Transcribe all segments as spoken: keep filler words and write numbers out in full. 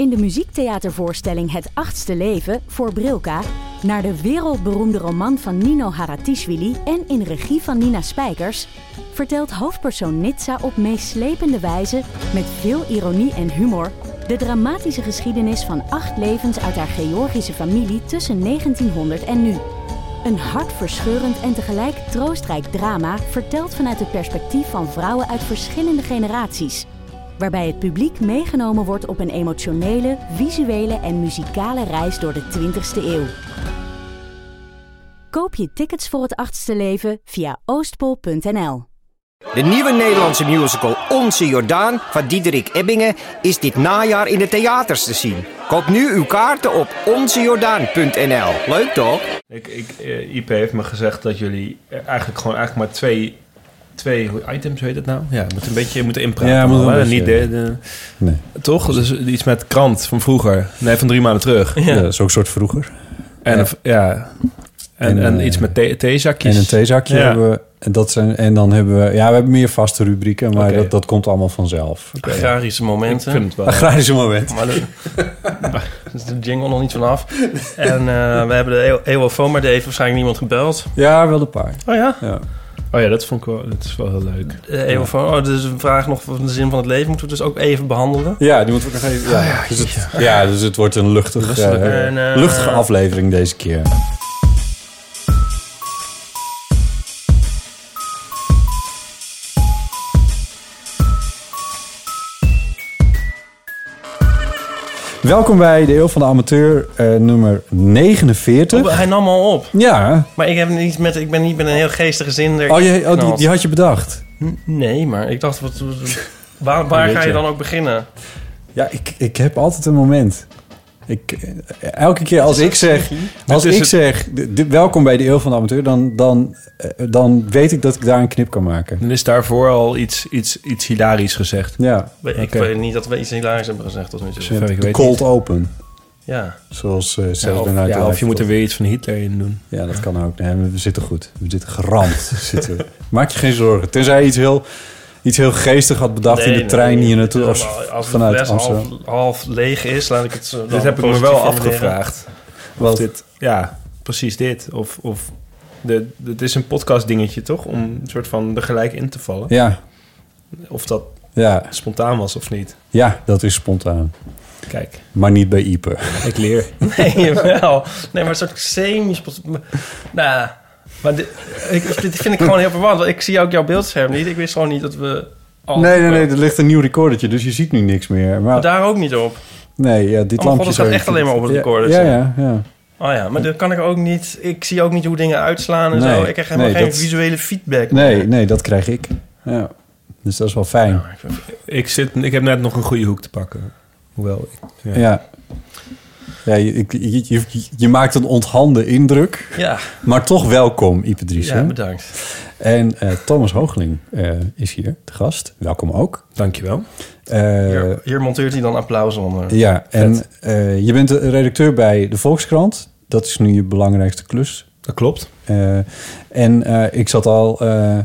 in de muziektheatervoorstelling Het Achtste Leven voor Brilka naar de wereldberoemde roman van Nino Haratischvili en in regie van Nina Spijkers, vertelt hoofdpersoon Nitsa op meeslepende wijze, met veel ironie en humor, de dramatische geschiedenis van acht levens uit haar Georgische familie tussen negentienhonderd en nu. Een hartverscheurend en tegelijk troostrijk drama verteld vanuit het perspectief van vrouwen uit verschillende generaties, waarbij het publiek meegenomen wordt op een emotionele, visuele en muzikale reis door de twintigste eeuw. Koop je tickets voor Het Achtste Leven via oostpol punt n l. De nieuwe Nederlandse musical Onze Jordaan van Diederik Ebbingen is dit najaar in de theaters te zien. Koop nu uw kaarten op onze jordaan punt n l. Leuk toch? Ik, ik, uh, I P heeft me gezegd dat jullie eigenlijk gewoon eigenlijk maar twee, twee items, weet het nou? Ja, moet een beetje moeten inpraten. Ja, moet al, een niet de, de, nee. Toch? Dus iets met krant van vroeger. Nee, van drie maanden terug. Ja, ja, dat is ook een soort vroeger. En ja, ja. En, en, en uh, iets met thee, theezakjes. En een theezakje ja. hebben we. En, dat zijn, en dan hebben we... Ja, we hebben meer vaste rubrieken, maar okay. dat, dat komt allemaal vanzelf. Okay. Agrarische momenten. Ik vind het wel. Agrarische momenten. Maar de, daar is de jingle nog niet vanaf. En uh, we hebben de eeuwofoon, maar er heeft waarschijnlijk niemand gebeld. Ja, wel een paar. Oh ja? Ja. Oh ja, dat vond ik wel, dat is wel heel leuk. De eeuwofoon, oh, dus een vraag nog van de zin van het leven moeten we dus ook even behandelen. Ja, die moeten we nog even... Ja, ja, dus, het, ja dus het wordt een luchtig, uh, en, uh, luchtige aflevering deze keer. Welkom bij de Eeuw van de Amateur, uh, nummer negenenveertig. Oh, hij nam al op. Ja. Maar ik, heb niet met, ik ben niet met een heel geestige zin. Oh, je, oh die, die had je bedacht? Nee, maar ik dacht, wat, waar, waar ga je dan ook beginnen? Ja, ik, ik heb altijd een moment. Ik, elke keer als ik zeg, als ik zeg de, de, welkom bij de Eeuw van de Amateur, dan, dan, dan weet ik dat ik daar een knip kan maken. Dan is daarvoor al iets, iets, iets hilarisch gezegd. Ja. Ik okay. weet niet dat we iets hilarisch hebben gezegd. Tot nu toe. De, de cold niet. Open. Ja. Zoals uh, ja, of, ja, of je moet er weer iets van Hitler in doen. Ja, dat kan ook. Nee, we zitten goed. We zitten geramd. zitten. Maak je geen zorgen. Tenzij je iets heel... iets heel geestig had bedacht nee, in de nee, trein hier naartoe. Als, als vanuit het Amsterdam. Half, half leeg is, laat ik het zo. Dit heb ik me wel afgevraagd. Of dit, ja, precies dit. Of, of de, het is een podcast dingetje, toch? Om een soort van er gelijk in te vallen. Ja. Of dat ja. spontaan was of niet. Ja, dat is spontaan. Kijk. Maar niet bij Ieper. Ik leer. Nee, wel. Nee, maar een soort semi-spontaan. Nou... Maar dit, ik, dit vind ik gewoon heel verwarrend. Want ik zie ook jouw beeldscherm niet. Ik wist gewoon niet dat we... Al nee, nee, nee. Er ligt een nieuw recordertje, dus je ziet nu niks meer. Maar, maar daar ook niet op? Nee, ja, dit oh, lampje... God, het gaat echt alleen maar op het recorder. Ja, ja, ja. Oh ja, maar dan kan ik ook niet... Ik zie ook niet hoe dingen uitslaan en nee, zo. Ik krijg helemaal nee, geen dat, visuele feedback. Nee, meer. nee, dat krijg ik. Ja. Dus dat is wel fijn. Nou, ik, vind, ik, zit, ik heb net nog een goede hoek te pakken. Hoewel... Ik, ja. ja. Ja, je, je, je, je maakt een onthande indruk. Ja. Maar toch welkom, Ipe Driessen. Ja, bedankt. En uh, Thomas Hoogling uh, is hier, de gast. Welkom ook. Dankjewel. Uh, hier, hier monteert hij dan applaus onder. Ja, Vet. en uh, je bent de redacteur bij de Volkskrant. Dat is nu je belangrijkste klus. Dat klopt. Uh, en uh, ik zat al uh,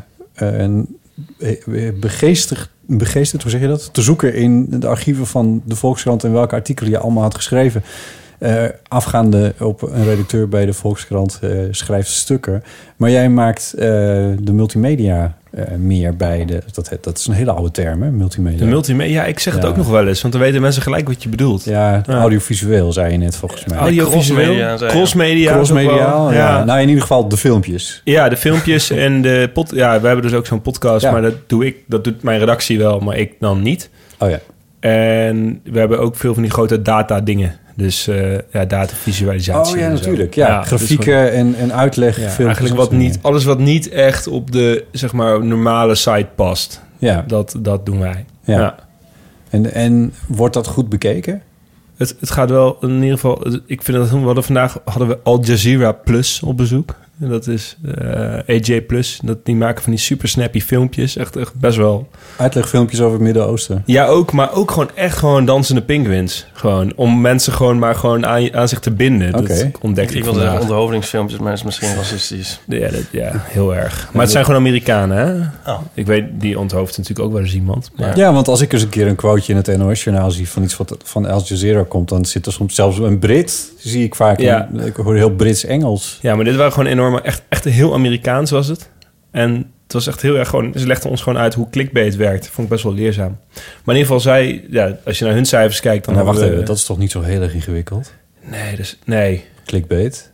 uh, begeestigd, begeesterd, hoe zeg je dat? Te zoeken in de archieven van de Volkskrant en welke artikelen je allemaal had geschreven. Uh, afgaande op een redacteur bij de Volkskrant uh, schrijft stukken. Maar jij maakt uh, de multimedia uh, meer bij de... Dat, dat is een hele oude term, hè? Multimedia. De multimedia, ja, ik zeg het ja. ook nog wel eens. Want dan weten mensen gelijk wat je bedoelt. Ja, ja. audiovisueel zei je net volgens mij. Audiovisueel, crossmedia. Crossmediaal, ja. ja. Nou, in ieder geval de filmpjes. Ja, de filmpjes en de... Pod, ja, we hebben dus ook zo'n podcast. Ja. Maar dat doe ik, dat doet mijn redactie wel, maar ik dan niet. Oh ja. En we hebben ook veel van die grote data dingen. Dus uh, ja, datavisualisatie. Oh ja, natuurlijk. Ja, ja, grafieken dus en, en uitleg. Ja, eigenlijk wat niet, alles wat niet echt op de zeg maar normale site past. Ja. Dat, dat doen wij. Ja. ja. En, en wordt dat goed bekeken? Het, het gaat wel in ieder geval... Ik vind dat we hadden vandaag hadden we Al Jazeera Plus op bezoek. En dat is uh, A J Plus. Dat, die maken van die super snappy filmpjes. Echt, echt best wel... Uitlegfilmpjes over het Midden-Oosten. Ja, ook. Maar ook gewoon echt gewoon dansende pinguïns. Gewoon. Om mensen gewoon maar gewoon aan, aan zich te binden. Oké. Dat ontdek ik Ik wilde zeggen onderhovelingsfilmpjes, maar dat is misschien racistisch. Ja, dat, ja, heel erg. Maar het zijn gewoon Amerikanen, hè? Oh. Ik weet, die onthoofdt natuurlijk ook wel eens iemand. Maar... Ja, want als ik eens een keer een quoteje in het N O S-journaal zie... van iets wat van Al Jazeera komt... dan zit er soms zelfs een Brit, zie ik vaak. Ja. In, ik hoor heel Brits-Engels. Ja, maar dit waren gewoon enorme... Echt, echt heel Amerikaans was het. En het was echt heel erg gewoon... Ze legden ons gewoon uit hoe clickbait werkt. Vond ik best wel leerzaam. Maar in ieder geval, zij... Ja, als je naar hun cijfers kijkt... dan Nou, wacht we, even, dat is toch niet zo heel erg ingewikkeld? Nee, dus... Nee. Clickbait.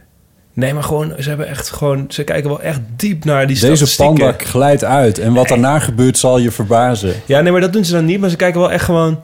Nee, maar gewoon... Ze hebben echt gewoon... Ze kijken wel echt diep naar die Deze statistieken. panda glijdt uit. En wat Nee. daarna gebeurt zal je verbazen. Ja, nee, maar dat doen ze dan niet. Maar ze kijken wel echt gewoon...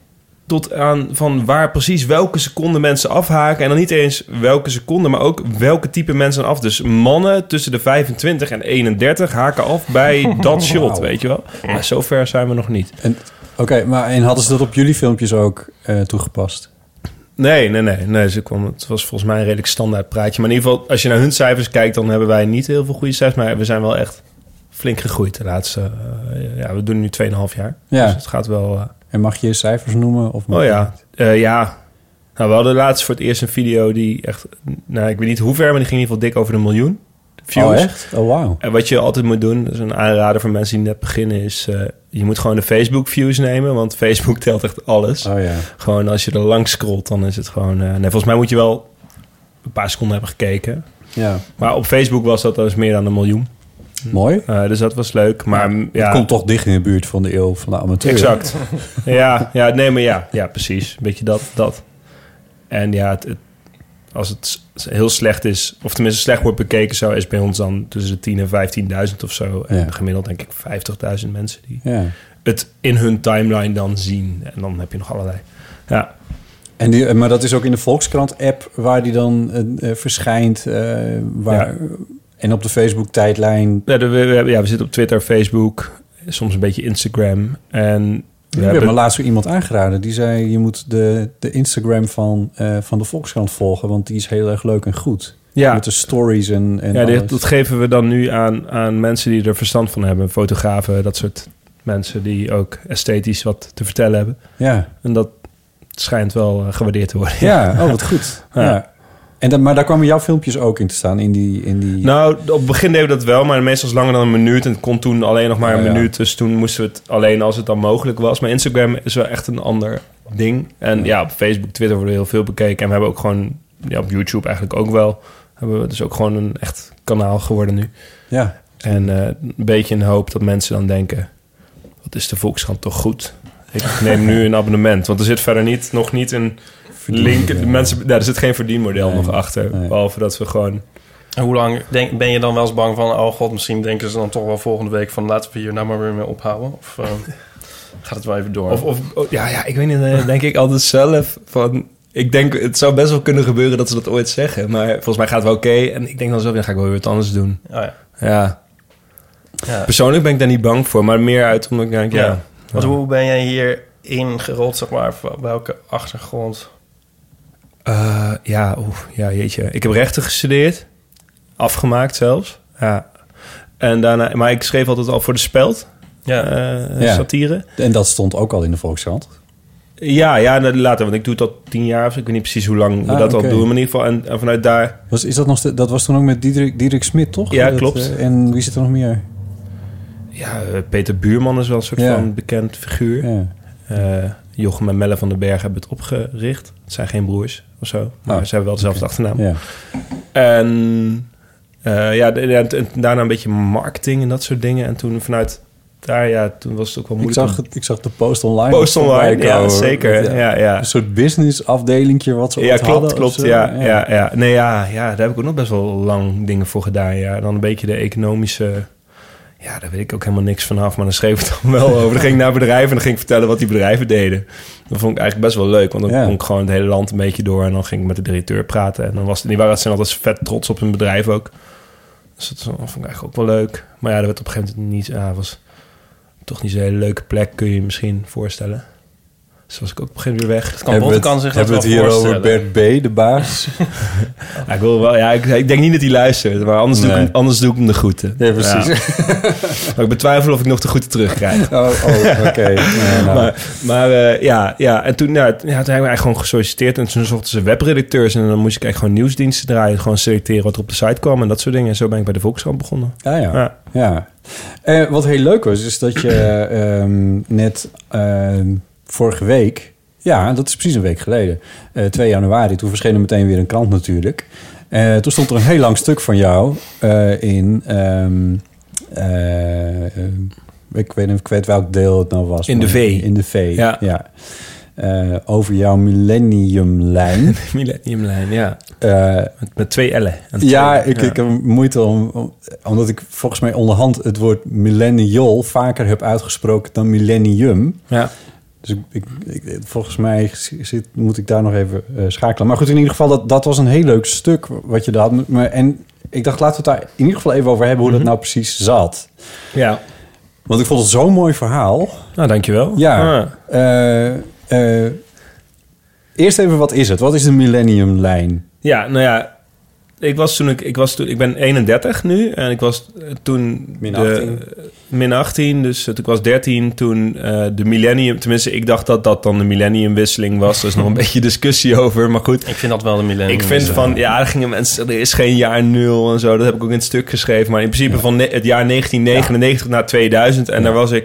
tot aan van waar precies welke seconde mensen afhaken. En dan niet eens welke seconde, maar ook welke type mensen af. Dus mannen tussen de vijfentwintig en eenendertig haken af bij dat shot, Wauw. weet je wel. Maar zover zijn we nog niet. En Oké, okay, maar en hadden ze dat op jullie filmpjes ook uh, toegepast? Nee, nee, nee. nee ze kwam, het was volgens mij een redelijk standaard praatje. Maar in ieder geval, als je naar hun cijfers kijkt... dan hebben wij niet heel veel goede cijfers. Maar we zijn wel echt flink gegroeid de laatste... Uh, ja, we doen nu twee en een half jaar. Ja. Dus het gaat wel... Uh, En mag je cijfers noemen? Of oh ja, uh, ja. Nou, we hadden laatst voor het eerst een video die echt... Nou, ik weet niet hoe ver, maar die ging in ieder geval dik over een miljoen views. Oh, echt? Oh, wauw. En wat je altijd moet doen, dat is een aanrader voor mensen die net beginnen... is uh, je moet gewoon de Facebook views nemen, want Facebook telt echt alles. Oh ja. Gewoon als je er langs scrolt, dan is het gewoon... Uh, nee, volgens mij moet je wel een paar seconden hebben gekeken. Ja. Maar op Facebook was dat dus meer dan een miljoen. Mooi. Uh, dus dat was leuk. Maar ja, ja, het komt toch dicht in de buurt van de eeuw van de amateur. Exact. ja, ja, nee, maar ja, ja, precies. Beetje dat, dat. En ja, het, het, als het heel slecht is, of tenminste slecht wordt bekeken, zo is bij ons dan tussen de tien en vijftienduizend of zo. En ja. gemiddeld denk ik vijftigduizend mensen die ja. het in hun timeline dan zien. En dan heb je nog allerlei. Ja. En die, maar dat is ook in de Volkskrant-app waar die dan uh, verschijnt, uh, waar... Ja. En op de Facebook-tijdlijn... Ja, de, we, we, ja, we zitten op Twitter, Facebook, soms een beetje Instagram. En we ja, hebben me laatst weer iemand aangeraden. Die zei, je moet de, de Instagram van, uh, van de Volkskrant volgen... want die is heel erg leuk en goed. Ja. Met de stories en, en ja, dit, dat geven we dan nu aan, aan mensen die er verstand van hebben. Fotografen, dat soort mensen die ook esthetisch wat te vertellen hebben. Ja. En dat schijnt wel uh, gewaardeerd te worden. Ja, oh, wat goed. ja. ja. En dat, maar daar kwamen jouw filmpjes ook in te staan? In die, in die... Nou, op het begin deden we dat wel, maar meestal langer dan een minuut. En het kon toen alleen nog maar een ja, minuut. Ja. Dus toen moesten we het alleen als het dan mogelijk was. Maar Instagram is wel echt een ander ding. En ja, ja op Facebook, Twitter worden heel veel bekeken. En we hebben ook gewoon, ja, op YouTube eigenlijk ook wel. Hebben we dus ook gewoon een echt kanaal geworden nu. Ja. En uh, een beetje in de hoop dat mensen dan denken... wat is de Volkskrant toch goed? Ik neem nu een abonnement. Want er zit verder niet, nog niet een... Link, mensen, nou, er zit geen verdienmodel nee, nog achter. Nee. Behalve dat we gewoon... En hoe lang denk, ben je dan wel eens bang van... oh god, misschien denken ze dan toch wel volgende week... van laten we hier nou maar weer mee ophouden? Of uh, gaat het wel even door? Of, of oh, ja, ja, ik weet niet, denk ik altijd zelf van... Ik denk, het zou best wel kunnen gebeuren dat ze dat ooit zeggen. Maar volgens mij gaat het wel oké. Okay, en ik denk dan zo, dan ga ik wel weer wat anders doen. Oh, ja. Ja. ja. Persoonlijk ben ik daar niet bang voor. Maar meer uit omdat ik denk, ja. ja. Want hoe ben jij hier ingerold, zeg maar? Welke achtergrond... Uh, ja, oeh, ja, jeetje. Ik heb rechten gestudeerd. Afgemaakt zelfs. Ja. En daarna, maar ik schreef altijd al voor de Speld. Ja. Uh, ja. Satire. En dat stond ook al in de Volkskrant? Ja, ja, later. Want ik doe het al tien jaar. Of ik weet niet precies hoe lang we ah, dat okay. al doen. Maar in ieder geval. En, en vanuit daar... Was, is dat, nog de, dat was toen ook met Diederik, Diederik Smit, toch? Ja, dat, klopt. Uh, en wie zit er nog meer? Ja, uh, Peter Buurman is wel een soort ja. van bekend figuur. Ja. Uh, Jochem en Melle van den Berg hebben het opgericht. Het zijn geen broers of zo, maar oh. ze hebben wel dezelfde achternaam. Ja. En uh, ja, en, en daarna een beetje marketing en dat soort dingen. En toen vanuit daar, ja, toen was het ook wel moeilijk. Ik zag, het, ik zag de post online. Post online, ja, zeker. Ja. Ja, ja. Een soort business afdelingje wat ze ja, klopt, hadden. Klopt, klopt, ja, ja. Ja, ja. Nee, ja, ja, daar heb ik ook nog best wel lang dingen voor gedaan. Ja, dan een beetje de economische... Ja, daar weet ik ook helemaal niks vanaf, maar dan schreef ik dan wel over. Dan ging ik naar bedrijven en dan ging ik vertellen wat die bedrijven deden. Dat vond ik eigenlijk best wel leuk, want dan ja. kon ik gewoon het hele land een beetje door... en dan ging ik met de directeur praten. En dan was die waren zijn altijd vet trots op hun bedrijf ook. Dus dat vond ik eigenlijk ook wel leuk. Maar ja, dat werd op een gegeven moment niet... Ah, was toch niet zo'n hele leuke plek, kun je je misschien voorstellen. Dus was ik ook op een gegeven moment weer weg. Dat kan Bottekan zich dat Hebben we wel het hier over voorstellen. Bert B., de baas? Ja, ik, wil wel, ja, ik, ik denk niet dat hij luistert, maar anders, Nee. doe, ik, hem- anders doe ik hem de groeten. Ja, precies. Ja. Maar ik betwijfel of ik nog de groeten terugkrijg. Oh, oh oké. Ja, nou. Maar, maar uh, ja, ja, en toen, ja, ja, toen hebben we eigenlijk gewoon gesolliciteerd. En toen zochten ze webredacteurs. En dan moest ik eigenlijk gewoon nieuwsdiensten draaien. Gewoon selecteren wat er op de site kwam en dat soort dingen. En zo ben ik bij de Volkskrant begonnen. Ja, ja. Ja. ja. Uh, wat heel leuk was, is dat je um, net uh, vorige week... Ja, dat is precies een week geleden. Uh, twee januari, toen verscheen er meteen weer een krant natuurlijk. Uh, toen stond er een heel lang stuk van jou uh, in... Um, uh, uh, ik, weet, ik weet welk deel het nou was. In de V. In de V, ja. ja. Uh, over jouw millenniumlijn. Millenniumlijn, ja. Uh, met, met twee L'en. Ja, ik, ja. ik heb moeite om, om... Omdat ik volgens mij onderhand het woord millennial vaker heb uitgesproken dan millennium. Ja. Dus ik, ik, ik, volgens mij zit, moet ik daar nog even uh, schakelen. Maar goed, in ieder geval, dat, dat was een heel leuk stuk wat je daar had. Maar, en ik dacht, laten we het daar in ieder geval even over hebben... hoe mm-hmm. dat nou precies zat. Ja. Want ik vond het zo'n mooi verhaal. Nou, dankjewel. Ja. Ah. Uh, uh, eerst even, wat is het? Wat is de millenniumlijn? Ja, nou ja... Ik was toen ik, ik was toen ik ben eenendertig nu en ik was toen min achttien. De, min achttien, dus ik was dertien toen uh, de millennium, tenminste ik dacht dat dat dan de millenniumwisseling was. Er is nog een beetje discussie over, maar goed. Ik vind dat wel de millennium. Ik vind van ja, er gingen mensen, er is geen jaar nul en zo. Dat heb ik ook in het stuk geschreven, maar in principe ja. van ne- het jaar negentien negenennegentig ja. naar tweeduizend en ja. daar was ik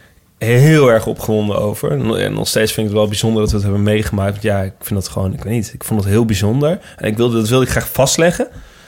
heel erg opgewonden over. En nog steeds vind ik het wel bijzonder dat we het hebben meegemaakt. Want ja, ik vind dat gewoon, ik weet niet, ik vond het heel bijzonder. En ik wilde, dat wilde ik graag vastleggen.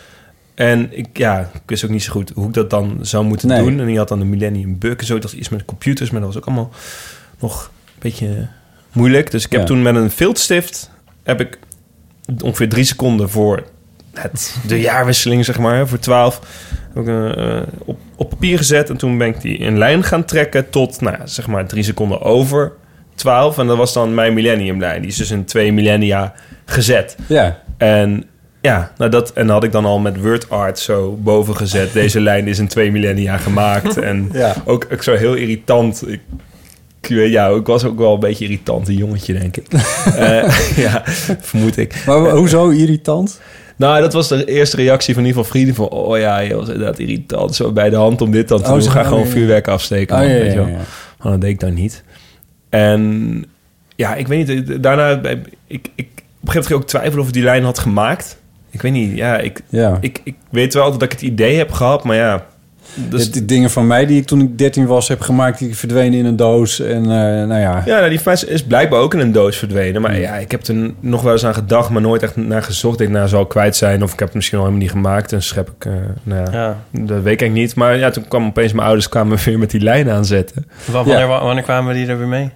En ik, ja, ik wist ook niet zo goed hoe ik dat dan zou moeten nee. doen. En die had dan de Millennium Bug en zo. Ik dacht iets met de computers, maar dat was ook allemaal nog een beetje moeilijk. Dus ik heb ja. toen met een viltstift, heb ik ongeveer drie seconden voor het, de jaarwisseling, zeg maar, voor twaalf... Ook, uh, op, op papier gezet. En toen ben ik die in lijn gaan trekken tot, nou ja, zeg maar drie seconden over twaalf. En dat was dan mijn millenniumlijn. Die is dus in twee millennia gezet. Ja. En ja, nou dat, en dat had ik dan al met WordArt zo boven gezet. Deze lijn is in twee millennia gemaakt. En ja. ook, ook zo heel irritant. Ik, ja, ik was ook wel een beetje irritant, een jongetje, denk ik. uh, ja, vermoed ik. Maar hoezo irritant? Nou, dat was de eerste reactie van in ieder geval vrienden van... oh ja, je was inderdaad irritant. Zo bij de hand om dit dan te oh, doen. Ga gewoon ja. vuurwerk afsteken. Oh, man, ja, weet je wel. ja, ja. Maar dat deed ik dan niet. En ja, ik weet niet. Daarna... Ik, ik, op een gegeven moment ging ik ook twijfelen of ik die lijn had gemaakt. Ik weet niet. Ja, ik, ja. ik, ik weet wel dat ik het idee heb gehad, maar ja... Dus de dingen van mij die ik toen ik dertien was heb gemaakt... die verdwenen in een doos en uh, nou ja... Ja, nou, die van mij is blijkbaar ook in een doos verdwenen. Maar ja, ik heb er nog wel eens aan gedacht... maar nooit echt naar gezocht. Ik nou, zal kwijt zijn of ik heb het misschien al helemaal niet gemaakt. En dus heb ik... Uh, nou ja, ja, dat weet ik eigenlijk niet. Maar ja, toen kwam opeens mijn ouders kwamen weer met die lijn aanzetten. Wanneer, ja. wanneer kwamen die er weer mee?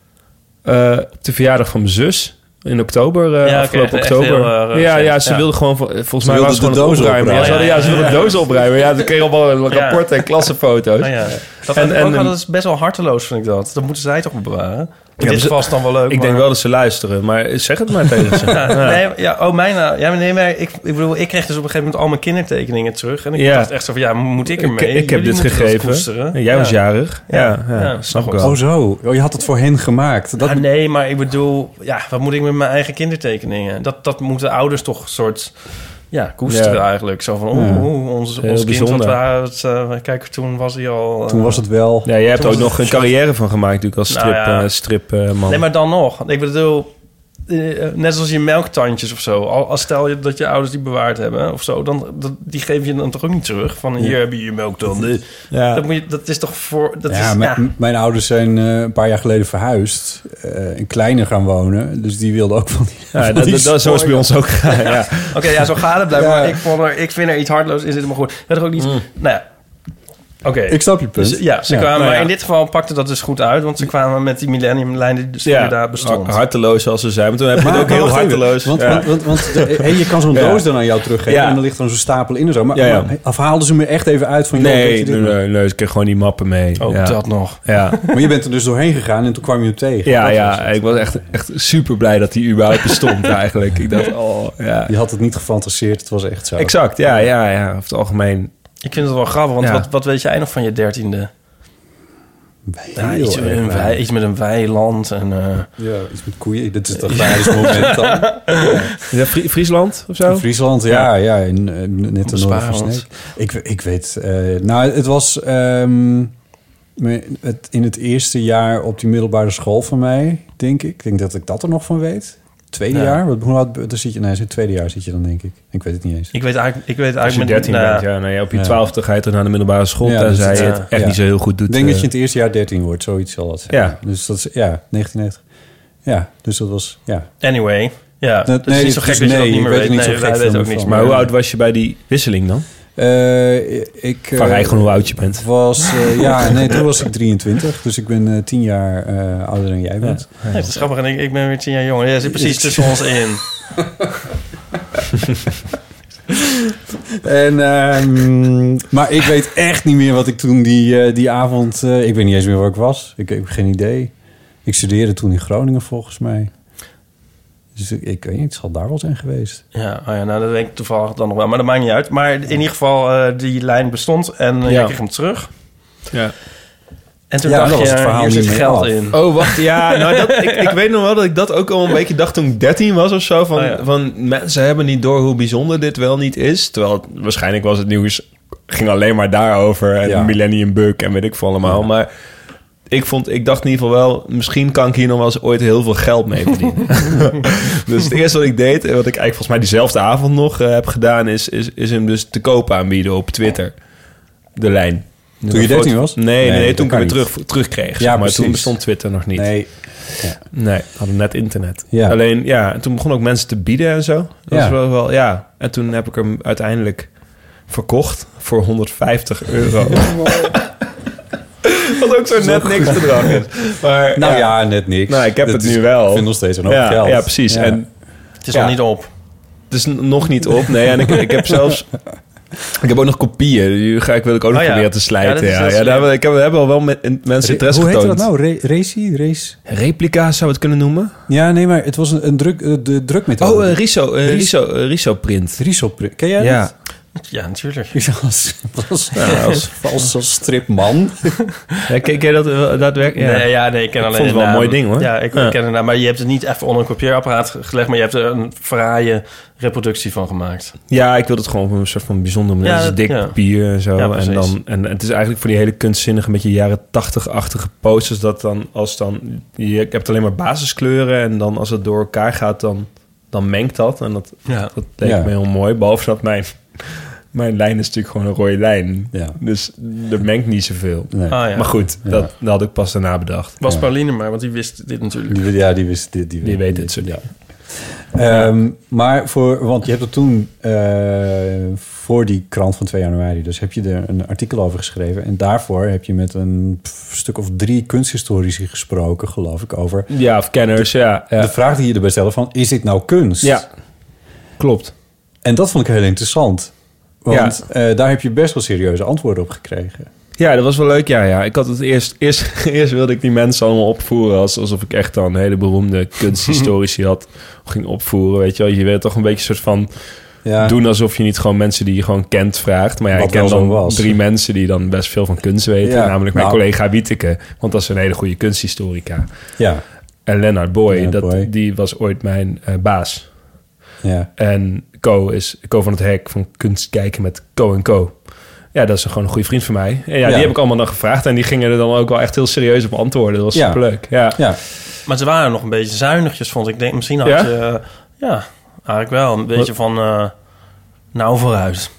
Uh, op de verjaardag van mijn zus... In oktober, uh, ja, afgelopen okay, oktober. Heel, uh, ja, ja, ze ja. wilde gewoon... Volgens ze mij was het gewoon de doos opruimen. Ja, ze wilde, ja, ze wilde de doos opruimen. Ja, ze kregen allemaal een rapport en klassenfoto's. Oh, ja. Dat, en, en, ook, dat is best wel harteloos, vind ik dat. Dat moeten zij toch bewaren? In ja, dit geval is het dan wel leuk. Ik maar... denk wel dat ze luisteren, maar zeg het maar tegen ze. ja, ja. Nee, ja, oh, mijn... Ja, nee, maar ik, ik bedoel, ik kreeg dus op een gegeven moment al mijn kindertekeningen terug. En ik ja. dacht echt zo van, ja, moet ik ermee? Ik, ik heb dit gegeven. Jij ja. was jarig. Ja, ja, ja, ja snap ik wel. Oh zo, oh, je had het voor hen gemaakt. Dat... Ja, nee, maar ik bedoel, ja, wat moet ik met mijn eigen kindertekeningen? Dat, dat moeten ouders toch een soort... Ja, koesteren ja. eigenlijk. Zo van, oeh, oeh ons, ons kind wat was... Uh, kijk, toen was hij al... Uh, toen was het wel... Ja, jij hebt er ook nog een carrière van gemaakt natuurlijk als strip, nou ja. uh, strip uh, man. Nee, maar dan nog. Ik bedoel, uh, net zoals je melktandjes of zo. Als stel je dat je ouders die bewaard hebben of zo, dan dat, die geef je dan toch ook niet terug. Van hier ja. heb je je melktanden. Ja. Dat, moet je, dat is toch voor... Dat ja, is, m- ja. M- mijn ouders zijn uh, een paar jaar geleden verhuisd. Uh, in Kleine gaan wonen. Dus die wilden ook van die... Ja, van dat, die dat, dat, zo is bij ons ook gegaan. Ja. ja. Oké, okay, ja, zo gaat het blijven. Ja. Maar ik, vond er, ik vind er iets hartloos in zitten, maar goed. Dat is ook niet... Mm. Nou ja. Oké. Okay. Ik snap je punt. Dus, ja, ze ja. kwamen, nou, maar ja. in dit geval pakte dat dus goed uit, want ze kwamen met die millenniumlijn die dus ja. inderdaad bestond. Harteloos zoals ze zijn, maar toen heb je het ook heel harteloos. Want, ja. want, want, want de, hey, je kan zo'n ja. doos dan aan jou teruggeven ja. en dan ligt dan zo'n stapel in en zo. Maar, ja, ja. maar of haalden ze me echt even uit van... Nee, nee, nee, nee, ik kreeg gewoon die mappen mee. Ook ja. dat nog. Ja. Maar je bent er dus doorheen gegaan en toen kwam je hem tegen. Ja, ja, ik was echt, echt super blij dat die überhaupt bestond eigenlijk. Ik dacht, oh, ja. Je had het niet gefantaseerd, het was echt zo. Exact, ja, ja, ja. Over het algemeen... Ik vind het wel grappig, want ja. wat, wat weet jij nog van je dertiende? Ja, iets, met een wei, iets met een weiland. En, uh... ja, iets met koeien. Dat is toch het moment dan. Ja. Ja, Fri- Friesland of zo? In Friesland, ja. ja, ja in, uh, net de noorden van Sneek. Ik, ik weet... Uh, nou, het was... Um, het, in het eerste jaar op die middelbare school van mij, denk ik. Ik denk dat ik dat er nog van weet. Tweede ja. jaar? Wat, hoe, dan zit je, nee, in het tweede jaar zit je dan, denk ik. Ik weet het niet eens. Ik weet eigenlijk... Ik weet eigenlijk Als je met, dertien uh, bent, ja. Nou, ja op je twaalfde ga je toch naar de middelbare school. Ja, tenzij dus, je uh, het echt ja. niet zo heel goed doet. Ik denk uh, dat je in het eerste jaar dertien wordt. Zoiets zal dat zijn. Ja. Dus dat is... Ja, negentien negentig. Ja, dus dat was... Ja. Anyway. Ja, dat, dat is nee, niet zo gek dus dat je nee, dat niet meer weet. weet. Niet Nee, zo wij gek weten ook van, niks maar meer. hoe oud was je bij die wisseling dan? Uh, ik... Vraag uh, gewoon hoe oud je bent. Was, uh, ja, nee, toen was ik drieëntwintig. Dus ik ben uh, tien jaar uh, ouder dan jij bent. Ja, het is grappig. En ik, ik ben weer tien jaar jonger. Jij zit precies tussen ons in. en, um, maar ik weet echt niet meer wat ik toen die, uh, die avond... Uh, ik weet niet eens meer waar ik was. Ik, ik heb geen idee. Ik studeerde toen in Groningen volgens mij. Dus ik, ik weet niet, het zal daar wel zijn geweest. Ja, oh ja, nou dat weet ik toevallig dan nog wel. Maar dat maakt niet uit. Maar in ieder geval, uh, die lijn bestond. En uh, ja. jij kreeg hem terug. Ja. En toen ja, dacht dat je, was het verhaal hier niet zit meer geld af. in. Oh, wacht. Ja, nou, dat, ik, ik weet nog wel dat ik dat ook al een beetje dacht toen ik dertien was of zo. Van, oh ja. van mensen hebben niet door hoe bijzonder dit wel niet is. Terwijl het, waarschijnlijk was het nieuws... ging alleen maar daarover. En ja. Millennium Bug en weet ik veel allemaal. Ja. Maar... Ik, vond, ik dacht in ieder geval wel... misschien kan ik hier nog wel eens ooit heel veel geld mee verdienen. Dus het eerste wat ik deed... wat ik eigenlijk volgens mij diezelfde avond nog uh, heb gedaan... Is, is, is hem dus te koop aanbieden op Twitter. De lijn. Toen je dertien was? Nee, nee, nee, nee toen ik hem weer niet. terug, terugkreeg. Ja, maar precies. toen bestond Twitter nog niet. Nee. Ja. Nee, hadden net internet. Ja. Alleen, ja, en toen begonnen ook mensen te bieden en zo. Dat ja. was wel, wel, ja. En toen heb ik hem uiteindelijk verkocht voor honderdvijftig euro. Wat ook zo net goed. Niks bedrag is. Maar, nou ja, ja, net niks. Nou, ik heb dat het is, nu wel. Ik vind nog steeds een hoop ja, geld. Ja, precies. Ja. En, het is ja, nog niet op. Het is n- nog niet op. Nee, en ik, ik heb zelfs... Ik heb ook nog kopieën. Die ga ik, wil ik ook nog oh, ja. proberen te slijten. Ja, ja, ja, daar, ik heb, we hebben al wel met, mensen interesse Hoe getoond. heet dat nou? Re- Racy? Race? Replica zou het kunnen noemen? Ja, nee, maar het was een, een druk, uh, de drukmethode. Oh, een Riso, uh, Riso, uh, Riso print. Riso print. Ken jij ja. dat? Ja, natuurlijk. Als, als, ja, als, als, als stripman. Ja, ken, ken je dat uh, daadwerkelijk? Ja. Nee, ja, nee, ik ken ik alleen vond het wel een een mooi ding, hoor. Ja, ik ja. ken het naam. Maar je hebt het niet even onder een kopieerapparaat gelegd... maar je hebt er een fraaie reproductie van gemaakt. Ja, ik wil het gewoon op een soort van bijzonder manier. Ja, het is dik ja. papier en zo. Ja, en, dan, en het is eigenlijk voor die hele kunstzinnige... een beetje jaren tachtig-achtige posters... dat dan als dan... Je, ik heb alleen maar basiskleuren... en dan als het door elkaar gaat... dan, dan mengt dat. En dat, ja. dat leek ja. me heel mooi. Behalve dat mijn... Mijn lijn is natuurlijk gewoon een rode lijn. Ja. Dus er mengt niet zoveel. Nee. Ah, ja. Maar goed, ja. dat, dat had ik pas daarna bedacht. Was ja. Pauline maar, want die wist dit natuurlijk. Die, ja, die wist dit. Die, die weet dit soort ja. Um, maar voor, want je hebt er toen uh, voor die krant van twee januari... dus heb je er een artikel over geschreven... en daarvoor heb je met een pff, stuk of drie kunsthistorici gesproken... geloof ik, over... Ja, of kenners, de, ja, ja. De vraag die je erbij stelde van... is dit nou kunst? Ja, klopt. En dat vond ik heel interessant... Want ja. uh, daar heb je best wel serieuze antwoorden op gekregen. Ja, dat was wel leuk, ja. ja. Ik had het eerst, eerst, eerst wilde ik die mensen allemaal opvoeren... Als, alsof ik echt dan hele beroemde kunsthistorici had ging opvoeren. Weet je wel, je weet toch een beetje een soort van... Ja. Doen alsof je niet gewoon mensen die je gewoon kent vraagt. Maar ja, ik ken dan was. drie mensen die dan best veel van kunst weten. Ja. Namelijk mijn nou. collega Wieteke. Want dat is een hele goede kunsthistorica. Ja. En Lennart Boy, Lennart dat, Boy. die was ooit mijn uh, baas. Ja. En Co is Co van het Hek van Kunst Kijken met Co en Co. Ja, dat is gewoon een goede vriend van mij. En ja, ja, die heb ik allemaal dan gevraagd. En die gingen er dan ook wel echt heel serieus op antwoorden. Dat was ja. superleuk. Ja. Ja. Maar ze waren nog een beetje zuinigjes, vond ik. Ik denk, misschien had ja? je... Uh, ja, eigenlijk wel. Een beetje Wat? van... Uh, nou, vooruit.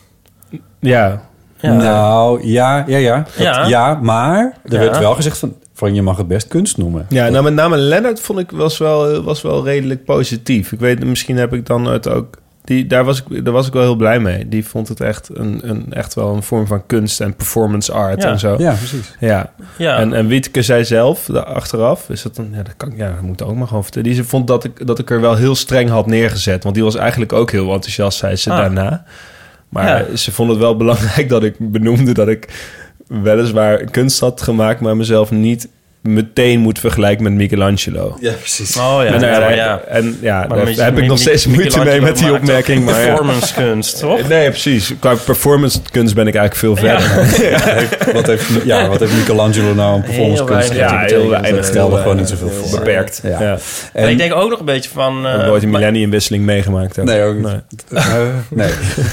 Ja. ja. Nou, ja, ja, ja. Dat, ja. ja, maar er ja. werd wel gezegd van... van je mag het best kunst noemen. Ja, nou met name Lennart vond ik was wel, was wel redelijk positief. Ik weet, misschien heb ik dan het ook... Die, daar, was ik, daar was ik wel heel blij mee. Die vond het echt, een, een, echt wel een vorm van kunst en performance art ja. en zo. Ja, precies. Ja. Ja. En, en Wieteke zei zelf, daar achteraf, is dat dan, ja, dat kan ja, dat moet ik ook maar gewoon vertellen. Die vond dat ik, dat ik er wel heel streng had neergezet. Want die was eigenlijk ook heel enthousiast, zei ze ah. daarna. Maar ja. ze vond het wel belangrijk dat ik benoemde dat ik weliswaar kunst had gemaakt, maar mezelf niet meteen moet vergelijken met Michelangelo. Ja, precies. Oh ja, En, ja, ja, maar ja. en ja, Maar daar met- heb ik met nog steeds Michelangelo moeite mee met die maakt ook opmerking. Maar ja. performance kunst, toch? Nee, precies. Qua performance kunst ben ik eigenlijk veel verder. Wat heeft, ja, wat heeft Michelangelo nou een performance Heel weinig. kunst? Ja, dat heel betekent, weinig. eh, stelde heel, gewoon eh, niet zoveel voor. Beperkt. Ja. Ja. Ja. En En, ik denk ook nog een beetje van... Ik eh, heb nooit een maar- millenniumwisseling meegemaakt. Ook. nee, ook niet. Nee. Eh, nee.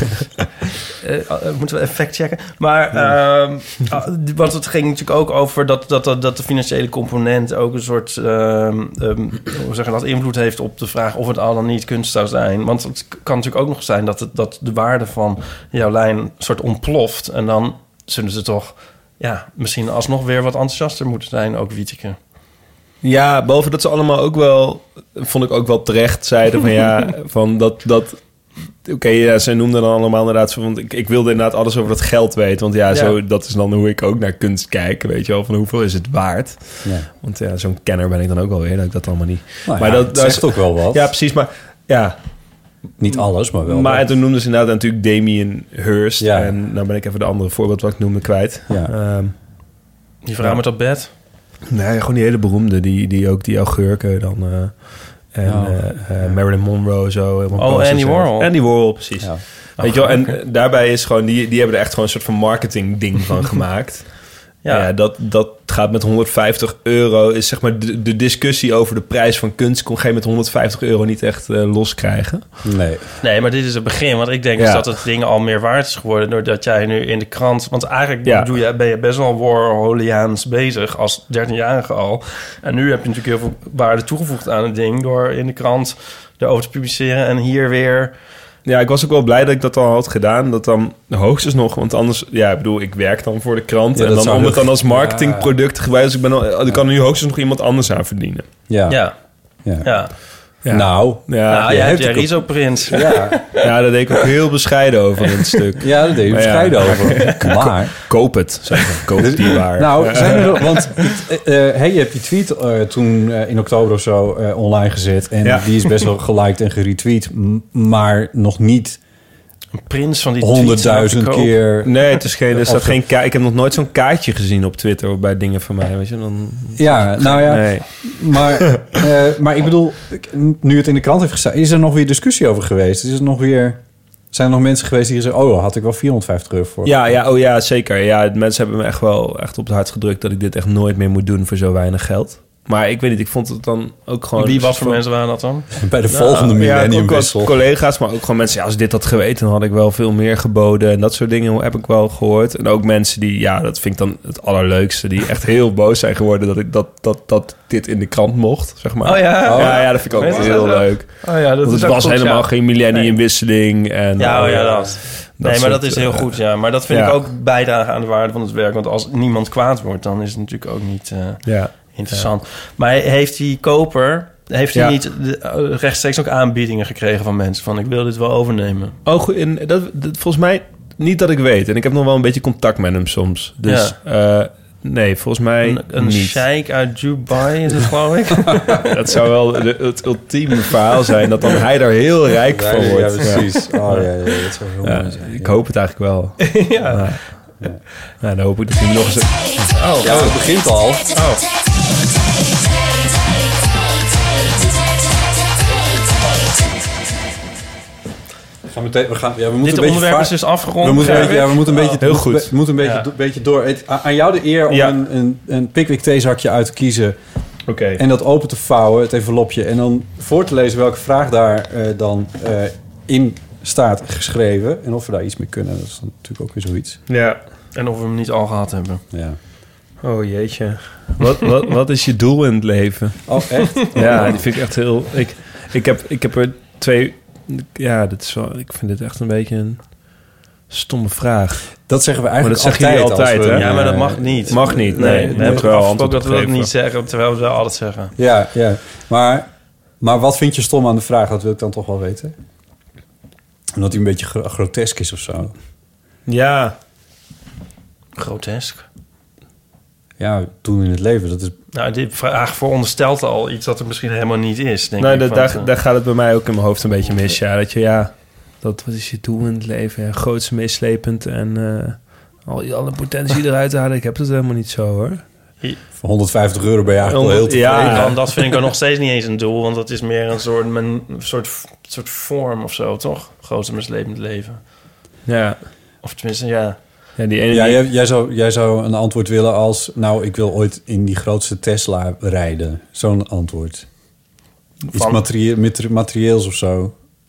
Uh, uh, moeten we even factchecken. Maar, uh, uh, want het ging natuurlijk ook over dat, dat, dat, dat de financiële component ook een soort, uh, um, hoe zeg je dat, invloed heeft op de vraag of het al dan niet kunst zou zijn. Want het kan natuurlijk ook nog zijn dat, het, dat de waarde van jouw lijn een soort ontploft. En dan zullen ze toch, ja, misschien alsnog weer wat enthousiaster moeten zijn, ook Wieteke. Ja, behalve dat ze allemaal ook wel, vond ik ook wel terecht, zeiden van ja, van dat, dat oké, okay, ja, ze noemden dan allemaal inderdaad zo, want ik, ik wilde inderdaad alles over dat geld weten, want ja, Ja. Zo, dat is dan hoe ik ook naar kunst kijk, weet je wel, van hoeveel is het waard? Ja. Want ja, zo'n kenner ben ik dan ook wel weer, dat ik dat allemaal niet. Nou maar ja, dat, het dat zegt is ook wel wat. Ja, precies, maar ja. Niet alles, maar wel. Maar wat. toen noemden ze inderdaad natuurlijk Damien Hirst. Ja. En nou ben ik even de andere voorbeeld wat ik noemde kwijt. Ja. Ehm, Die vrouw Ja. met dat bed. nee, gewoon die hele beroemde, die, die ook die augurken dan. eh, en Ja. eh, eh, Marilyn Monroe zo. helemaal Oh, posters Andy en- Warhol. Andy Warhol, precies. Ja. Weet je wel, en eh, daarbij is gewoon, die, die hebben er echt gewoon een soort van marketing ding van gemaakt. Ja. Ja, dat, dat gaat met honderdvijftig euro. Is zeg maar de, de discussie over de prijs van kunst kon geen met honderdvijftig euro niet echt uh, loskrijgen. Nee. Nee, maar dit is het begin. Want ik denk Ja. dus dat het ding al meer waard is geworden doordat jij nu in de krant... Want eigenlijk Ja. doe je, ben je best wel Warholiaans bezig als dertienjarige al. En nu heb je natuurlijk heel veel waarde toegevoegd aan het ding door in de krant erover te publiceren en hier weer... Ja, ik was ook wel blij dat ik dat al had gedaan. Dat dan hoogstens nog, want anders... Ja, ik bedoel, ik werk dan voor de krant. Ja, en dat dan zou om het heel- dan als marketingproduct te gebruiken. Dus ik ben al, ik kan er nu hoogstens nog iemand anders aan verdienen. Ja. Ja, Ja. ja. Ja. Nou. Ja, nou, je jij hebt hebt je ook- Riso-prins. Ja. ja, daar deed ik ook heel bescheiden over in het stuk. Ja, daar deed je Maar ja. bescheiden over. Maar... Koop het, zeg maar. Koop die waar. Nou, zijn er, want uh, hey, je hebt die tweet uh, toen uh, in oktober of zo uh, online gezet. En Ja. die is best wel geliked en geretweet. m- Maar nog niet Een prins van die tweets honderdduizend en ook te koop. keer. Nee, het is geen, er staat Of- geen ka- ik heb nog nooit zo'n kaartje gezien op Twitter bij dingen van mij. Weet je, dan... Ja, nou ja. Nee. Maar, uh, maar ik bedoel, nu het in de krant heeft gestaan... is er nog weer discussie over geweest? Is er nog weer... Zijn er nog mensen geweest die zeggen... oh, had ik wel vierhonderdvijftig euro voor. Ja, ja, oh ja, zeker. Ja, mensen hebben me echt wel echt op het hart gedrukt dat ik dit echt nooit meer moet doen voor zo weinig geld. Maar ik weet niet, ik vond het dan ook gewoon... Wie, wat voor mensen waren dat dan? Bij de volgende Nou, ja, ook millenniumwissel. wat collega's, maar ook gewoon mensen... Ja, als ik dit had geweten, dan had ik wel veel meer geboden. En dat soort dingen heb ik wel gehoord. En ook mensen die, ja, dat vind ik dan het allerleukste... die echt heel boos zijn geworden dat ik dat, dat, dat dit in de krant mocht, zeg maar. Oh ja? Ja, ja, dat vind ik ook Mensen heel zijn zo- leuk. Oh ja, dat Want is het ook was goed, helemaal ja. geen millenniumwisseling. En, Ja, oh ja, uh, dat. Nee, maar soort, dat is heel uh, goed, ja. Maar dat vind ja. ik ook bijdragen aan de waarde van het werk. Want als niemand kwaad wordt, dan is het natuurlijk ook niet uh, Ja. interessant. Maar heeft die koper... Heeft hij Ja. niet de, uh, rechtstreeks ook aanbiedingen gekregen van mensen? Van, ik wil dit wel overnemen. Oh, goed, en dat, dat, volgens mij niet dat ik weet. En ik heb nog wel een beetje contact met hem soms. Dus eh, nee, volgens mij Een, een niet. sheik uit Dubai is het, geloof ik. Dat zou wel de, het ultieme verhaal zijn... dat dan hij daar heel rijk Ja, van ja, wordt. precies. Oh ja, ja, dat zou heel Ja, mooi zijn. ik hoop het eigenlijk wel. ja. Maar, nou, dan hoop ik dat hij nog eens... Oh, Ja, het begint al. We gaan meteen, we gaan, ja, we moeten dit een beetje onderwerp vaar- is dus afgerond. we moeten, een begrijp beetje, ja, we ik? moeten een beetje, heel we moeten- goed. we moeten een beetje, Ja. do- beetje door. Het, aan aan jou de eer om Ja. een, een, een Pickwick theezakje uit te kiezen... Oké. en dat open te vouwen, het envelopje... en dan voor te lezen welke vraag daar eh, dan eh, in staat geschreven... en of we daar iets mee kunnen. Dat is dan natuurlijk ook weer zoiets. Ja. En of we hem niet al gehad hebben. Ja. Oh jeetje. Wat, wat, wat is je doel in het leven? Oh, echt? Ja, die vind ik echt heel... Ik, ik, heb, ik heb er twee... Ja, dat is wel, ik vind dit echt een beetje een stomme vraag. Dat zeggen we Maar eigenlijk dat zeggen jullie altijd. altijd, als we- hè? Ja, maar dat mag niet. Mag niet, nee. Nee, Je we moet hebben wel afgesproken antwoord dat we dat geven. niet zeggen, terwijl we wel altijd zeggen. Ja, ja. Maar, maar wat vind je stom aan de vraag? Dat wil ik dan toch wel weten. Omdat hij een beetje gro- grotesk is of zo. Ja. Grotesk. Ja, doen in het leven. Dat is... Nou, dit vraag veronderstelt al iets dat er misschien helemaal niet is, denk Nou, ik. da- want, daar, eh, daar gaat het bij mij ook in mijn hoofd een beetje mis. Ja, dat je, ja... Dat, wat is je doel in het leven? Ja, groots meeslepend en... eh al alle potentie eruit halen. Ik heb het helemaal niet zo, hoor. voor honderdvijftig euro per jaar wel heel tevreden. Ja, dan, dat vind ik ook nog steeds niet eens een doel. Want dat is meer een soort, een soort, soort vorm of zo, toch? Groter mislevend leven. Ja. Of tenminste, ja... Ja, die ene ja die... jij, jij, zou, jij zou een antwoord willen als... nou, ik wil ooit in die grootste Tesla rijden. Zo'n antwoord. Iets Van... materie- materieels of zo.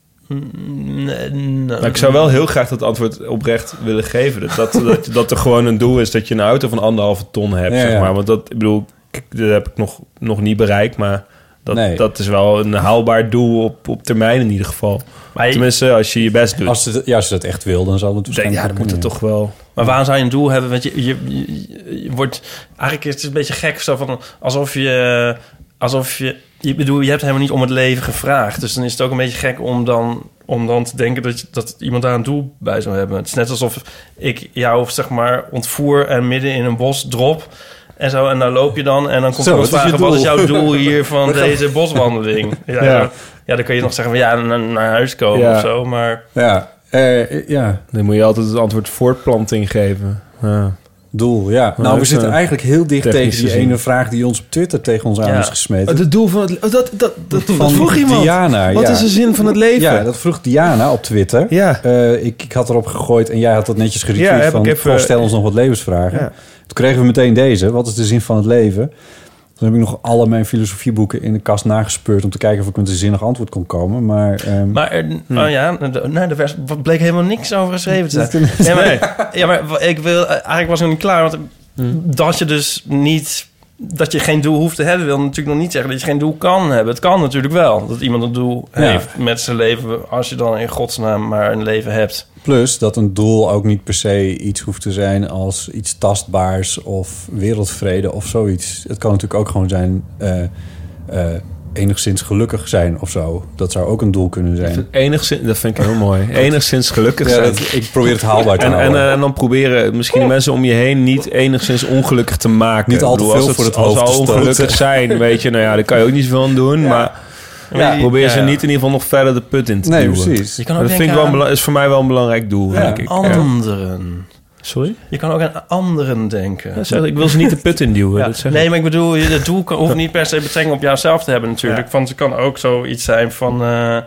Nee, nee, Maar ik zou wel heel graag dat antwoord oprecht willen geven. Dat, dat, dat, dat er gewoon een doel is dat je een auto van anderhalve ton hebt, Ja, zeg ja. maar. Want dat, ik bedoel, kijk, dat heb ik nog, nog niet bereikt, maar dat, Nee. dat is wel een haalbaar doel op, op termijn in ieder geval. Maar je- Tenminste, als je je best doet. Als ze, ja, als je dat echt wil, dan zal het ja, waarschijnlijk dan moet het kunnen. toch wel... Maar waarom zou je een doel hebben? Want je, je, je, je wordt... Eigenlijk is het een beetje gek zo van... Alsof je... Alsof je... Je bedoel, je hebt helemaal niet om het leven gevraagd. Dus dan is het ook een beetje gek om dan, om dan te denken dat, je, dat iemand daar een doel bij zou hebben. Het is net alsof ik jou, zeg maar, ontvoer en midden in een bos drop... En zo, en dan loop je dan en dan komt Zo, iemand wat is je vragen... wat is doel? jouw doel hier van deze boswandeling? Ja, Ja. ja. ja, dan kun je nog zeggen van ja, naar, naar huis komen Ja. of zo, maar... Ja, eh, ja, Dan moet je altijd het antwoord voortplanting geven. Ja. doel, ja. Nou, dat we is, zitten eh, eigenlijk heel dicht technisch tegen die gezien. ene vraag... die ons op Twitter tegen ons aan Ja. is gesmeten. Het doel van het... oh, dat, dat, dat, Van dat vroeg iemand. Diana, Wat ja. is de zin van het leven? Ja, dat vroeg Diana op Twitter. Ja. Eh, ik, ik had erop gegooid en jij had dat netjes geretweet Ja, heb van... ik even- "Goh, stel ons nog wat levensvragen. Ja. Toen kregen we meteen deze. Wat is de zin van het leven? Toen heb ik nog alle mijn filosofieboeken in de kast nagespeurd... om te kijken of ik met een zinnig antwoord kon komen. Maar, ehm, Maar er, Hm. oh ja, nou, er was- bleek helemaal niks over geschreven te zijn. Ja, maar, ja, maar ik wil... Eigenlijk was ik nog niet klaar, want Hm. dat je dus niet... Dat je geen doel hoeft te hebben, wil natuurlijk nog niet zeggen dat je geen doel kan hebben. Het kan natuurlijk wel, dat iemand een doel Ja. heeft met zijn leven... als je dan in godsnaam maar een leven hebt. plus dat een doel ook niet per se iets hoeft te zijn... als iets tastbaars of wereldvrede of zoiets. Het kan natuurlijk ook gewoon zijn... eh, eh, enigszins gelukkig zijn of zo. Dat zou ook een doel kunnen zijn. Enigszins, dat vind ik heel mooi. Enigszins gelukkig Ja, zijn. dat, ik probeer het haalbaar te En, en, houden. eh, en dan proberen misschien de mensen om je heen niet enigszins ongelukkig te maken. Niet al te Ik veel als voor het als hoofd ze te al stoten. ongelukkig zijn, weet je, nou ja, daar kan je ook niet zoveel aan doen. Maar Ja, probeer ja, ze ja. niet in ieder geval nog verder de put in te Nee, duwen. precies. Je kan Maar ook dat vind ik denken wel een aan bela- is voor mij wel een belangrijk doel, Ja, denk ik. Ja. anderen. Sorry? Je kan ook aan anderen denken. Ja, zeg, ik wil ze niet de put in duwen. Ja. Dat zeg Nee, ik. maar ik bedoel, je- het doel kan, hoeft niet per se betrekking op jouzelf te hebben natuurlijk. Ja. Want het kan ook zoiets zijn van... eh,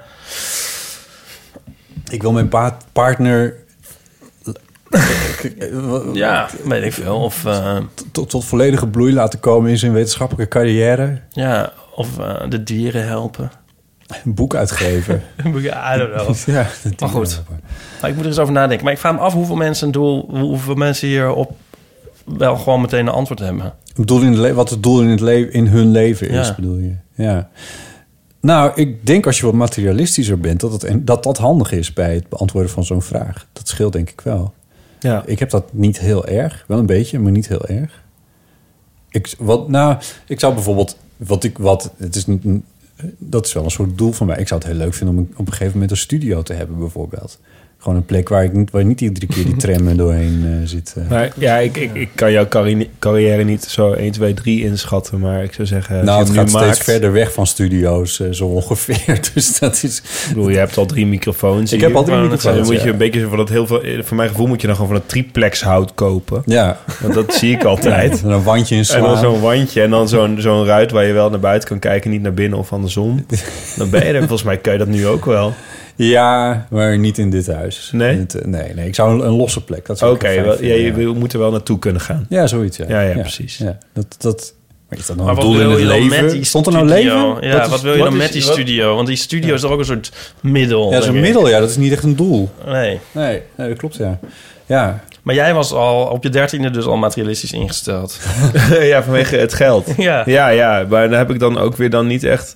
Ik wil mijn pa- partner... ja, weet ik veel. Of, eh, tot, tot volledige bloei laten komen in zijn wetenschappelijke carrière. ja, of eh, de dieren helpen. Een boek uitgeven. Ja, I don't know. Ja, Maar goed. Maar ik moet er eens over nadenken. Maar ik vraag me af hoeveel mensen een doel... hoeveel mensen hierop wel gewoon meteen een antwoord hebben. Het doel in het le- wat het doel in, het le- in hun leven is, Ja. bedoel je? Ja. Nou, ik denk als je wat materialistischer bent... Dat, het, en dat dat handig is bij het beantwoorden van zo'n vraag. Dat scheelt denk ik wel. Ja. Ik heb dat niet heel erg. Wel een beetje, maar niet heel erg. Ik, wat, nou, ik zou bijvoorbeeld... Wat ik, wat, het is niet, een- dat is wel een soort doel van mij. Ik zou het heel leuk vinden om een- op een gegeven moment een studio te hebben, bijvoorbeeld. Gewoon een plek waar ik niet, waar niet iedere keer die tram er doorheen eh, zit. eh. Maar ja, ik, ik, ik kan jouw carri- carrière niet zo één, twee, drie inschatten. Maar ik zou zeggen, als nou, je het hem gaat nu steeds maakt, verder weg van studio's, eh, zo ongeveer. Dus dat is... Ik bedoel, je hebt al drie microfoons. Ik hier. heb al drie Maar microfoons, Dan moet je ja. een beetje van dat heel veel... Voor mijn gevoel moet je dan gewoon van een triplex hout kopen. Ja. Want dat zie ik altijd. En een wandje in En slaan. dan zo'n wandje en dan zo'n zo'n ruit waar je wel naar buiten kan kijken, niet naar binnen of andersom. Dan ben je er. Volgens mij kan je dat nu ook wel. Ja, maar niet in dit huis. Nee? In het, eh, nee, nee, ik zou een, een losse plek. Dat Oké, zou ik wel fijn wel- ja, vinden, je ja. wil- moet er wel naartoe kunnen gaan. Ja, zoiets, ja. Ja, ja, precies. Ja, dat, dat, maar is dat nou Maar een wat doel in wil het je dan leven? met die Stond er nou studio? leven? Ja, Wat wat, is- wil je wat dan is- met die wat- studio? Want die studio is toch ook een soort middel. Ja, zo'n denk ik. middel, ja. Dat is niet echt een doel. Nee. Nee, nee dat klopt, ja. Ja, Maar jij was al op je dertiende dus al materialistisch ingesteld. Ja, vanwege het geld. Ja. Ja, ja, maar daar heb ik dan ook weer dan niet echt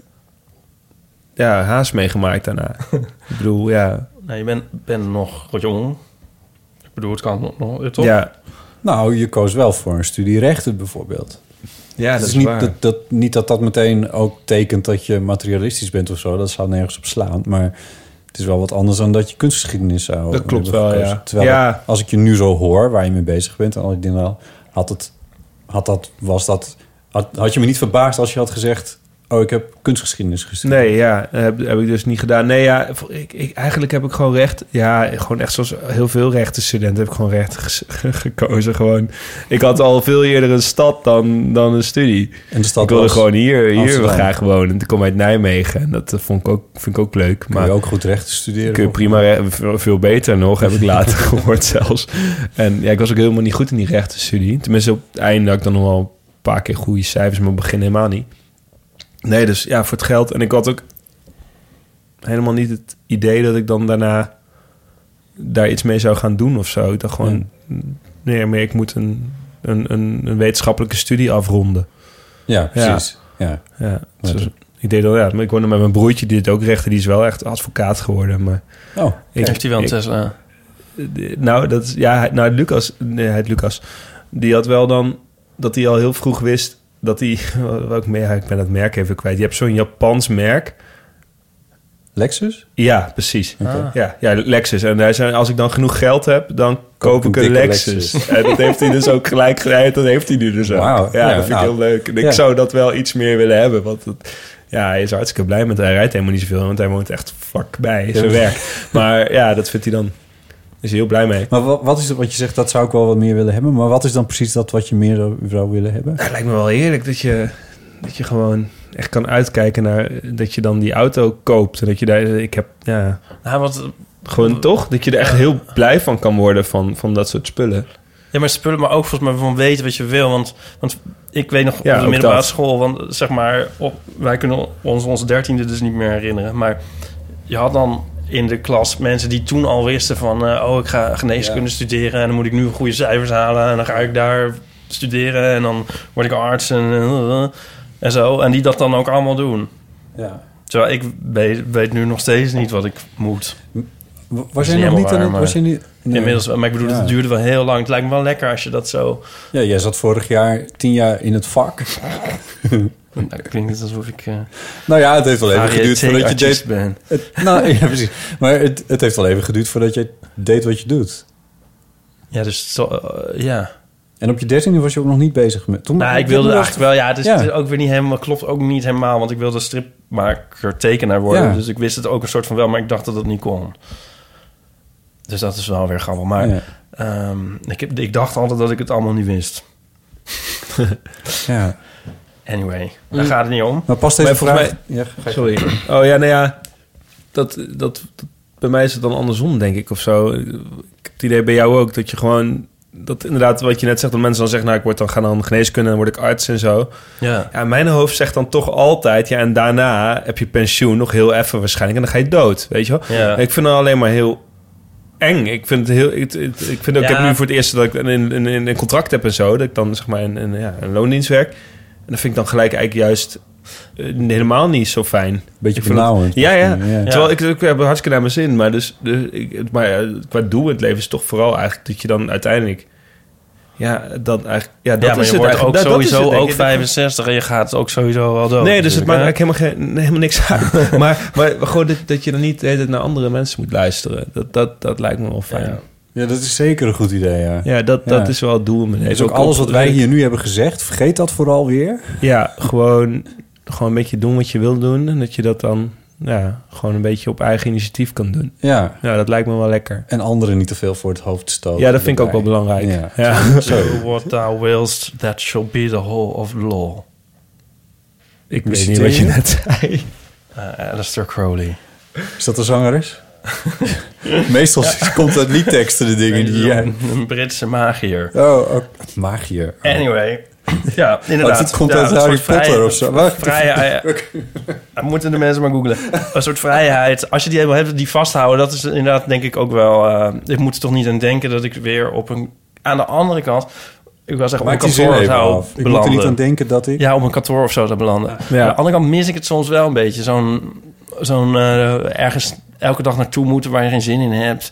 ja, haast meegemaakt daarna. Ik bedoel, ja. Nou, je bent, bent nog wat jong. Ik bedoel, het kan nog, nog toch? Ja, nou, je koos wel voor een studie rechten bijvoorbeeld. ja Het dat is niet waar. dat, dat, niet dat dat meteen ook tekent dat je materialistisch bent of zo. Dat zou nergens op slaan. Maar het is wel wat anders dan dat je kunstgeschiedenis zou Dat klopt hebben wel, gekozen. ja. Terwijl Ja. als ik je nu zo hoor waar je mee bezig bent... en al die dingen al, had het, had dat, was dat, had, had je me niet verbaasd als je had gezegd... Oh, ik heb kunstgeschiedenis gestudeerd. Nee, ja, heb, heb ik dus niet gedaan. Nee, ja, ik, ik, eigenlijk heb ik gewoon recht... Ja, gewoon echt zoals heel veel rechtenstudenten heb ik gewoon recht ges- gekozen. Gewoon. Ik had al veel eerder een stad dan, dan een studie. En de stad ik wilde was gewoon hier, hier Amsterdam. graag wonen. Ik kom uit Nijmegen en dat vond ik ook, vind ik ook leuk. Kun Maar je ook goed rechten studeren? kun je prima, re- veel, veel beter nog, heb ik later gehoord zelfs. En ja, ik was ook helemaal niet goed in die rechtenstudie. Tenminste, op het einde had ik dan nog wel een paar keer goede cijfers, maar op het begin helemaal niet. Nee, dus ja, voor het geld. En ik had ook helemaal niet het idee dat ik dan daarna daar iets mee zou gaan doen of zo. Ik dacht gewoon, ja. nee, maar ik moet een, een, een, een wetenschappelijke studie afronden. Ja, precies. Ja. Ja. Ja. Dus ik deed dat, ja. Maar ik woonde met mijn broertje, die deed ook rechten. Die is wel echt advocaat geworden. Maar oh, ik, heeft hij wel een ik, Tesla? Nou, dat is, ja, nou, Lucas, nee, hij heet Lucas. Die had wel dan, dat hij al heel vroeg wist dat hij, welk merk, ik ben dat merk even kwijt. Je hebt zo'n Japans merk. Lexus? Ja, precies. Okay. Ja, ja, Lexus. En hij zei, als ik dan genoeg geld heb, dan koop, koop ik een Lexus. Lexus. En dat heeft hij dus ook gelijk gedaan. Dat heeft hij nu dus ook. Wow, ja, ja, dat vind nou, ik heel leuk. En ik ja. zou dat wel iets meer willen hebben. Want het, ja, hij is hartstikke blij met. Hij rijdt helemaal niet zoveel, want hij woont echt vlak bij zijn ja. werk. Maar ja, dat vindt hij dan. Is hij heel blij mee. Maar wat, wat is het wat je zegt, dat zou ik wel wat meer willen hebben. Maar wat is dan precies dat wat je meer zou willen hebben? Het lijkt me wel heerlijk dat je, dat je gewoon echt kan uitkijken naar dat je dan die auto koopt. En dat je daar, ik heb, ja, nou, wat, gewoon toch, dat je er echt heel blij van kan worden van, van dat soort spullen. Ja, maar spullen, maar ook volgens mij van weten wat je wil. Want, want ik weet nog ja, op de middelbare dat. school, want zeg maar, op, wij kunnen ons onze dertiende dus niet meer herinneren. Maar je had dan in de klas mensen die toen al wisten van, uh, oh, ik ga geneeskunde ja. studeren en dan moet ik nu goede cijfers halen en dan ga ik daar studeren en dan word ik arts en, uh, en zo. En die dat dan ook allemaal doen. Ja. Terwijl ik weet, weet nu nog steeds niet wat ik moet. Was je nog niet aan het... Was je niet, nee. Inmiddels, maar ik bedoel, ja. het duurde wel heel lang. Het lijkt me wel lekker als je dat zo... Ja, jij zat vorig jaar tien jaar in het vak. Nou, het klinkt net alsof ik... Uh, nou ja, het heeft wel even geduurd voordat je deed... ben. Het, nou, ja, precies. Maar het, het heeft wel even geduurd voordat je deed wat je doet. Ja, dus... Zo, uh, ja... En op je dertiende was je ook nog niet bezig met... Toen nou, ik wilde eigenlijk wel... Ja, het is, ja. Het is ook weer niet helemaal... Klopt ook niet helemaal, want ik wilde stripmaker, tekenaar worden. Ja. Dus ik wist het ook een soort van wel, maar ik dacht dat het niet kon. Dus dat is wel weer grappig. Maar ja. um, ik, heb, ik dacht altijd dat ik het allemaal niet wist. Ja. Anyway, daar mm. gaat het niet om. Maar past deze vraag... Mij, ja, sorry. Oh ja, nou ja. Dat, dat, dat, bij mij is het dan andersom, denk ik, of zo. Ik heb het idee bij jou ook, dat je gewoon... Dat inderdaad, wat je net zegt, dat mensen dan zeggen... nou, ik word dan, ga dan geneeskunde en dan word ik arts en zo. Ja. Ja, mijn hoofd zegt dan toch altijd... ja, en daarna heb je pensioen nog heel even waarschijnlijk... en dan ga je dood, weet je wel? Ja. Ik vind het alleen maar heel eng. Ik vind het heel... Ik, ik, ik vind ook, ja. ik heb nu voor het eerst dat ik een, een, een, een contract heb en zo... dat ik dan, zeg maar, een, een, ja, een loondienst werk. En dat vind ik dan gelijk eigenlijk juist... Uh, helemaal niet zo fijn. Beetje benauwend. Ja, ja, ja. Terwijl ik, ik heb hartstikke naar mijn zin. Maar, dus, dus, ik, maar uh, qua doel in het leven is toch vooral eigenlijk... dat je dan uiteindelijk... Ja, dan eigenlijk... Ja, dat ja, maar is je het wordt ook dat, sowieso dat het, ook vijfenzestig... en je gaat ook sowieso wel dood. Nee, dus het maakt eigenlijk helemaal, geen, helemaal niks uit. maar, maar gewoon dat, dat je dan niet de hele tijd naar andere mensen moet luisteren. Dat, dat, dat lijkt me wel fijn. Ja. Ja, dat is zeker een goed idee, ja. Ja, dat, ja. dat is wel het doel. Dus ook alles wat wij hier nu hebben gezegd, vergeet dat vooral weer. Ja, gewoon, gewoon een beetje doen wat je wil doen. En dat je dat dan ja, gewoon een beetje op eigen initiatief kan doen. Ja. Ja, dat lijkt me wel lekker. En anderen niet te veel voor het hoofd stoten. Ja, dat vind ik ook wel belangrijk. Ja. Ja. So what thou willst, that shall be the whole of law. Ik weet niet wat je net zei. Uh, Aleister Crowley. Is dat een zangeres? Meestal ja. komt uit liedteksten de dingen die jij... Een, een Britse magier. Oh, oh magier. Oh. Anyway. Ja, inderdaad. Het komt ja, uit Harry Potter vrij, of zo. Vrijheid. Moeten de mensen maar googlen. Een soort vrijheid. Als je die helemaal hebt, die vasthouden... dat is inderdaad denk ik ook wel... Uh, ik moet er toch niet aan denken dat ik weer op een... Aan de andere kant... Ik wil zeggen, op een kantoor zou ik moet er niet aan denken dat ik... Ja, op een kantoor of zo zou belanden. Ja. Aan de andere kant mis ik het soms wel een beetje. Zo'n... zo'n uh, ergens... elke dag naartoe moeten waar je geen zin in hebt.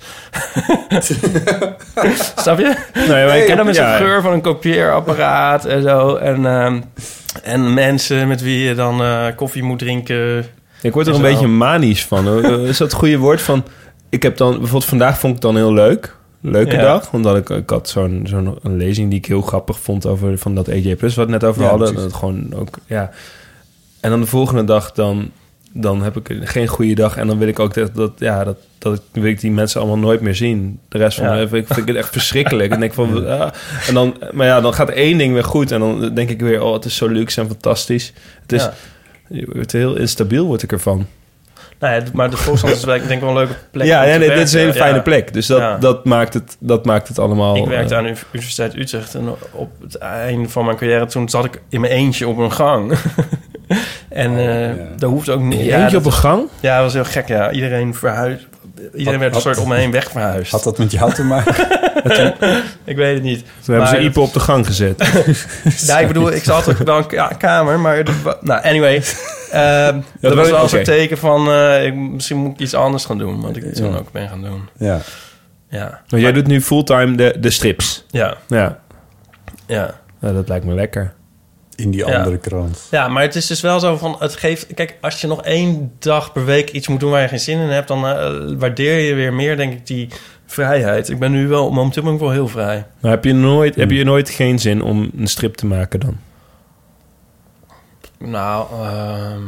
Snap je? Nee, maar ik en dan met zo'n ja, geur van een kopieerapparaat en zo. En, um, en mensen met wie je dan uh, koffie moet drinken. Ik word er een zo. beetje manisch van. Is dat het goede woord van... Ik heb dan... Bijvoorbeeld vandaag vond ik dan heel leuk. Leuke ja. dag. Omdat ik, ik had zo'n, zo'n een lezing die ik heel grappig vond... over van dat A J Plus wat we het net over ja, hadden. Dat gewoon ook... Ja, en dan de volgende dag, dan, dan heb ik geen goede dag. En dan wil ik ook dat, dat ja, dat, dat ik, wil ik die mensen allemaal nooit meer zien. De rest van Ja. mijn leven vind ik, vind ik het echt verschrikkelijk. En denk van, ah, en dan, maar ja, dan gaat één ding weer goed. En dan denk ik weer, oh, het is zo luxe en fantastisch. Het is, Ja. je wordt heel instabiel, word ik ervan. Nou ja, maar de Volkskrant is denk ik wel een leuke plek. Ja, om ja te nee, dit is een hele werken. fijne Ja. plek. Dus dat, Ja. dat, maakt, het, dat maakt het allemaal... Ik werkte uh, aan de Universiteit Utrecht en op het einde van mijn carrière toen zat ik in mijn eentje op een gang. en uh, ja. daar hoeft ook niet. ja, eentje op een gang? Ja, dat was heel gek. Ja, iedereen verhuisd. Iedereen Had- werd een had- soort om me heen wegverhuisd. Had dat met jou te maken? Ik weet het niet. Toen hebben ze Maar- Ipe op de gang gezet. Ja, ik bedoel, ik zat ook wel een ka- kamer, maar... de- nou, anyway. Uh, dat was wel oké. een soort teken van... Uh, ik, misschien moet ik iets anders gaan doen. Wat ik Ja. toen ook ben gaan doen. Ja. Ja. Maar jij doet nu fulltime de, de strips. Ja. Ja. Ja. Nou, dat lijkt me lekker. In die Ja. andere krant. Ja, maar het is dus wel zo van... Het geeft... Kijk, als je nog één dag per week iets moet doen waar je geen zin in hebt... dan uh, waardeer je weer meer, denk ik, die vrijheid. Ik ben nu wel... Momenteel ben ik wel heel vrij. Maar heb je nooit, Hmm. heb je nooit geen zin om een strip te maken dan? Nou, ehm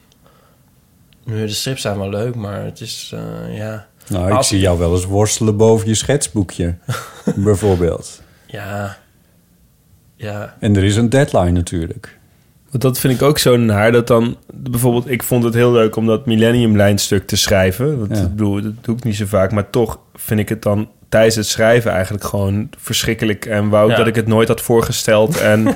nu de strips zijn wel leuk, maar het is... Uh, ja... Nou, ik Als- zie jou wel eens worstelen boven je schetsboekje. Bijvoorbeeld. Ja... Ja... En er is een deadline natuurlijk. Want dat vind ik ook zo naar. Dat dan bijvoorbeeld, ik vond het heel leuk om dat Millennium-lijnstuk te schrijven. Dat, Ja. ik bedoel, dat doe ik niet zo vaak. Maar toch vind ik het dan tijdens het schrijven eigenlijk gewoon verschrikkelijk. En wou ik Ja. dat ik het nooit had voorgesteld. En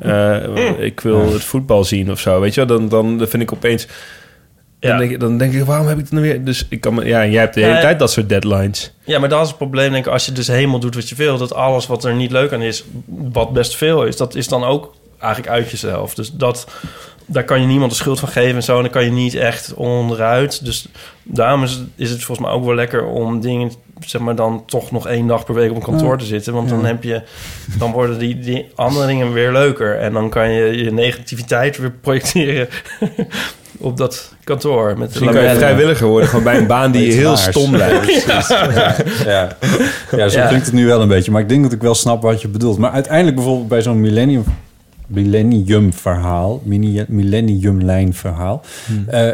eh, ik wil het voetbal zien of zo. Weet je wel, dan, dan vind ik opeens... Dan, Ja. denk ik, dan denk ik, waarom heb ik het nou weer? Dus ik kan me, ja, en jij hebt de Ja, hele ja. tijd dat soort deadlines. Ja, maar dat is het probleem, denk ik, als je dus helemaal doet wat je wil... dat alles wat er niet leuk aan is, wat best veel is... dat is dan ook eigenlijk uit jezelf. Dus dat, daar kan je niemand de schuld van geven en zo... en dan kan je niet echt onderuit. Dus daarom is het, is het volgens mij ook wel lekker om dingen... zeg maar dan toch nog één dag per week op een kantoor Ja. te zitten. Want Ja. dan heb je... dan worden die, die andere dingen weer leuker. En dan kan je je negativiteit weer projecteren... op dat kantoor. Met de Misschien kan je lamellen. vrijwilliger worden, gewoon bij een baan die Iets heel naars. stom lijkt. Ja, ja. ja zo Ja. klinkt het nu wel een beetje. Maar ik denk dat ik wel snap wat je bedoelt. Maar uiteindelijk bijvoorbeeld bij zo'n millennium, millennium verhaal... mini- millennium-lijn verhaal... eh,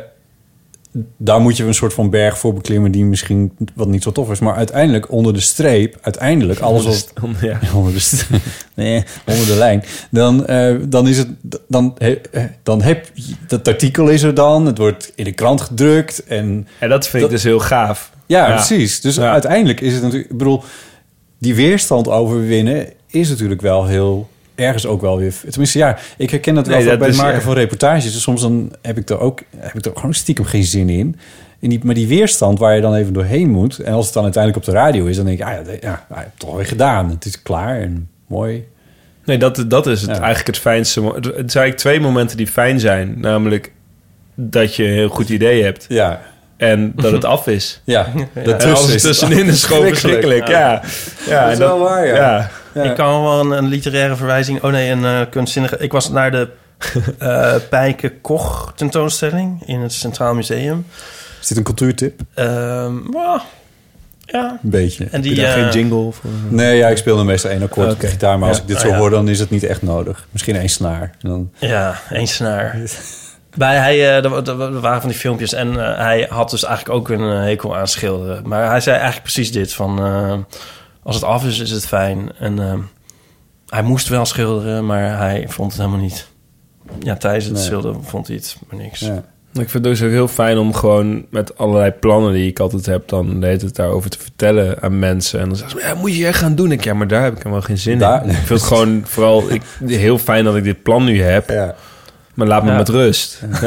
daar moet je een soort van berg voor beklimmen... die misschien wat niet zo tof is. Maar uiteindelijk onder de streep... uiteindelijk alles wat... Ja. onder de, st- nee, onder de lijn. Dan, eh, dan is het... Dan, he- eh, dan heb je... Dat artikel is er dan. Het wordt in de krant gedrukt. En En dat vind ik Dat- dus heel gaaf. ja, Ja. precies. Dus Ja. uiteindelijk is het natuurlijk... Ik bedoel, die weerstand overwinnen... is natuurlijk wel heel... ergens ook wel weer... Tenminste, ja, ik herken dat wel Nee, van dat bij het is, maken ja. van reportages. Dus soms dan heb ik er ook, heb ik er gewoon stiekem geen zin in. En die, maar die weerstand waar je dan even doorheen moet... en als het dan uiteindelijk op de radio is... dan denk ik, ah ja, ja, ja, ik heb het toch weer gedaan. Het is klaar en mooi. Nee, dat, dat is het, Ja. eigenlijk het fijnste. mo- Het het zijn eigenlijk twee momenten die fijn zijn. Namelijk dat je een heel goed idee hebt Ja, en dat het af is. ja. En alles tussenin is gewoon verschrikkelijk. Ja, ja, Dat en is wel waar, ja. ja. Ja. Ik kan wel een, een literaire verwijzing... Oh nee, een uh, kunstzinnige... Ik was naar de uh, Pijke Koch tentoonstelling... in het Centraal Museum. Is dit een cultuurtip? Um, well, ja. Een beetje. En Heb je die... daar uh, geen jingle voor? Nee, ja, ik speel dan meestal één akkoord op de Oké. gitaar. Maar als Ja. ik dit Oh, zo ja. hoor, dan is het niet echt nodig. Misschien één snaar. En dan... Ja, één snaar. Bij hij, uh, er, er- er waren van die filmpjes... en uh, hij had dus eigenlijk ook een uh, hekel aan schilderen. Maar hij zei eigenlijk precies dit van... Uh, als het af is, is het fijn. En uh, hij moest wel schilderen, maar hij vond het helemaal niet... Ja, tijdens het Nee. schilderen vond hij het maar niks. Ja. Ik vind het dus ook heel fijn om gewoon met allerlei plannen die ik altijd heb... dan deed het daarover te vertellen aan mensen. En dan zeggen ze, ja, moet je echt gaan doen. Ik, ja, maar daar heb ik helemaal geen zin Daar- in. Ik vind het gewoon vooral ik, heel fijn dat ik dit plan nu heb. Ja. Maar laat me Ja. met rust. Ja.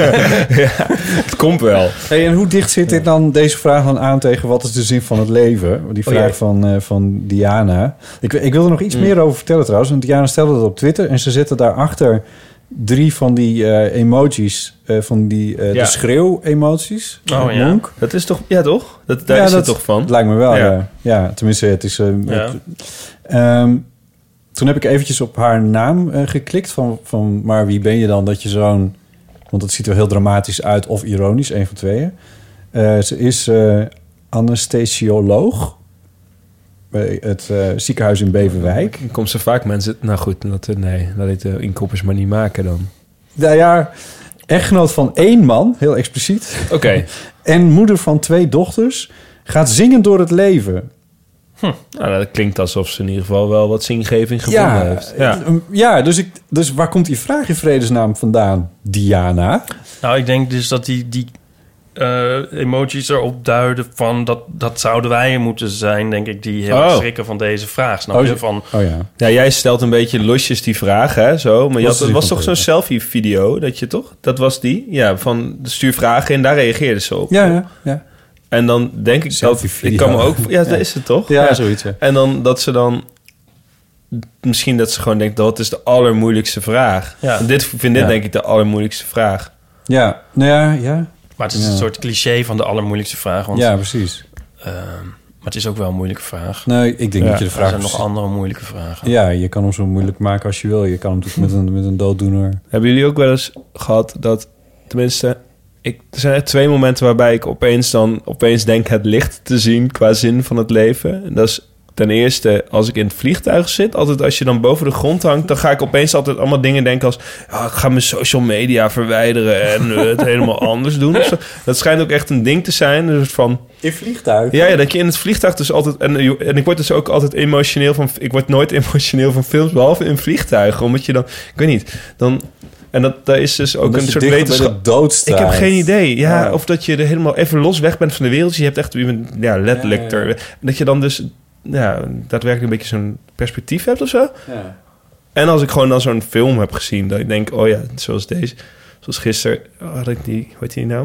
Ja, het komt wel. Hey, en hoe dicht zit dit dan, deze vraag dan aan tegen wat is de zin van het leven? Die Oh, vraag jee. van, eh, van Diana. Ik, ik wil er nog iets Mm. meer over vertellen trouwens. Want Diana stelde dat op Twitter. En ze zette daarachter drie van die eh, emojis. eh, van die eh, Ja. de schreeuw-emoties. Oh, Eh, ja. Monk. Dat is toch... Ja, toch? Dat, daar Ja, is dat- het toch van? Het lijkt me wel, Ja. ja. Ja, tenminste, het is... eh, Ja. het- ehm, toen heb ik eventjes op haar naam eh, geklikt. Van, van, maar wie ben je dan dat je zo'n... Want het ziet er heel dramatisch uit of ironisch, een van tweeën. Eh, ze is eh, anesthesioloog bij het eh, ziekenhuis in Beverwijk. Dan komt ze vaak mensen... Nou goed, dat, nee, laat ik de inkoppers maar niet maken dan. Nou ja, echtgenoot van één man, heel expliciet. Oké. Okay. En moeder van twee dochters, gaat zingend door het leven. Hm. Nou, dat klinkt alsof ze in ieder geval wel wat zingeving gevonden ja, heeft. Ja, ja dus, ik, dus waar komt die vraag in vredesnaam vandaan, Diana? Nou, ik denk dus dat die, die uh, emoties erop duiden van... Dat, dat zouden wij moeten zijn, denk ik, die heel oh. schrikken van deze vraag. Snap oh, je? Van, oh ja. Ja, jij stelt een beetje losjes die vraag, hè? Zo. Maar je had, was toch zo'n selfie-video, dat je toch? Dat was die? Ja, van stuur vragen en daar reageerde ze op. Ja, ja, ja. En dan denk ik dat... Ik kan me ook... Ja, dat is het toch? Ja, ja. zoiets, ja. En dan dat ze dan... Misschien dat ze gewoon denkt, dat is de allermoeilijkste vraag. Ja. En dit vind dit ja. denk ik de allermoeilijkste vraag. Ja, nou ja, ja. Maar het is ja. een soort cliché van de allermoeilijkste vraag. Want, ja, precies. Uh, maar het is ook wel een moeilijke vraag. Nee, ik denk ja. dat je de vraag... Er zijn nog andere moeilijke vragen. Ja, je kan hem zo moeilijk maken als je wil. Je kan hem natuurlijk met een, met een dooddoener... Hebben jullie ook wel eens gehad dat... Tenminste... Ik, er zijn er twee momenten waarbij ik opeens dan opeens denk het licht te zien qua zin van het leven. En dat is ten eerste als ik in het vliegtuig zit. Altijd als je dan boven de grond hangt, dan ga ik opeens altijd allemaal dingen denken als... Oh, ik ga mijn social media verwijderen en uh, het helemaal anders doen. Of zo. Dat schijnt ook echt een ding te zijn. Dus van, in vliegtuig? Ja, ja, dat je in het vliegtuig dus altijd... En, en ik word dus ook altijd emotioneel van... Ik word nooit emotioneel van films, behalve in vliegtuigen. Omdat je dan... Ik weet niet, dan... En dat, daar is dus ook Omdat een je soort wetenschap. Ik heb geen idee. Ja, ja, of dat je er helemaal even los weg bent van de wereld. Je hebt echt ja, letterlijk... Ja, ja, ja. Dat je dan dus ja, daadwerkelijk een beetje zo'n perspectief hebt of zo. Ja. En als ik gewoon dan zo'n film heb gezien... dat ik denk, oh ja, zoals deze... Zoals gisteren had ik die... Hoe heet die nou?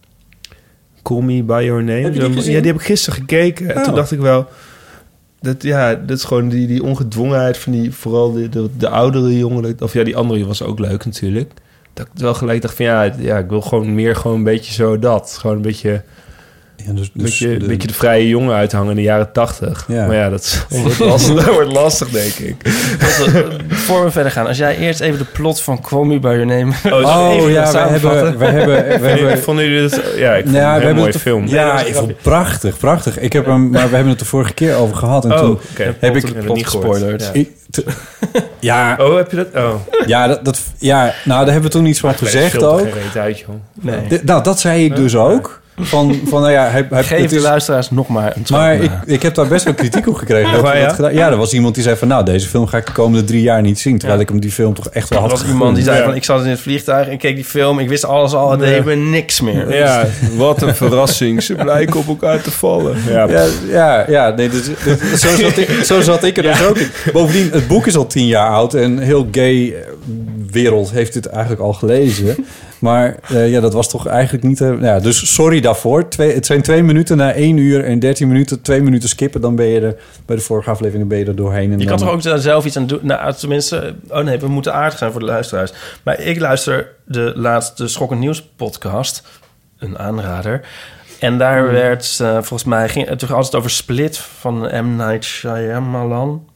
Call Me By Your Name. Heb je die gezien? Ja, die heb ik gisteren gekeken. Oh. En toen dacht ik wel... Dat, ja, dat is gewoon die, die ongedwongenheid van die... Vooral de, de, de oudere jongen... Of ja, die andere was ook leuk natuurlijk. Dat ik wel gelijk dacht van... Ja, ja, ik wil gewoon meer gewoon een beetje zo dat. Gewoon een beetje... Ja, dus, dus beetje, de... een beetje de vrije jongen uithangen in de jaren tachtig. Ja. Maar ja, dat wordt lastig, dat wordt lastig, denk ik. Voor we verder gaan, als jij eerst even de plot van Call Me By Your Name... Oh, oh ja, wij hebben... Wij hebben, wij hebben vonden jullie het... Ja, ik vond ja, het een heel mooie het, film. Ja, ik vond het prachtig, prachtig. Ik heb hem, maar we hebben het de vorige keer over gehad. En oh, toen okay. heb plot, ik... het niet gespoilerd. Ja. Te, ja. Oh, heb je dat? Oh. Ja, dat, dat, ja, nou, daar hebben we toen iets van gezegd ook. Geen reet uit, joh. Nee. De, nou, dat zei ik dus ook. Van, van nou ja, hij, hij, geef de is, luisteraars nog maar een trap. Maar ik, ik heb daar best wel kritiek op gekregen. Ja, maar, ja? Gedaan. Ja, er was iemand die zei van... nou, deze film ga ik de komende drie jaar niet zien. Terwijl ja. ik hem die film toch echt wel had. Er was iemand die zei ja. van... ik zat in het vliegtuig en keek die film. Ik wist alles al, het nee. deed me niks meer. Ja, wat een verrassing. Ze blijken op elkaar te vallen. Ja, ja, ja, ja nee, dus, dus, zo, zat ik, zo zat ik er ja. dus ook in. Bovendien, het boek is al tien jaar oud... en heel gay wereld heeft dit eigenlijk al gelezen... Maar uh, ja, dat was toch eigenlijk niet... Uh, ja, dus sorry daarvoor. Twee, het zijn twee minuten na één uur en dertien minuten. Twee minuten skippen, dan ben je er... Bij de vorige aflevering ben je er doorheen. En je dan, kan toch ook zelf iets aan doen? Nou, tenminste... Oh nee, we moeten aardig zijn voor de luisteraars. Maar ik luister de laatste Schokkend Nieuws podcast. Een aanrader. En daar mm. werd uh, volgens mij... Ging het toch altijd over Split van M. Night Shyamalan.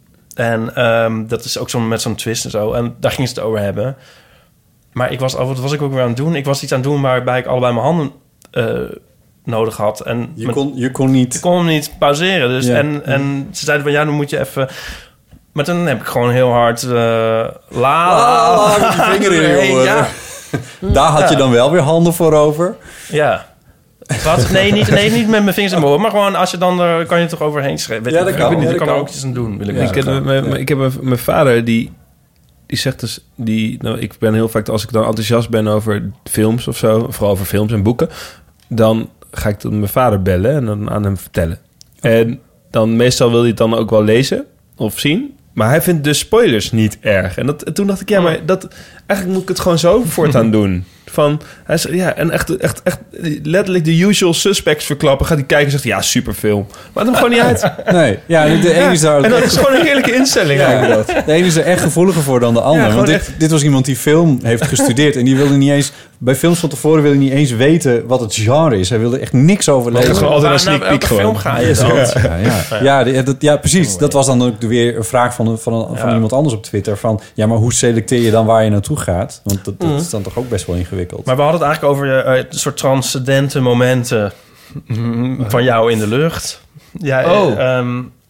En um, dat is ook zo met zo'n twist en zo. En daar ging ze het over hebben... Maar ik was, wat was ik ook weer aan het doen? Ik was iets aan het doen waarbij ik allebei mijn handen uh, nodig had. En je, kon, je kon niet... Ik kon hem niet pauzeren. Dus ja. en, en ze zeiden van, ja, dan moet je even... Maar toen heb ik gewoon heel hard... Uh, la, la, la, met je vinger in je ja. Daar had ja. je dan wel weer handen voor over. Ja. Wat? Nee, niet, nee, niet met mijn vingers in mijn oor. Maar gewoon, als je dan... Uh, kan je toch overheen schrijven. Ja, dat kan. Ik, ja, dat kan er ook iets aan doen. Wil ik ja, ik, heb, mijn, ja. ik heb mijn vader, die... Die zegt dus, die, nou, ik ben heel vaak, als ik dan enthousiast ben over films of zo, vooral over films en boeken, dan ga ik dan mijn vader bellen en dan aan hem vertellen. Okay. En dan meestal wil hij het dan ook wel lezen of zien, maar hij vindt de spoilers niet erg. En dat, toen dacht ik, ja, maar dat, eigenlijk moet ik het gewoon zo voortaan doen. Van, hij zegt, ja, en echt, echt, echt letterlijk de usual suspects verklappen. Gaat hij kijken en zegt, ja, superfilm. Maar hem gewoon niet uit. Nee, ja, de ene is daar ook... En dat is gewoon een heerlijke instelling ja. eigenlijk. Dat. De ene is er echt gevoeliger voor dan de ander. Ja, want dit, dit was iemand die film heeft gestudeerd en die wilde niet eens... Bij films van tevoren wilde hij niet eens weten wat het genre is. Hij wilde echt niks over lezen. Gewoon altijd een sneak peek gewoon. Film ga je dan. Ja, ja, ja. ja, dat, ja precies. Dat was dan ook weer een vraag van, van, een, van ja. iemand anders op Twitter. Van, ja, maar hoe selecteer je dan waar je naartoe gaat? Want dat, dat mm. is dan toch ook best wel ingewikkeld. Maar we hadden het eigenlijk over uh, een soort transcendente momenten mm, van jou in de lucht. Ja, oh. Um,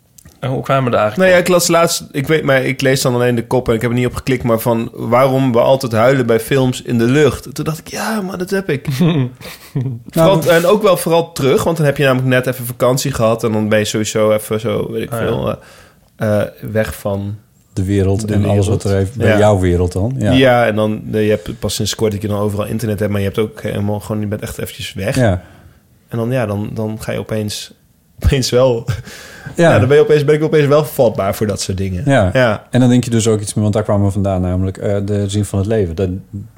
hoe kwamen we daar eigenlijk? Nou ja, ik las laatst... Ik weet, maar ik lees dan alleen de kop en ik heb er niet op geklikt... maar van waarom we altijd huilen bij films in de lucht. Toen dacht ik, ja, maar dat heb ik. vooral, nou, en ook wel vooral terug, want dan heb je namelijk net even vakantie gehad... en dan ben je sowieso even zo, weet ik oh, veel... Ja. Uh, uh, weg van... De wereld de en wereld. Alles wat er heeft bij ja. jouw wereld dan. Ja, ja en dan je hebt pas sinds kort dat je dan overal internet hebt... maar je hebt ook helemaal gewoon... je bent echt eventjes weg. Ja. En dan, ja, dan, dan ga je opeens... opeens wel... Ja. ja, dan ben, je opeens, ben ik opeens wel vatbaar voor dat soort dingen. Ja. ja, en dan denk je dus ook iets meer... want daar kwamen we vandaan namelijk... Uh, de zin van het leven. Dat,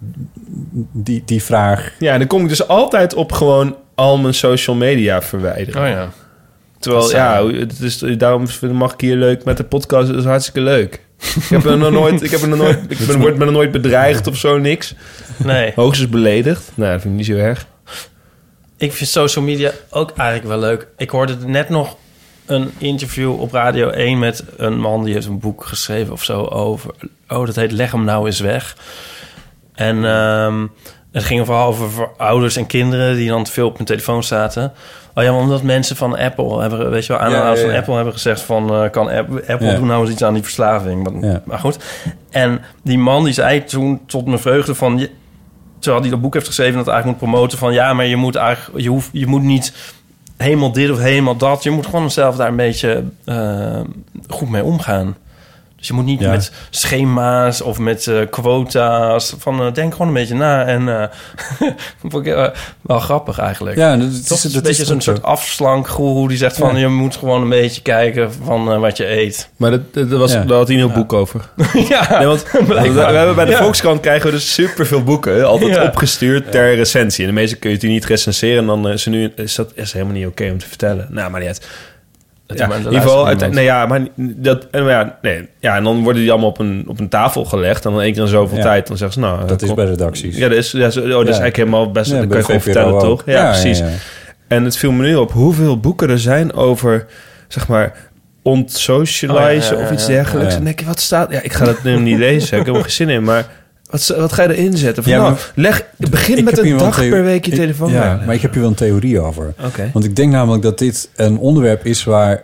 die, die vraag... Ja, en dan kom ik dus altijd op gewoon... al mijn social media verwijderen. Oh ja. Terwijl, ja, het is, daarom mag ik hier leuk met de podcast. Het is hartstikke leuk. Ik heb er nog nooit... Ik, heb er nog nooit, ik ben, word me nog nooit bedreigd of zo, niks. Nee. Hoogstens beledigd. Nou, dat vind ik niet zo erg. Ik vind social media ook eigenlijk wel leuk. Ik hoorde net nog een interview op Radio één... met een man die heeft een boek geschreven of zo over... Oh, dat heet Leg hem nou eens weg. En um, het ging vooral over ouders en kinderen... die dan te veel op hun telefoon zaten... Oh ja, omdat mensen van Apple hebben, weet je wel, aandeelhouders ja, ja, ja. van Apple hebben gezegd van, uh, kan Apple, Apple ja. doen nou eens iets aan die verslaving? Maar, ja. maar goed. En die man die zei toen tot mijn vreugde van, je, terwijl hij dat boek heeft geschreven, dat eigenlijk moet promoten van, ja, maar je moet eigenlijk, je hoeft, je moet niet helemaal dit of helemaal dat. Je moet gewoon zelf daar een beetje uh, goed mee omgaan. Dus je moet niet ja. met schema's of met uh, quota's. Van, uh, denk gewoon een beetje na. En uh, vond ik uh, wel grappig eigenlijk. Ja, dat is, Toch dat een beetje is zo'n soort afslankgoeroe die zegt van... Ja. je moet gewoon een beetje kijken van uh, wat je eet. Maar dat, dat was, ja. daar had hij een heel ja. boek over. ja, nee, want we, we hebben bij de ja. Volkskrant krijgen we dus superveel boeken... altijd ja. opgestuurd ter ja. recensie. En de meeste kun je het niet recenseren... en dan is, nu, is dat is helemaal niet oké okay om te vertellen. Nou, maar niet uit... Ja, in ieder geval, uit, nee, ja, maar dat, ja, nee, ja, en dan worden die allemaal op een, op een tafel gelegd. En dan één keer in zoveel ja. tijd, dan zeggen ze, nou... Dat is kom, bij redacties. Ja, dat is, ja, zo, oh, dat ja. is eigenlijk helemaal best... Ja, dat kan je gewoon vertellen, toch? Ja, ja precies. Ja, ja. En het viel me nu op hoeveel boeken er zijn over, zeg maar... ontsocializen oh, ja, ja, ja, of iets dergelijks. Ja, ja. En denk je, wat staat... Ja, ik ga dat nu niet lezen, ik heb er geen zin in, maar... Wat, wat ga je erin zetten? Van, ja, nou, leg, begin met een dag theo- per week je ik, telefoon. Ja, leggen. Maar ik heb hier wel een theorie over. Okay. Want ik denk namelijk dat dit een onderwerp is waar...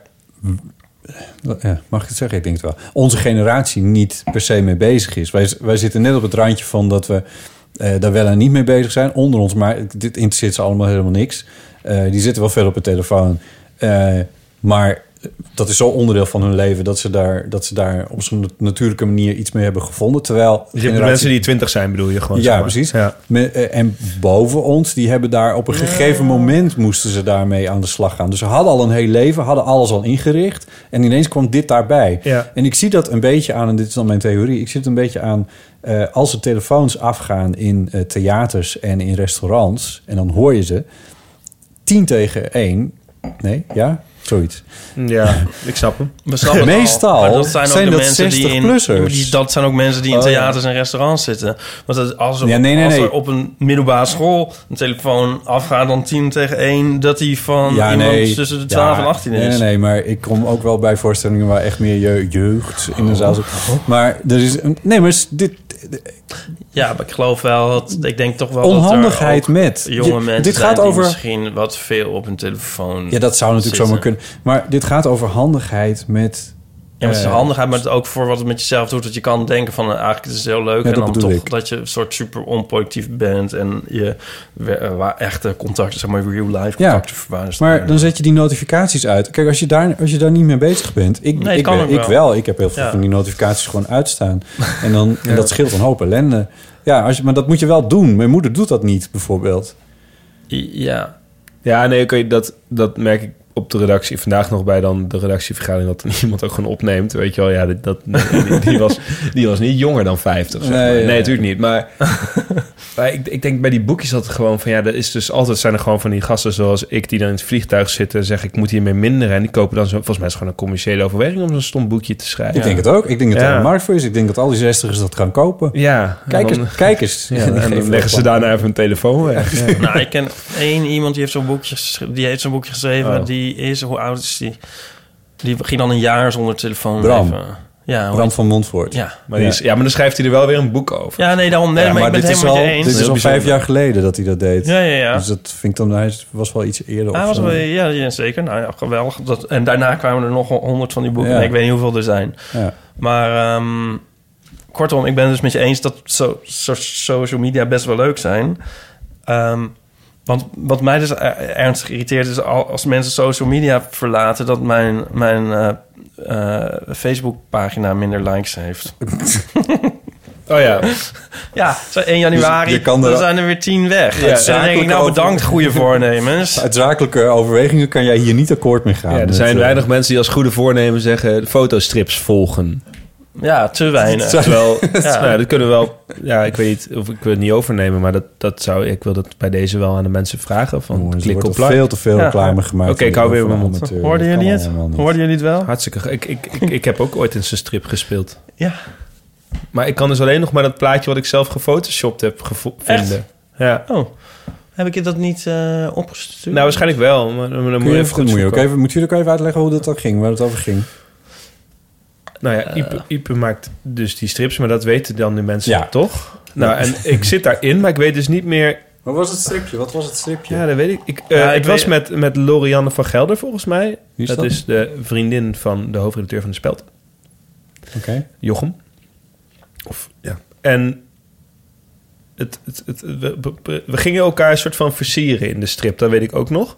Ja, mag ik het zeggen? Ik denk het wel. Onze generatie niet per se mee bezig is. Wij, wij zitten net op het randje van dat we uh, daar wel en niet mee bezig zijn. Onder ons, maar dit interesseert ze allemaal helemaal niks. Uh, die zitten wel veel op de telefoon. Uh, maar... dat is zo onderdeel van hun leven... dat ze daar, dat ze daar op zo'n natuurlijke manier iets mee hebben gevonden. Terwijl... Je generatie... hebt mensen die twintig zijn, bedoel je gewoon? Ja, zeg maar. Precies. Ja. En boven ons, die hebben daar op een gegeven moment... moesten ze daarmee aan de slag gaan. Dus ze hadden al een heel leven, hadden alles al ingericht... en ineens kwam dit daarbij. Ja. En ik zie dat een beetje aan, en dit is dan mijn theorie... ik zie het een beetje aan... Uh, als er telefoons afgaan in uh, theaters en in restaurants... en dan hoor je ze... tien tegen één... Nee, ja... Zoiets. Ja, ik snap hem. Meestal al, dat zijn, zijn ook de dat zestig-plussers. Die, dat zijn ook mensen die in theaters en restaurants zitten. Want dat, als er, ja, nee, nee, als er nee. op een middelbare school een telefoon afgaat... dan tien tegen één, dat die van ja, iemand nee. tussen de twaalf ja, en achttien is. Nee, nee, nee, maar ik kom ook wel bij voorstellingen... waar echt meer je, jeugd in de zaal zit. Maar er is... Nee, maar dit... Ja, maar ik geloof wel dat... Ik denk toch wel onhandigheid dat er met jonge je, mensen dit zijn gaat die over misschien wat veel op hun telefoon Ja, dat zou natuurlijk zitten. zomaar kunnen. Maar dit gaat over handigheid met... Ja, maar het is handigheid, maar het ook voor wat het met jezelf doet. Dat je kan denken van, uh, eigenlijk het is heel leuk. Ja, en dan toch ik. dat je een soort super onproductief bent. En je uh, echte contacten, zeg maar real life contacten ja, verwaarst. Maar dan zet je die notificaties uit. Kijk, als je daar, als je daar niet mee bezig bent. Ik, nee, ik, ben, ik wel. wel. Ik heb heel veel ja. van die notificaties gewoon uitstaan. En, dan, ja. en dat scheelt een hoop ellende. Ja, als je, maar dat moet je wel doen. Mijn moeder doet dat niet, bijvoorbeeld. Ja. Ja, nee, oké, dat, dat merk ik op de redactie. Vandaag nog bij dan de redactievergadering... dat er iemand ook gewoon opneemt. Weet je wel, ja, dat, nee, die, die, was, die was niet jonger dan vijftig. Zeg maar. Nee, ja. nee, natuurlijk niet. Maar, maar ik, ik denk bij die boekjes dat het gewoon van... ja, er is dus altijd zijn er gewoon van die gasten zoals ik... die dan in het vliegtuig zitten en zeggen... ik moet hiermee minderen. En die kopen dan zo... volgens mij is het gewoon een commerciële overweging... om zo'n stom boekje te schrijven. Ik denk het ook. Ik denk dat er ja. een markt voor is. Ik denk dat al die zestigers dat gaan kopen. Ja. Kijk eens. Dan, kijk eens. Ja, en dan leggen ze daarna even een telefoon weg. Ja. Nou, ik ken één iemand die heeft zo'n boekje... die heeft zo'n boekje geschreven... Oh. die is... hoe oud is die? Die ging dan een jaar zonder telefoon Bram. leven. Ja, Bram van Montvoort. Ja. Maar, die is, ja, maar dan schrijft hij er wel weer een boek over. Ja, nee, daarom, nee Ja, maar, maar ik ben dit het is helemaal al, met je eens. dit is al Heel vijf bijzonder. jaar geleden dat hij dat deed. Ja, ja, ja. Dus dat vind ik dan... Hij was wel iets eerder. Hij of was zo. wel, ja, ja, zeker. Nou ja, geweldig. Dat, en daarna kwamen er nog honderd van die boeken. Ja. Nee, ik weet niet hoeveel er zijn. Ja. Maar um, kortom, ik ben het dus met je eens dat so, so, social media best wel leuk zijn. Um, want wat mij dus ernstig irriteert is als mensen social media verlaten, dat mijn, mijn uh, uh, Facebook-pagina minder likes heeft. Oh ja. Ja, zo één januari, Dus je kan er- dan zijn er weer tien weg. Ja, Dus dan denk ik, nou over- bedankt, goede voornemens. Uit zakelijke overwegingen kan jij hier niet akkoord mee gaan. Ja, er Met, zijn uh, weinig mensen die als goede voornemen zeggen fotostrips volgen. Ja, te weinig. Terwijl, Ja. nou, dat kunnen we wel... Ja, ik weet niet of ik wil het niet overnemen, maar dat, dat zou, ik wil dat bij deze wel aan de mensen vragen. Van Jongens, er klik wordt op al like. veel te veel Ja. reclame gemaakt. Oké, ik hou weer van mijn mond. amateur. Hoorden Dat jullie kan het? allemaal niet. Hoorden jullie het wel? Hartstikke... Ik, ik, ik, ik heb ook ooit in zijn strip gespeeld. Ja. Maar ik kan dus alleen nog maar dat plaatje wat ik zelf gefotoshopt heb gevo- Echt? vinden. Ja. Oh, heb ik je dat niet uh, opgestuurd? Nou, waarschijnlijk wel. Maar dan, dan Kun moet je je, even goed moet je ook zoeken. even, moet je ook even uitleggen hoe dat dan ging, waar het over ging? Nou ja, Ipe, Ipe maakt dus die strips, maar dat weten dan de mensen Ja. toch? Nou, en ik zit daarin, maar ik weet dus niet meer... Wat was het stripje? Wat was het stripje? Ja, dat weet ik. ik uh, Ja, ik het was weet- met, met Lorianne van Gelder, volgens mij. Wie is dat, dat? is de vriendin van de hoofdredacteur van de Speld. Oké. Jochem. Of, ja. En het, het, het, we, we- we gingen elkaar een soort van versieren in de strip. Dat weet ik ook nog.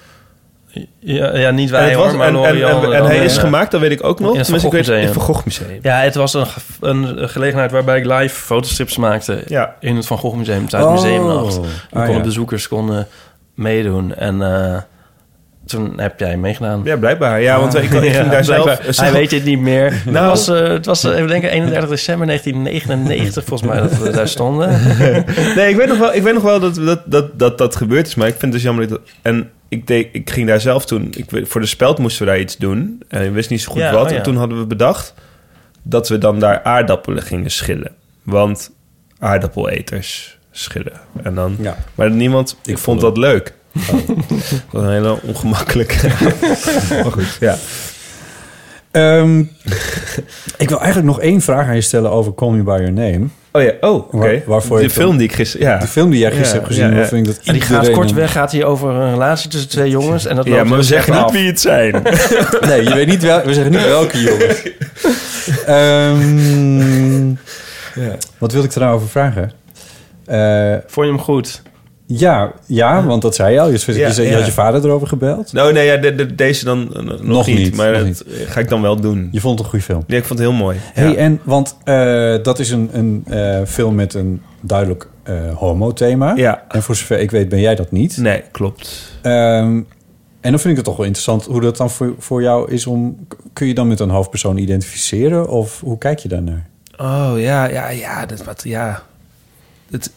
Ja, ja, niet En, wij het was, hoor, maar en, en, en, L'Oreal en dan, hij uh, is gemaakt, dat weet ik ook nog. in het Van Tenminste, ik Gogh weet het Museum. Van Gogh Museum. Ja, het was een, ge- een gelegenheid waarbij ik live fotostrips maakte Ja. in het Van Gogh Museum tijdens museumnacht. Oh. Dan Ah, konden ja. bezoekers konden meedoen. En uh, toen heb jij meegedaan. Ja, blijkbaar. Ja, want ik, ik ging Ja, daar zelf... blijkbaar. zelf- Hij weet dit niet meer. Nou, Nou. het was, uh, het was uh, even denken, eenendertig december negentien negenennegentig volgens mij dat we daar stonden. Nee, ik weet nog wel, ik weet nog wel dat, dat, dat, dat dat gebeurd is. Maar ik vind het dus jammer dat... En ik, deed, ik ging daar zelf toen... Ik, weet- voor de Speld moesten we daar iets doen. En ik wist niet zo goed Ja, wat. oh ja. En toen hadden we bedacht dat we dan daar aardappelen gingen schillen. Want aardappeleters schillen. En dan, Ja. maar niemand Ik ik vond vond dat leuk. Dat was een hele ongemakkelijke... maar goed, ja. Ehm, ik wil eigenlijk nog één vraag aan je stellen over Call Me By Your Name. Oh ja, oh, oké. Waar- waarvoor De je film toen- die ik gisteren... Ja. De film die jij gisteren Ja, hebt gezien, ja, ja. waar vind ik dat En die gaat iedereen kort een- weg, gaat hij over een relatie tussen twee jongens. En dat Ja, loopt maar we heel zeggen slecht niet af. wie het zijn. Nee, je weet niet wel, we zeggen niet welke jongens. Ehm, Ja. Wat wilde ik er nou over vragen? Eh, Vond je hem goed? ja, ja, want dat zei je al. Je, je, Ja, zei- je ja. had je vader erover gebeld. Nou, nee, ja, de, de- deze dan uh, nog, Nog niet, niet, maar nog dat ga ik dan wel doen. Je vond het een goede film. Ja, ik vond het heel mooi. Hey, Ja. en want eh, dat is een, een eh, film met een duidelijk eh homo-thema. Ja. En voor zover ik weet ben jij dat niet. Nee, klopt. Ehm, en dan vind ik het toch wel interessant hoe dat dan voor, voor jou is om... Kun je dan met een hoofdpersoon identificeren? Of hoe kijk je daarnaar? Oh, ja, ja, ja, dat wat, ja. Het,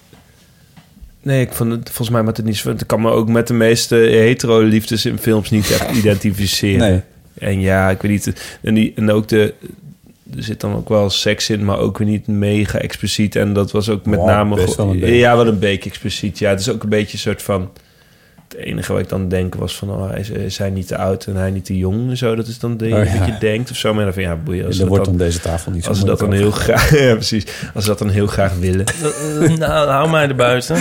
nee, ik vond het, volgens mij met het niet zo... Ik kan me ook met de meeste hetero-liefdes in films niet echt identificeren. Nee. En ja, ik weet niet... En, die, en ook de... Er zit dan ook wel seks in, maar ook weer niet mega expliciet. En dat was ook met Wow, name... best wel een ge- beetje. Ja, wel een beetje expliciet. Ja, het is ook een beetje een soort van... Het enige wat ik dan denk was van... Oh, hij is, is hij niet te oud en hij niet te jong en zo. Dat is dan de, Oh, ja. wat je denkt of zo. Maar dan van, ja, boeien. Als Er ze wordt dat aan dan, deze tafel niet zo als ze dat dan moeilijk heel over. graag... Ja, precies. Als ze dat dan heel graag willen. Uh, nou, hou mij erbuiten.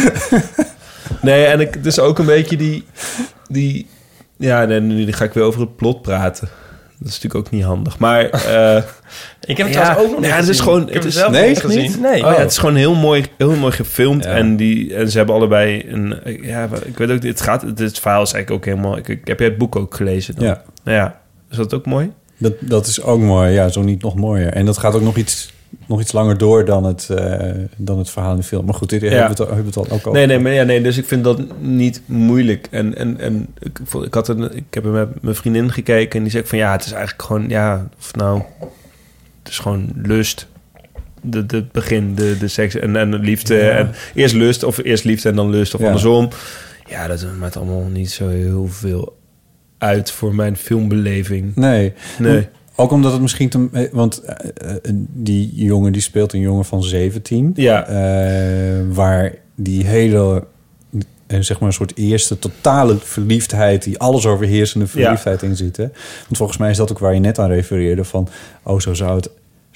Nee, en ik, dus ook een beetje die... die ja, nee, nu ga ik weer over het plot praten. Dat is natuurlijk ook niet handig. Maar... eh, Ik heb het Ja, trouwens ook nog niet ja, het is gezien. gewoon- Ik heb het het is- zelf nee, niet echt gezien. niet? Nee. Oh ja, het is gewoon heel mooi, heel mooi gefilmd. Ja. En, die, en ze hebben allebei een... Ja, ik weet ook, het gaat... Het verhaal is eigenlijk ook helemaal... Ik, ik, heb jij het boek ook gelezen dan? Ja. Nou ja, is dat ook mooi? Dat, dat is ook mooi, ja, zo niet nog mooier. En dat gaat ook nog iets, nog iets langer door dan het, eh, dan het verhaal in de film. Maar goed, dit Ja. hebben, we het, hebben we het al ook over. Nee, nee, maar ja, nee, dus ik vind dat niet moeilijk. En, en, en ik, vond- ik, had een, ik heb er met mijn vriendin gekeken en die zei van... Ja, het is eigenlijk gewoon... Ja, of nou... Het is gewoon lust. De, de het begin, de, de seks en, en de liefde. Ja. En eerst lust of eerst liefde en dan lust of Ja. andersom. Ja, dat maakt allemaal niet zo heel veel uit voor mijn filmbeleving. Nee. Nee. Ook omdat het misschien... Te, eh, want eh, eh, die jongen die speelt een jongen van zeventien. Ja. eh, waar die hele... En zeg maar een soort eerste totale verliefdheid... die alles overheersende verliefdheid in zit. Hè? Want volgens mij is dat ook waar je net aan refereerde... van, oh, zo zou het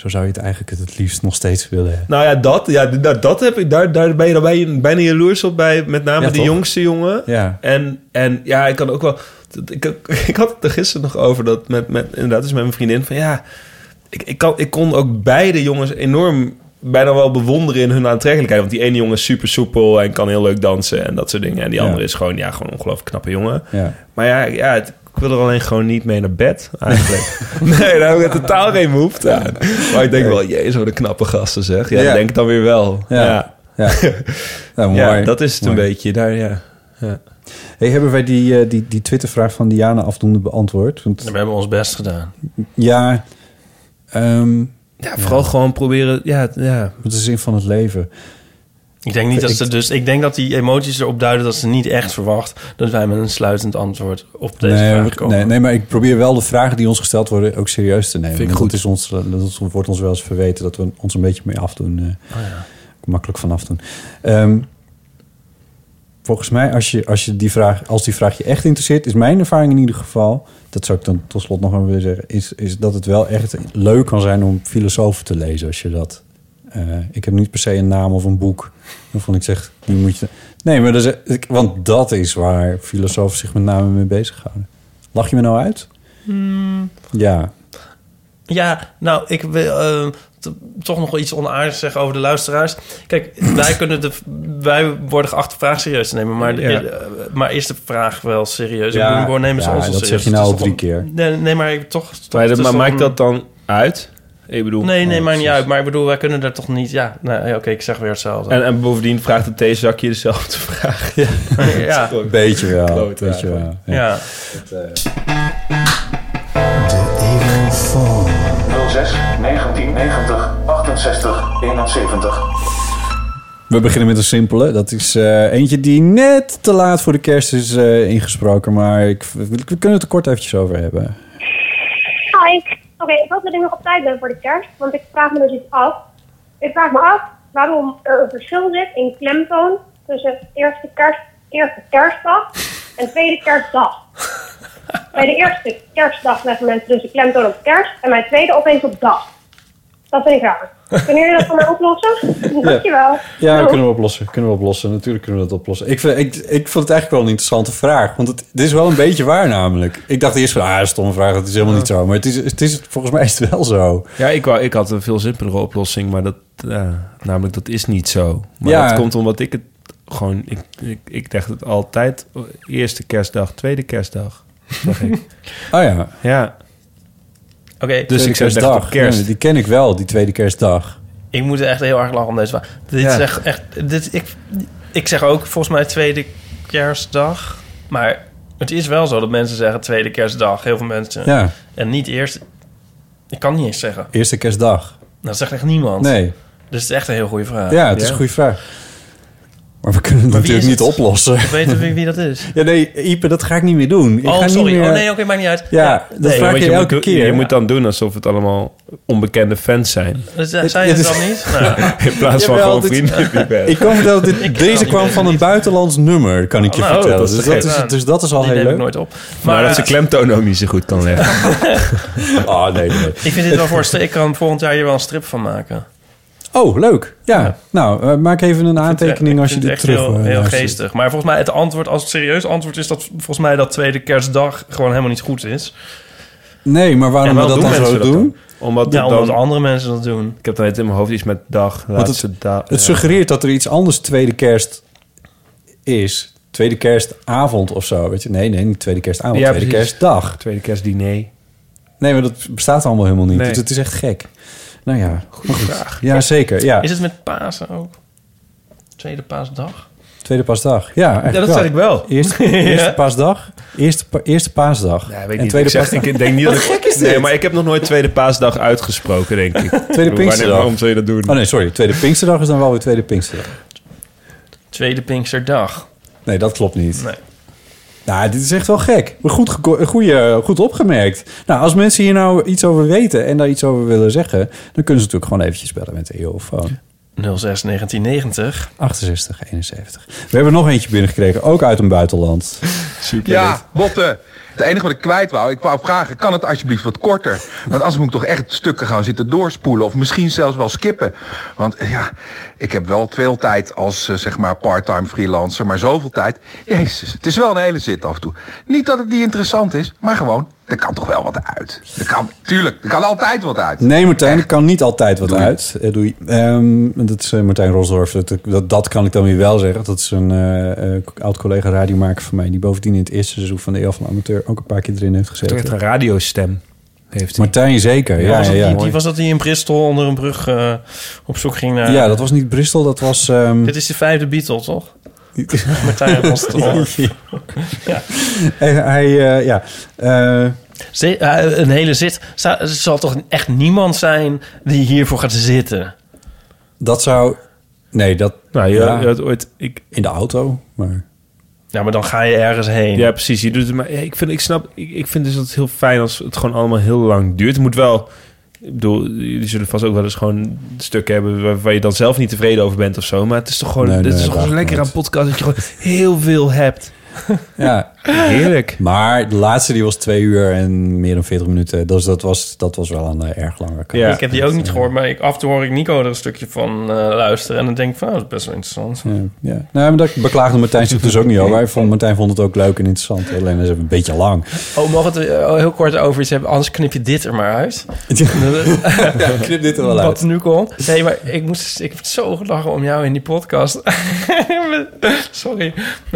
Zo zou je het eigenlijk het, het liefst nog steeds willen hebben. Nou ja, dat, ja, dat, dat heb ik, daar, daar ben je dan bij, bijna jaloers op bij, met name Ja, de toch? jongste jongen. Ja. En, en ja, ik kan ook wel... Ik, ik had het er gisteren nog over, dat met, met, inderdaad, dus met mijn vriendin, van ja, ik, ik, kan, ik kon ook beide jongens enorm bijna wel bewonderen in hun aantrekkelijkheid. Want die ene jongen is super soepel en kan heel leuk dansen en dat soort dingen. En die Ja. andere is gewoon, ja, gewoon een ongelooflijk knappe jongen. Ja. Maar ja, ja het, ik wil er alleen gewoon niet mee naar bed, eigenlijk. Nee, daar heb ik totaal geen behoefte aan. Maar ik denk wel, jezus, wat een knappe gasten zeg. Ja, Ja. dat denk ik dan weer wel. Ja. Ja, Ja, ja, mooi. ja dat is het Mooi. een beetje. Daar, ja. Ja. Hey, hebben wij die, uh, die, die Twittervraag van Diana afdoende beantwoord? Want, We hebben ons best gedaan. ja, um, ja, vooral ja. gewoon proberen... Ja, ja. wat is de zin van het leven? Ik denk niet dat Ik- ze dus... Ik denk dat die emoties erop duiden dat ze niet echt verwacht dat wij met een sluitend antwoord op deze Nee, vraag we- komen. nee, nee, maar ik probeer wel de vragen die ons gesteld worden ook serieus te nemen. Vind ik Want goed. Dat, is ons, dat wordt ons wel eens verweten dat we ons een beetje mee afdoen. Uh, Oh ja. makkelijk van afdoen. Um, volgens mij, als, je, als, je die vraag, als die vraag je echt interesseert, is mijn ervaring in ieder geval, dat zou ik dan tot slot nog maar willen zeggen, is, is dat het wel echt leuk kan zijn om filosofen te lezen als je dat... Uh, ik heb niet per se een naam of een boek waarvan ik zeg, die moet je... Nee, maar dat is, ik- want dat is waar filosofen zich met name mee bezighouden. Lach je me nou uit? Hmm, Ja. ja, nou, ik wil eh, t- toch nog wel iets onaardigs zeggen over de luisteraars. Kijk, wij kunnen de... Wij worden geacht de vraag serieus te nemen, maar, de, Ja. eh, maar is de vraag wel serieus? Ja, Ik bedoel, nemen ze ja, ons wel dat serieus? zeg je nou Het is al toch drie een- keer. Nee, nee, maar ik toch... toch Maar, het dat, is maar toch maakt een- dat dan uit? Ik bedoel... Nee, nee, Oh, maakt niet precies. uit. Maar ik bedoel, wij kunnen er toch niet... Ja, nou, ja, oké, ik zeg weer hetzelfde. En, en bovendien vraagt het theezakje dezelfde vraag. Ja. ja, Een beetje wel. Kloot, beetje ja. wel. Ja. ja. nul zes negentien negentig achtenzestig eenenzeventig. We beginnen met een simpele. Dat is uh, eentje die net te laat voor de kerst is uh, ingesproken. Maar ik, we, we kunnen het er kort eventjes over hebben. Hi. Oké, ik hoop dat ik nog op tijd ben voor de kerst, want ik vraag me dus iets af. Ik vraag me af waarom er een verschil zit in klemtoon tussen eerste, kerst, eerste kerstdag en tweede kerstdag. Bij de eerste kerstdag leggen mensen dus de klemtoon op kerst en bij de tweede opeens op dag. Dat vind ik raar. Kunnen jullie dat voor mij oplossen? Dankjewel. Ja, Doei. kunnen we oplossen. Kunnen we oplossen. Natuurlijk kunnen we dat oplossen. Ik, vind, ik, ik vond het eigenlijk wel een interessante vraag. Want het, dit is wel een beetje waar namelijk. Ik dacht eerst van, ah, stomme vraag. Dat is helemaal niet zo. Maar het is, het is, volgens mij is het wel zo. Ja, ik, wou, ik had een veel simpelere oplossing, maar dat, ja, namelijk dat is niet zo. Maar Ja. dat komt omdat ik het gewoon... Ik, ik, ik dacht het altijd eerste kerstdag, tweede kerstdag. Dacht ik. Oh ja. Ja, Oké, dus Tweede ik zeg echt op kerst. Ja, die ken ik wel, die tweede kerstdag. ik moet echt heel erg lachen om deze vraag. Dit Ja. is echt... echt dit, ik, ik zeg ook volgens mij tweede kerstdag. Maar het is wel zo dat mensen zeggen tweede kerstdag. Heel veel mensen. Ja, En niet eerst... Ik kan niet eens zeggen. eerste kerstdag. Dat zegt echt niemand. Nee. Dus het is echt een heel goede vraag. Ja, het is Ja. een goede vraag. Maar we kunnen het Maar wie natuurlijk is niet het? oplossen. Weten we wie dat is? Ja, nee, Ipe, dat ga ik niet meer doen. Ik oh, ga sorry. Niet meer... Oh, nee, oké, maakt niet uit. Ja, dat nee. vraag want je je elke moet, keer. Je moet dan doen alsof het allemaal onbekende fans zijn. Dus, uh, zei je het het is- dan niet? Nou, In plaats van Jawel, gewoon dit- vrienden die bent. Ik kan vertellen, dit, Ik deze kan kwam niet van een weten. buitenlands nummer, kan ik je Oh, nou, vertellen. dat is Dus te dat, gek. is, dus dat is al die heel neem ik leuk. nooit op. Maar Maar dat ze klemtoon ook niet zo goed kan leggen. Oh, nee, nee. ik vind dit wel voor een strip. Ik kan volgend jaar hier wel een strip van maken. Oh, leuk. Ja, Ja. nou, uh, maak even een aantekening Ik als je vind dit het echt terug... heel, uh, heel luistert. geestig. Maar volgens mij het antwoord, als het serieus antwoord is... dat volgens mij dat tweede kerstdag gewoon helemaal niet goed is. Nee, maar waarom En we waarom dat dan doen zo mensen dat doen? Omdat Ja, het omdat dan... andere mensen dat doen. Ik heb dan net in mijn hoofd iets met dag, laatste dag. Het suggereert dat er iets anders tweede kerst is. Tweede kerstavond of zo, weet je? Nee, nee, niet tweede kerstavond, Ja, tweede precies. kerstdag. Tweede kerstdiner. Nee, maar dat bestaat allemaal helemaal niet. Nee. Dus het is echt gek. Nou ja, Goeie vraag. ja, zeker. Ja, Is het met Pasen ook? Tweede paasdag? tweede paasdag. Ja, eigenlijk Ja, dat wel. zeg ik wel. Eerste, eerste paasdag, eerste, pa- eerste paasdag. Ja, weet ik en niet. tweede ik, zeg, paasdag. ik denk niet dat ik... gek is dit? Nee, maar ik heb nog nooit tweede paasdag uitgesproken, denk ik. Tweede Wanneer- Pinksterdag. Waarom zou je dat doen? Oh nee, sorry. Tweede Pinksterdag is dan wel weer tweede Pinksterdag. Tweede Pinksterdag. Nee, dat klopt niet. Nee. Nou, dit is echt wel gek. Maar goed, geko- goeie, goed opgemerkt. Nou, als mensen hier nou iets over weten en daar iets over willen zeggen, dan kunnen ze natuurlijk gewoon eventjes bellen met de eeuwfoon. nul zes negentien negentig. achtenzestig eenenzeventig. We hebben nog eentje binnengekregen, ook uit een buitenland. Super. Ja, Botte. Het enige wat ik kwijt wou, ik wou vragen, kan het alsjeblieft wat korter? Want anders moet ik toch echt stukken gaan zitten doorspoelen. Of misschien zelfs wel skippen. Want ja, ik heb wel veel tijd als uh, zeg maar part-time freelancer. Maar zoveel tijd, jezus, het is wel een hele zit af en toe. Niet dat het niet interessant is, maar gewoon, er kan toch wel wat uit. Er kan, tuurlijk, er kan altijd wat uit. Nee, Martijn, er kan niet altijd wat doei. uit. Uh, doei. Um, dat is uh, Martijn Rosdorff. Dat, dat, dat kan ik dan weer wel zeggen. Dat is een uh, uh, oud-collega radiomaker van mij... die bovendien in het eerste seizoen van de Eeuw van de Amateur... ook een paar keer erin heeft gezeten. Het een radiostem heeft hij. Martijn, zeker. Ja, ja, was, ja, die, ja. die was dat hij in Bristol onder een brug uh, op zoek ging naar... Ja, dat was niet Bristol, dat was... Um... Dit is de vijfde Beatle, toch? Martijn Rosdorff. Ja. Hij, hij uh, ja... Uh... Zit, uh, een hele zit. Zou, er zal toch echt niemand zijn die hiervoor gaat zitten? Dat zou... Nee, dat... Nou, je, ja, je had ooit... Ik... In de auto, maar... Ja, maar dan ga je ergens heen. Ja, precies. Je doet het maar. Ik vind, ik snap. Ik, ik vind dus dat het heel fijn als het gewoon allemaal heel lang duurt. Het moet wel. Ik bedoel, jullie zullen vast ook wel eens gewoon stukken hebben waar, waar je dan zelf niet tevreden over bent of zo. Maar het is toch gewoon. Nee, het nee, is toch gewoon lekker aan podcast dat je gewoon heel veel hebt. Ja, heerlijk. Maar de laatste die was twee uur en meer dan veertig minuten. Dus dat was, dat was wel een uh, erg lange kant. Ja. Ik heb die ook niet gehoord, maar ik, af en toe hoor ik Nico er een stukje van uh, luisteren. En dan denk ik van, oh, dat is best wel interessant. Ja, ja. Nou, maar dat beklaagde Martijn zich dus ook niet over. Hij vond, Martijn vond het ook leuk en interessant. Alleen is het een beetje lang. Oh, mag het uh, heel kort over iets hebben? Anders knip je dit er maar uit. Ja, knip dit er wel uit. Wat nu komt. Nee, maar ik, moest, ik heb zo gelachen om jou in die podcast. Sorry.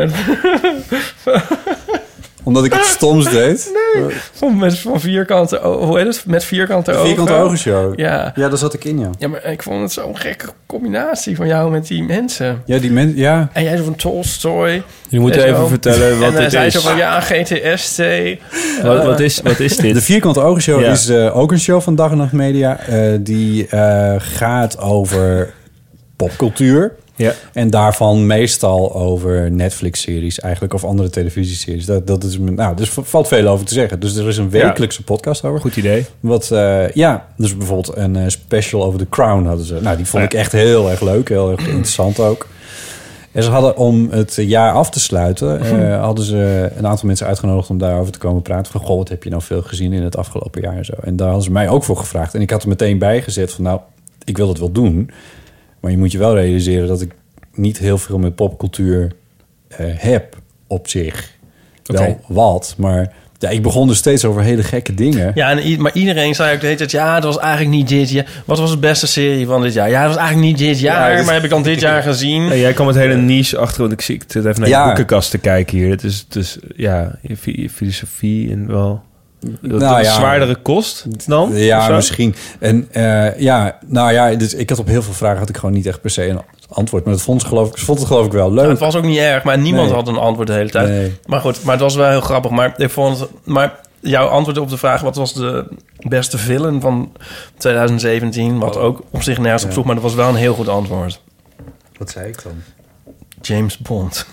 Omdat ik het stoms deed? Nee, van, met, van vierkante ogen. Hoe heet het? Met vierkante ogen. Vierkante ogen show. Ja. Ja, daar zat ik in, ja. Ja, maar ik vond het zo'n gekke combinatie van jou met die mensen. Ja, die mensen, ja. En jij zo van Tolstoy. Je moet even zo vertellen wat en dit hij is. zei zo van, ja, G T S T. Uh, wat, wat, is, wat is dit? De Vierkante Ogen show ja. is uh, ook een show van Dag en Nacht Media. Uh, die uh, gaat over popcultuur. Ja. En daarvan meestal over Netflix-series eigenlijk, of andere televisieseries. Dat, dat is, nou, dus valt veel over te zeggen. Dus er is een wekelijkse ja. podcast over. Goed idee. Wat, uh, ja, dus bijvoorbeeld een uh, special over The Crown hadden ze. Nou, die vond ja. ik echt heel erg leuk, heel erg interessant ook. En ze hadden, om het jaar af te sluiten, uh, hadden ze een aantal mensen uitgenodigd om daarover te komen praten. Van, goh, wat heb je nou veel gezien in het afgelopen jaar en zo. En daar hadden ze mij ook voor gevraagd. En ik had er meteen bij gezet van, nou, ik wil dat wel doen. Maar je moet je wel realiseren dat ik niet heel veel met popcultuur uh, heb op zich. Okay. Wel wat, maar ja, ik begon dus steeds over hele gekke dingen. Ja, en, maar iedereen zei ook de hele tijd, ja, het was eigenlijk niet dit jaar. Wat was de beste serie van dit jaar? Ja, het was eigenlijk niet dit jaar, ja, dus, maar heb ik dan dit jaar gezien? Ja, jij kwam het hele niche achter, want ik zie het even naar je ja. boekenkast te kijken hier. Het is, dus ja, je, je filosofie en wel... Dat nou, een ja, zwaardere kost dan? Ja, misschien. En uh, ja, nou ja, dus ik had op heel veel vragen had ik gewoon niet echt per se een antwoord. Maar dat vond ze geloof ik, vond het geloof ik wel leuk. Nou, het was ook niet erg, maar niemand nee. had een antwoord de hele tijd. Nee. Maar goed, maar het was wel heel grappig. Maar ik vond het, maar jouw antwoord op de vraag, wat was de beste villain van twintig zeventien? Wat ook op zich nergens ja. op sloeg, maar dat was wel een heel goed antwoord. Wat zei ik dan? James Bond.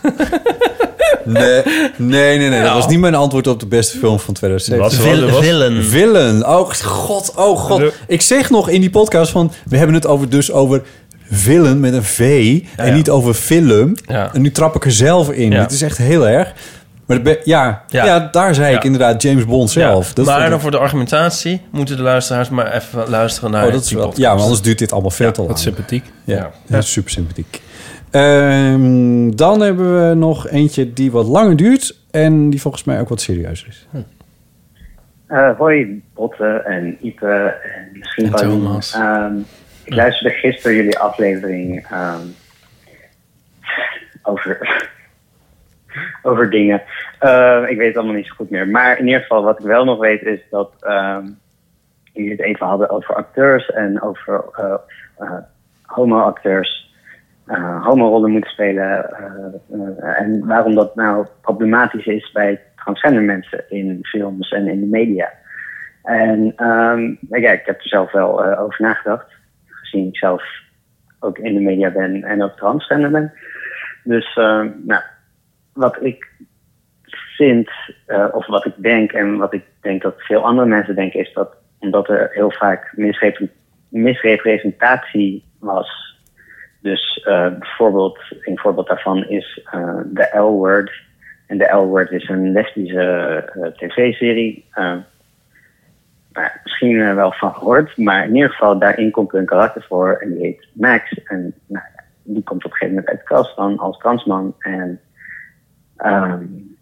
Nee, nee, nee, nee. Dat was niet mijn antwoord op de beste film van twintig zeventien. Was, was, villain. Villain. Oh god, oh god. Ik zeg nog in die podcast van, we hebben het over dus over villain met een V ja, en ja. niet over film. Ja. En nu trap ik er zelf in. Ja. Het is echt heel erg. Maar de ja, ja. ja, daar zei ja. ik inderdaad James Bond zelf. Ja. Dat maar dan voor de argumentatie moeten de luisteraars maar even luisteren naar oh, dat is die wel, podcast. Ja, maar anders duurt dit allemaal veel te lang. Wat sympathiek. Ja, ja. ja. super sympathiek. Um, dan hebben we nog eentje die wat langer duurt en die volgens mij ook wat serieuzer is. Hm. Uh, hoi, Botte en Ipe en misschien en Thomas. Um, ik luisterde gisteren jullie aflevering um, over, over dingen. Uh, ik weet het allemaal niet zo goed meer. Maar in ieder geval, wat ik wel nog weet is dat um, jullie het even hadden over acteurs en over uh, uh, homo-acteurs. Uh, homo-rollen moeten spelen uh, uh, en waarom dat nou problematisch is bij transgender mensen in films en in de media. En um, ja, ik heb er zelf wel uh, over nagedacht, gezien ik zelf ook in de media ben en ook transgender ben. Dus uh, nou, wat ik vind, uh, of wat ik denk en wat ik denk dat veel andere mensen denken, is dat omdat er heel vaak misrep- misrepresentatie was. Dus uh, bijvoorbeeld, een voorbeeld daarvan is uh, de L-word En de L-Word is een lesbische uh, tv-serie. Uh, maar misschien uh, wel van gehoord. Maar in ieder geval, daarin komt er een karakter voor. En die heet Max. En nou, die komt op een gegeven moment uit de kast dan als transman. En um,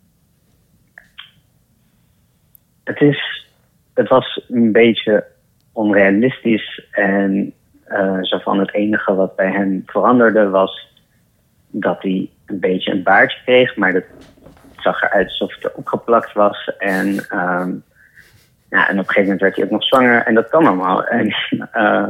het, is, het was een beetje onrealistisch. En uh, zo van het enige wat bij hem veranderde was dat hij een beetje een baardje kreeg. Maar dat zag eruit alsof het er opgeplakt was. En, um, ja, en op een gegeven moment werd hij ook nog zwanger. En dat kan allemaal. En, uh,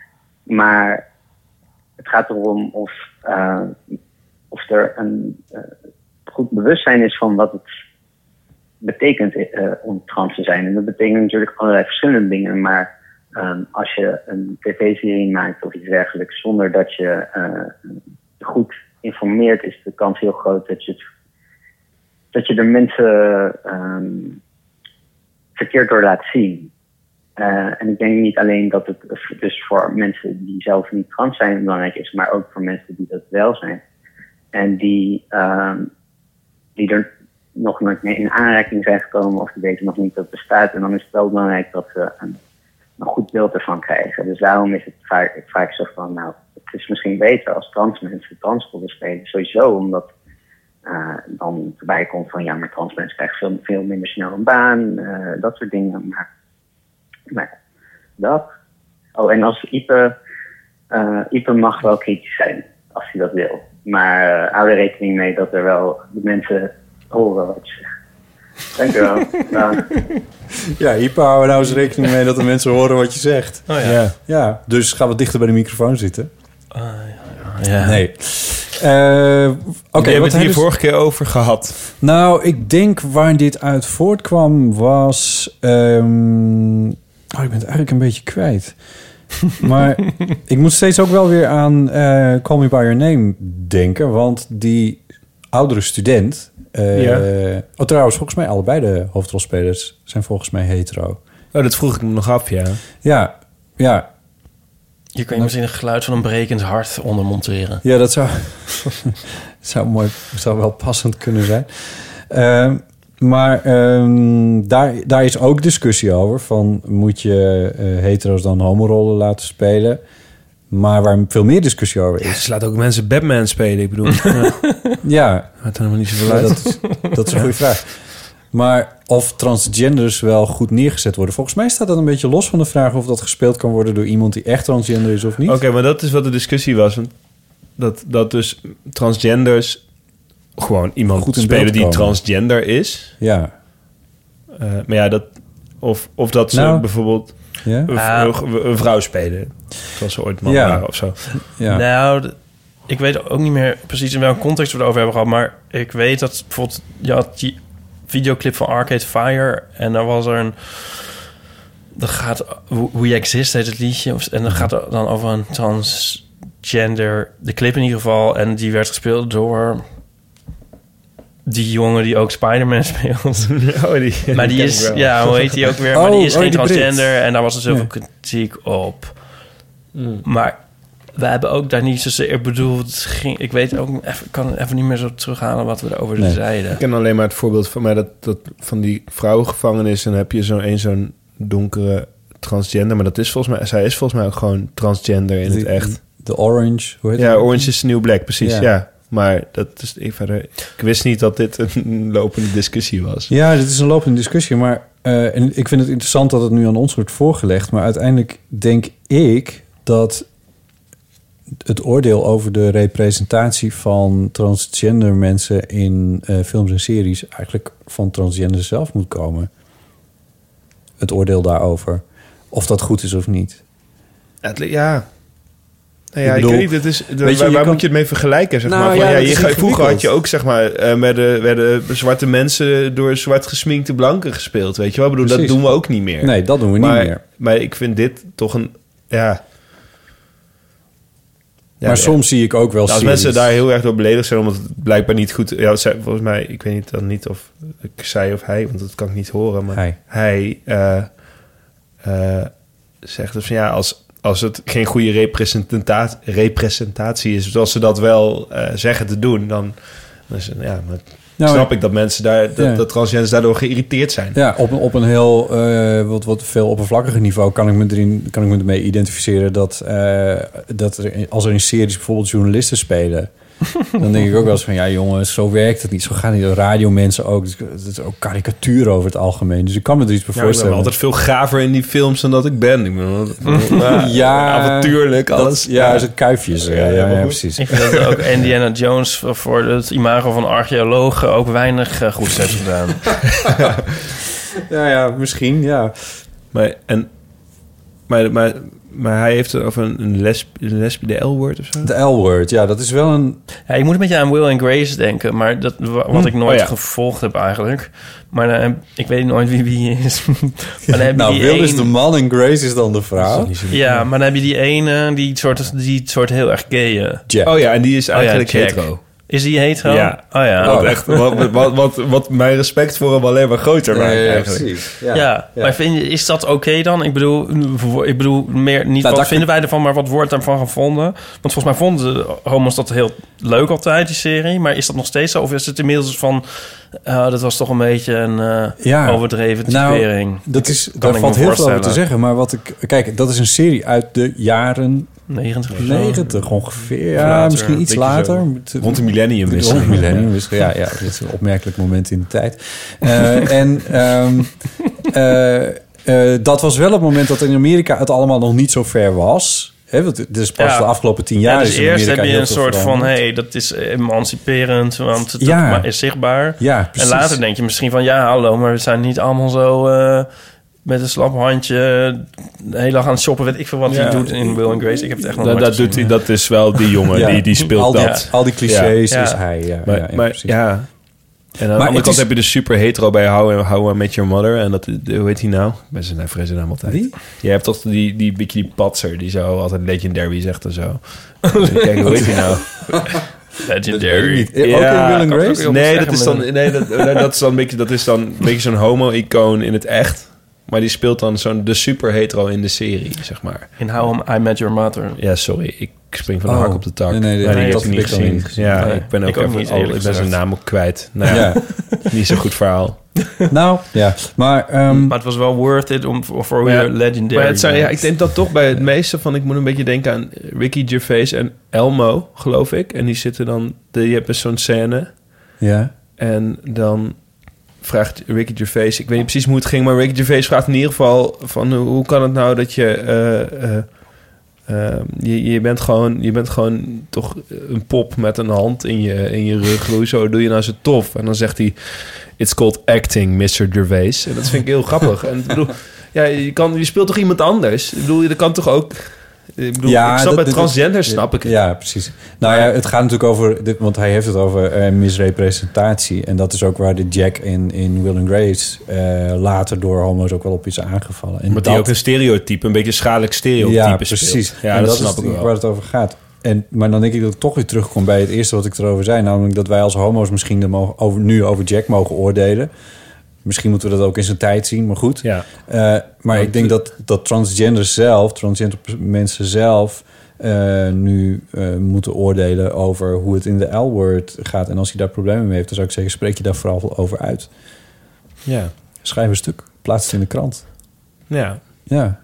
maar het gaat erom of, uh, of er een uh, goed bewustzijn is van wat het betekent uh, om trans te zijn. En dat betekent natuurlijk allerlei verschillende dingen. Maar um, als je een tv-serie maakt of iets dergelijks zonder dat je uh, goed informeert, is de kans heel groot dat je het dat je de mensen um, verkeerd door laat zien. Uh, en ik denk niet alleen dat het dus voor mensen die zelf niet trans zijn belangrijk is, maar ook voor mensen die dat wel zijn. En die, um, die er nog nooit mee in aanraking zijn gekomen of die weten nog niet dat het bestaat. En dan is het wel belangrijk dat ze een, een goed beeld ervan krijgen. Dus daarom is het vaak, vaak zo van, nou, het is misschien beter als trans mensen transrollen spelen. Sowieso, omdat Uh, dan erbij komt van ja, maar trans mensen krijgen veel, veel minder snel een baan, uh, dat soort dingen. Maar, maar dat. Oh, en als Ipe, uh, Ipe mag wel kritisch zijn, als hij dat wil. Maar uh, hou er rekening mee dat er wel de mensen horen wat je zegt. Dank je wel. Nou. Ja, Ipe, hou er nou eens rekening mee dat de mensen horen wat je zegt. Oh, ja. Ja. Ja, dus ga wat dichter bij de microfoon zitten. Uh, ja, ja. Nee. Uh, Oké, okay, we hebben het hier dus vorige keer over gehad. Nou, ik denk waar dit uit voortkwam was... Um, oh, ik ben het eigenlijk een beetje kwijt. Maar ik moet steeds ook wel weer aan uh, Call Me By Your Name denken. Want die oudere student... Uh, ja. Oh, trouwens, volgens mij allebei de hoofdrolspelers zijn volgens mij hetero. Oh, dat vroeg ik me nog af, ja. Ja, ja. Je kan je misschien een geluid van een brekend hart onder monteren. Ja, dat zou, zou mooi, zou wel passend kunnen zijn. Uh, maar um, daar, daar is ook discussie over. Van moet je uh, hetero's dan homorollen laten spelen? Maar waar veel meer discussie over is. Ja, ze laten ook mensen Batman spelen. Ik bedoel, ja. Ja, maakt helemaal niet zoveel uit. Ja, dat is, dat is een goede vraag. Maar of transgenders wel goed neergezet worden. Volgens mij staat dat een beetje los van de vraag of dat gespeeld kan worden door iemand die echt transgender is of niet. Oké, okay, maar dat is wat de discussie was. Dat, dat dus transgenders gewoon iemand goed spelen die transgender is. Ja. Uh, maar ja, dat... Of, of dat ze nou, bijvoorbeeld ja? een, een, een vrouw spelen. Zoals ze ooit man ja. waren of zo. Ja. Nou, ik weet ook niet meer precies in welke context we het over hebben gehad. Maar ik weet dat bijvoorbeeld... Je had die videoclip van Arcade Fire. En dan was er een... Dat gaat... We Exist heet het liedje. En dan gaat het dan over een transgender... De clip in ieder geval. En die werd gespeeld door... Die jongen die ook Spider-Man speelt. Oh, die, maar die, die is... Ja, hoe heet die ook weer? Oh, maar die is oh, geen die transgender. Brit. En daar was er zoveel ja. kritiek op. Mm. Maar... We hebben ook daar niet zozeer... Ik bedoel, het ging, ik weet ook... Ik kan even niet meer zo terughalen wat we erover nee. zeiden. Ik ken alleen maar het voorbeeld van mij... dat, dat van die vrouwengevangenis... en dan heb je zo'n een zo'n donkere transgender... maar dat is volgens mij... Zij is volgens mij ook gewoon transgender in de, het echt. De Orange, hoe heet Ja, het? Orange is the New Black, precies, ja. ja. Maar dat is ik verder... Ik wist niet dat dit een lopende discussie was. Ja, dit is een lopende discussie, maar... Uh, en ik vind het interessant dat het nu aan ons wordt voorgelegd... maar uiteindelijk denk ik dat... het oordeel over de representatie van transgender mensen in uh, films en series eigenlijk van transgender zelf moet komen. Het oordeel daarover. Of dat goed is of niet. Het, ja. Nou ja, ik, bedoel, ik weet niet, het is, de, waar, je, waar kan... moet je het mee vergelijken? Zeg nou, maar. Van, ja, ja, je, vroeger had je ook, zeg maar, uh, werden, werden zwarte mensen door zwart gesminkte blanken gespeeld. Weet je wel? Ik bedoel, dat doen we ook niet meer. Nee, dat doen we maar, niet meer. Maar ik vind dit toch een... Ja, Ja, maar ja. soms zie ik ook wel... Nou, als mensen daar heel erg door beledigd zijn... omdat het blijkbaar niet goed... Ja, volgens mij... Ik weet niet, dan niet of ik zei of hij... want dat kan ik niet horen. Maar hij, hij uh, uh, zegt dus van ja... Als, als het geen goede representatie, representatie is... zoals ze dat wel uh, zeggen te doen... dan, dan is het... Ja, maar Nou, snap ik dat mensen daar, dat, ja. dat transgenders daardoor geïrriteerd zijn. Ja, op, op een heel uh, wat, wat veel oppervlakkiger niveau kan ik me erin, kan ik me ermee identificeren dat, uh, dat er, als er in series bijvoorbeeld journalisten spelen, dan denk ik ook wel eens van, ja jongens, zo werkt het niet. Zo gaan die radiomensen ook. Het is ook karikatuur over het algemeen. Dus ik kan me er iets bij ja, voorstellen. Ik ben altijd veel gaver in die films dan dat ik ben. Ik ben ja, ja, avontuurlijk, alles. Dat, ja, is het kuifjes. Ja, ja, ja, ja, precies. Ik vind dat ook Indiana Jones voor het imago van archeologen ook weinig uh, goeds heeft gedaan. ja, ja, misschien, ja. Maar, en, maar, maar, maar hij heeft het over een, een lesb, lesb, de L-word of zo? De L-word, ja, dat is wel een... Ja, ik moet een beetje aan Will and Grace denken, maar dat, wat ik nooit oh, ja. gevolgd heb eigenlijk. Maar uh, ik weet nooit wie wie is. Maar dan heb nou, die Will een... is de man en Grace is dan de vrouw. Ja, maar dan heb je die ene, die soort, die soort heel erg gay. Jack. Oh ja, en die is eigenlijk oh ja, hetero. Is die hetero? Ja. Oh ja. Wat, echt, wat, wat, wat, wat mijn respect voor hem alleen maar groter maakt, ja, eigenlijk. Precies. Ja, ja, ja. Maar vind je, is dat oké okay dan? Ik bedoel, ik bedoel meer niet nou, wat vinden wij ervan, maar wat wordt daarvan gevonden? Want volgens mij vonden de homo's dat heel leuk altijd, die serie. Maar is dat nog steeds zo? Of is het inmiddels van... Uh, dat was toch een beetje een uh, ja. overdreven typering. Nou, dat is, daar valt heel veel over te zeggen. Maar wat ik... Kijk, dat is een serie uit de jaren... negentig, negentig ongeveer. Ja, later, misschien iets later. Zo, rond de millennium. Rond de millennium. Ja, ja, dit is een opmerkelijk moment in de tijd. Uh, en um, uh, uh, dat was wel het moment dat in Amerika het allemaal nog niet zo ver was. He, want het is pas ja. de afgelopen tien jaar. Ja, dus is in eerst Amerika heb je een soort veranderd. van... hé, hey, dat is emanciperend, want het ja. is zichtbaar. Ja, en later denk je misschien van... ja, hallo, maar we zijn niet allemaal zo... Uh, met een slap handje de hele dag aan het shoppen. Weet ik veel wat ja. hij doet in Will and Grace. Ik heb het echt nog dat, nooit dat gezien. doet hij, dat is wel die jongen, ja. die, die speelt al die, dat. Al die clichés ja. is hij. Ja, maar, ja, ja, maar, ja. En aan de andere kant is... heb je de super hetero bij How, How I Met Your Mother. En dat, hoe heet hij nou? Ik ben zijn naam vergeten naam altijd. Wie? Je hebt toch die, die beetje die patser die zo altijd legendary zegt en zo. Kijk, hoe heet hij nou? Legendary. Ja. Ook in Will and Grace? Nee, dat is dan, nee dat, dat is dan een beetje, dat is dan een beetje zo'n homo-icoon in het echt. Maar die speelt dan zo'n de super hetero in de serie, zeg maar. In How I Met Your Mother. Ja, sorry. Ik spring van de oh. hak op de tak. Nee, nee, nee, nee die dat heb ik niet gezien. gezien. Ja, nee, ik ben ook, ik ook even niet, al, ik ben zijn naam ook kwijt. Nou ja, niet zo'n goed verhaal. Nou, ja. Maar, um, maar het was wel worth it om voor ja, je legendary. Maar het zijn, ja, ik denk dat toch bij het meeste van... Ik moet een beetje denken aan Ricky Gervais en Elmo, geloof ik. En die zitten dan... Je hebt zo'n scène. Ja. En dan... vraagt Ricky Gervais... Ik weet niet precies hoe het ging... maar Ricky Gervais vraagt in ieder geval... van hoe kan het nou dat je... Uh, uh, uh, je, je bent gewoon... je bent gewoon toch een pop met een hand in je, in je rug. Hoezo doe je nou zo tof? En dan zegt hij... It's called acting, mister Gervais. En dat vind ik heel grappig. En ik bedoel... Ja, je, kan, je speelt toch iemand anders? Ik bedoel, je kan toch ook... Ik bedoel, ja, ik snap dat, bij transgenders, snap ik het. Ja, precies. Nou ja, het gaat natuurlijk over... Dit, want hij heeft het over uh, misrepresentatie. En dat is ook waar de Jack in, in Will and Grace... Uh, later door homo's ook wel op is aangevallen. En maar die ook een stereotype, een beetje schadelijk stereotype ja, speelt. Precies. Ja, en dat, dat snap is ik wel. Waar het over gaat. En, maar dan denk ik dat ik toch weer terugkom bij het eerste wat ik erover zei. Namelijk dat wij als homo's misschien de mogen, over, nu over Jack mogen oordelen. Misschien moeten we dat ook in zijn tijd zien, maar goed. Ja. Uh, maar ja, ik denk dat, dat transgender zelf, transgender mensen zelf... Uh, nu uh, moeten oordelen over hoe het in de L-word gaat. En als je daar problemen mee heeft, dan zou ik zeggen... spreek je daar vooral over uit. Ja. Schrijf een stuk, plaats het in de krant. Ja. Ja.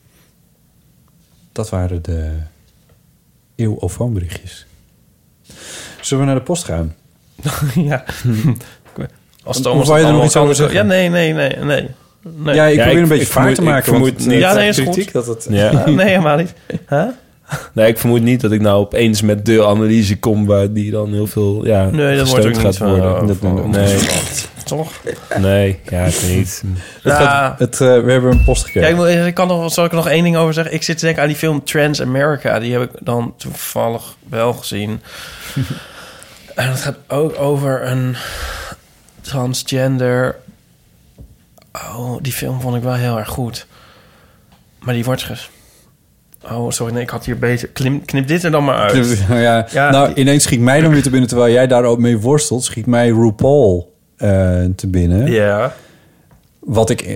Dat waren de eeuwofoonberichtjes. Zullen we naar de post gaan? Ja. Als Thomas of je er nog iets over zeggen? Ja, nee, nee, nee, nee. nee. Ja, ik ja, probeer ik, een beetje ik vaart te maken. Ik vermoed niet. Ja, nee, is kritiek goed. Dat het, ja. Ja, nee, helemaal niet. Huh? Nee, ik vermoed niet dat ik nou opeens met de analyse kom... waar die dan heel veel ja, nee, dat wordt ook gaat niet worden. Van, dat, van, nee. Toch? Nee, ja, ik weet niet. Het gaat, het, uh, we hebben een post gekregen. Ja, ik, ik kan nog, zal ik er nog één ding over zeggen? Ik zit te denken aan die film Trans America. Die heb ik dan toevallig wel gezien. En dat gaat ook over een transgender... Oh, die film vond ik wel heel erg goed. Maar die wordt... Ges... Oh, sorry, nee, ik had hier beter... Klim, knip dit er dan maar uit. Ja, ja, nou, die... ineens schiet mij dan weer te binnen... terwijl jij daar ook mee worstelt... schiet mij RuPaul uh, te binnen. Ja. Wat ik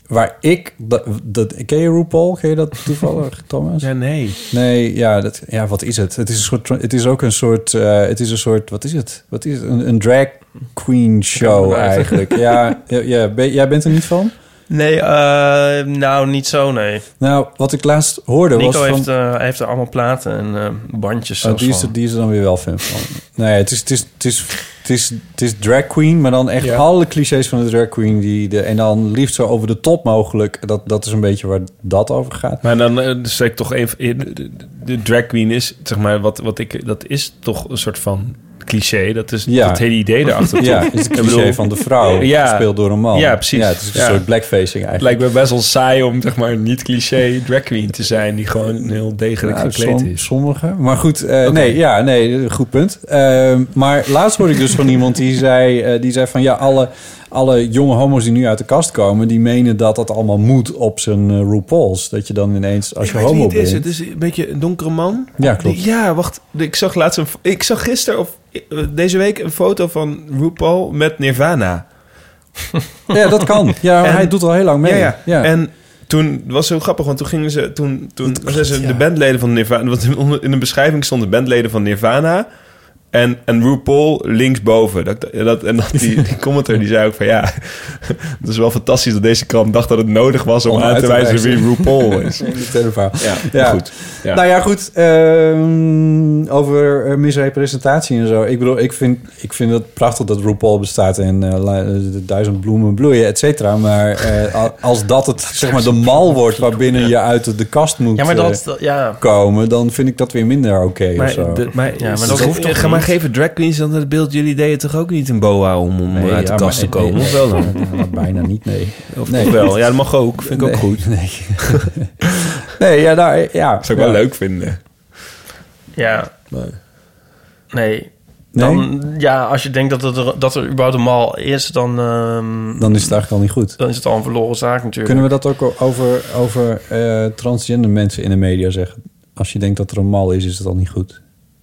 waar ik... Dat, dat, ken je RuPaul? Ken je dat toevallig, Thomas? Ja, nee. Nee, ja, dat, ja, wat is het? Het is, een soort, het is ook een soort... Uh, het is een soort... Wat is het? Wat is het? Een, een drag queen show eigenlijk. Ja, ja, ja ben, jij bent er niet van? Nee, uh, nou, niet zo, nee. Nou, wat ik laatst hoorde Nico was van... heeft, uh, heeft er allemaal platen en uh, bandjes oh, die, is, van. die is er dan weer wel fan van. Nee, het is, het, is, het, is, het, is, het is drag queen, maar dan echt ja. alle clichés van de drag queen. Die de, en dan liefst zo over de top mogelijk. Dat, dat is een beetje waar dat over gaat. Maar dan uh, zeg ik toch even... De, de drag queen is, zeg maar, wat, wat ik... Dat is toch een soort van... cliché, dat is ja. het hele idee erachter. Ja, het is het cliché bedoel, van de vrouw, ja, gespeeld door een man. Ja, precies. Ja, het is een ja. soort blackfacing eigenlijk. Het lijkt me best wel saai om, zeg maar, niet cliché drag queen te zijn, die gewoon heel degelijk ja, gekleed som, is. Sommige, maar goed, uh, okay. nee, ja, nee, goed punt. Uh, maar laatst hoorde ik dus van iemand die zei, uh, die zei van, ja, alle, alle jonge homo's die nu uit de kast komen, die menen dat dat allemaal moet op zijn uh, RuPaul's. Dat je dan ineens, als je homo het bent... Is. Het is een beetje een donkere man. Ja, klopt. Ja, wacht, ik zag laatst een, ik zag gisteren of deze week een foto van RuPaul met Nirvana. Ja, dat kan. Ja, en, hij doet al heel lang mee. Ja, ja. ja. En toen was het zo grappig, want toen gingen ze... Toen, toen waren ze ja. de bandleden van Nirvana... Want in de beschrijving stonden bandleden van Nirvana... En, en RuPaul linksboven. Dat, dat, en dat die, die commentator die zei ook van... ja, het is wel fantastisch dat deze krant dacht dat het nodig was... om, om aan te wijzen wie RuPaul is. Ja, ja, goed. Ja. Nou ja, goed. Um, over uh, misrepresentatie en zo. Ik bedoel, ik vind, ik vind het prachtig dat RuPaul bestaat... en uh, de duizend bloemen bloeien, et cetera. Maar uh, als dat het, zeg maar, de mal wordt... waarbinnen je uit de, de kast moet ja, maar dat, uh, ja. komen... dan vind ik dat weer minder oké okay, of zo. De, maar, ja, maar dat hoeft toch niet. Maar geven drag queens dan het beeld... jullie deden toch ook niet een boa om, om nee, uit de ja, kast te komen? Nee, of wel dan? Nee, bijna niet, nee. Of nee. wel? Ja, dat mag ook. Vind ik nee, ook goed. Nee, nee ja, nou, ja. Dat zou ik ja. wel leuk vinden. Ja. Nee. Nee. Dan, nee? Ja, als je denkt dat, het er, dat er überhaupt een mal is, dan... Um, dan is het eigenlijk al niet goed. Dan is het al een verloren zaak natuurlijk. Kunnen we dat ook over, over uh, transgender mensen in de media zeggen? Als je denkt dat er een mal is, is het al niet goed.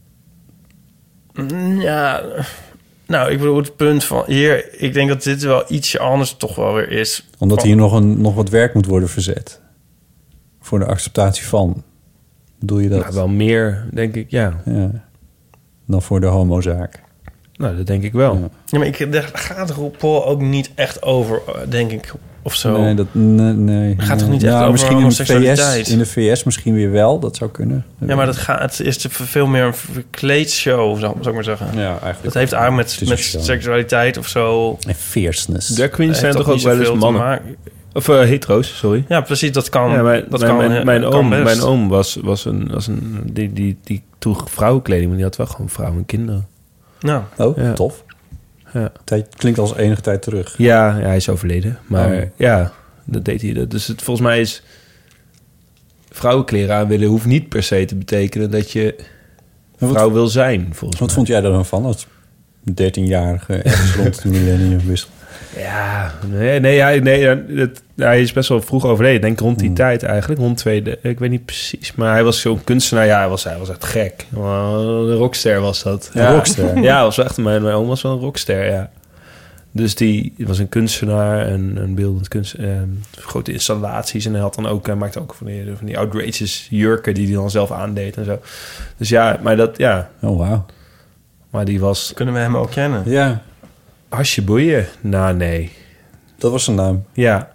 Ja, nou, ik bedoel het punt van hier... Ik denk dat dit wel ietsje anders toch wel weer is. Omdat van, hier nog, een, nog wat werk moet worden verzet. Voor de acceptatie van. Bedoel je dat? Nou, wel meer, denk ik, ja. ja. Dan voor de homozaak. Nou, dat denk ik wel. Ja, ja maar ik, daar gaat RuPaul ook niet echt over, denk ik, of zo. Nee, dat nee, nee. Het gaat toch niet ja, echt over misschien homoseksualiteit? In de, V S, in de V S misschien weer wel, dat zou kunnen. Ja, maar dat gaat, het is veel meer een verkleedshow, zou, zou ik maar zeggen. Ja, eigenlijk. Dat heeft eigenlijk met, met seksualiteit of zo. En fierceness. Drag queens zijn toch ook wel eens mannen? Of uh, hetero's, sorry. Ja, precies, dat kan. Ja, mijn, dat mijn, kan, mijn, mijn, kan oom, best. mijn oom was, was een... Was een die, die, die droeg vrouwenkleding, maar die had wel gewoon vrouwen en kinderen. Nou, oh, ja. tof. Ja. Tijd, klinkt als enige tijd terug. Ja, ja hij is overleden. Maar oh. ja, dat deed hij. Dus het, volgens mij is... vrouwenkleren aan willen hoeft niet per se te betekenen dat je vrouw wil zijn, volgens Wat mij. vond jij daar dan van als dertienjarige ergens rond de millennium wissel? Ja, nee, nee, hij, nee het, hij is best wel vroeg overleden. Ik denk rond die hmm. tijd eigenlijk. Rond tweede, ik weet niet precies. Maar hij was zo'n kunstenaar. Ja, hij was, hij was echt gek. Een rockster was dat. Een ja. rockster? Ja, was echt, mijn, mijn oom was wel een rockster, ja. Dus die was een kunstenaar en een beeldend kunst, eh, grote installaties. En hij had dan ook, hij maakte ook van die, van die outrageous jurken die hij dan zelf aandeed en zo. Dus ja, maar dat, ja. Oh, wauw. Maar die was... Kunnen we hem ook kennen? Ja. Hasje Boeien? Nou, nee. Dat was zijn naam? Ja.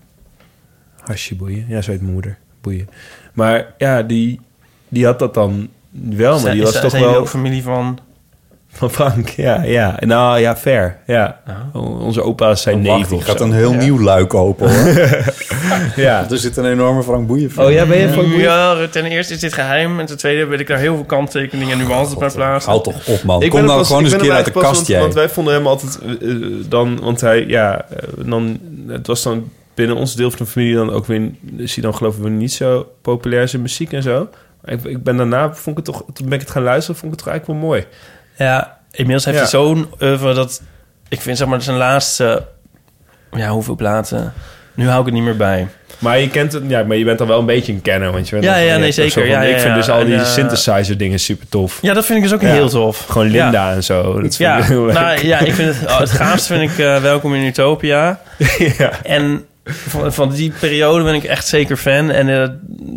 Hasje Boeien. Ja, zo heet mijn moeder. Boeien. Maar ja, die, die had dat dan wel. Maar zijn, die was is, toch zijn wel... jullie ook familie van... Van Frank, ja, ja. Nou, ja, ver. Ja. Oh. Onze opa's zijn neven. Die gaat een heel ja. nieuw luik open, hoor. Ja. Er zit een enorme Frank Boeien van. Oh ja, ben je Frank Boeien? Ja, ten eerste is dit geheim. En ten tweede wil ik daar heel veel kanttekeningen en nuances bij plaatsen. Houd toch op, man. Ik Kom nou pas, gewoon eens een keer uit de kast, want, jij. Want wij vonden hem altijd uh, dan... Want hij, ja, uh, dan... Het was dan binnen ons deel van de familie dan ook weer... Is hij dan, geloven we, niet zo populair zijn muziek en zo. Ik, ik ben daarna, vond ik het toch... Toen ben ik het gaan luisteren, vond ik het toch eigenlijk wel mooi. Ja, inmiddels heeft ja. hij zo'n oeuvre dat... Ik vind, zeg maar, zijn laatste... Ja, hoeveel platen? Nu hou ik het niet meer bij. Maar je kent het, ja, maar je bent dan wel een beetje een kenner, want je bent ja, dan, ja, je nee, zeker. Van, ja, ik ja, vind ja, dus al die en, uh, synthesizer dingen super tof. Ja, dat vind ik dus ook ja. heel tof. Gewoon Linda ja. en zo. Dat ja, vind ik heel leuk. Nou, ja, ik vind het, oh, het gaafste vind ik uh, Welkom in Utopia. Ja. En van, van die periode ben ik echt zeker fan. En uh,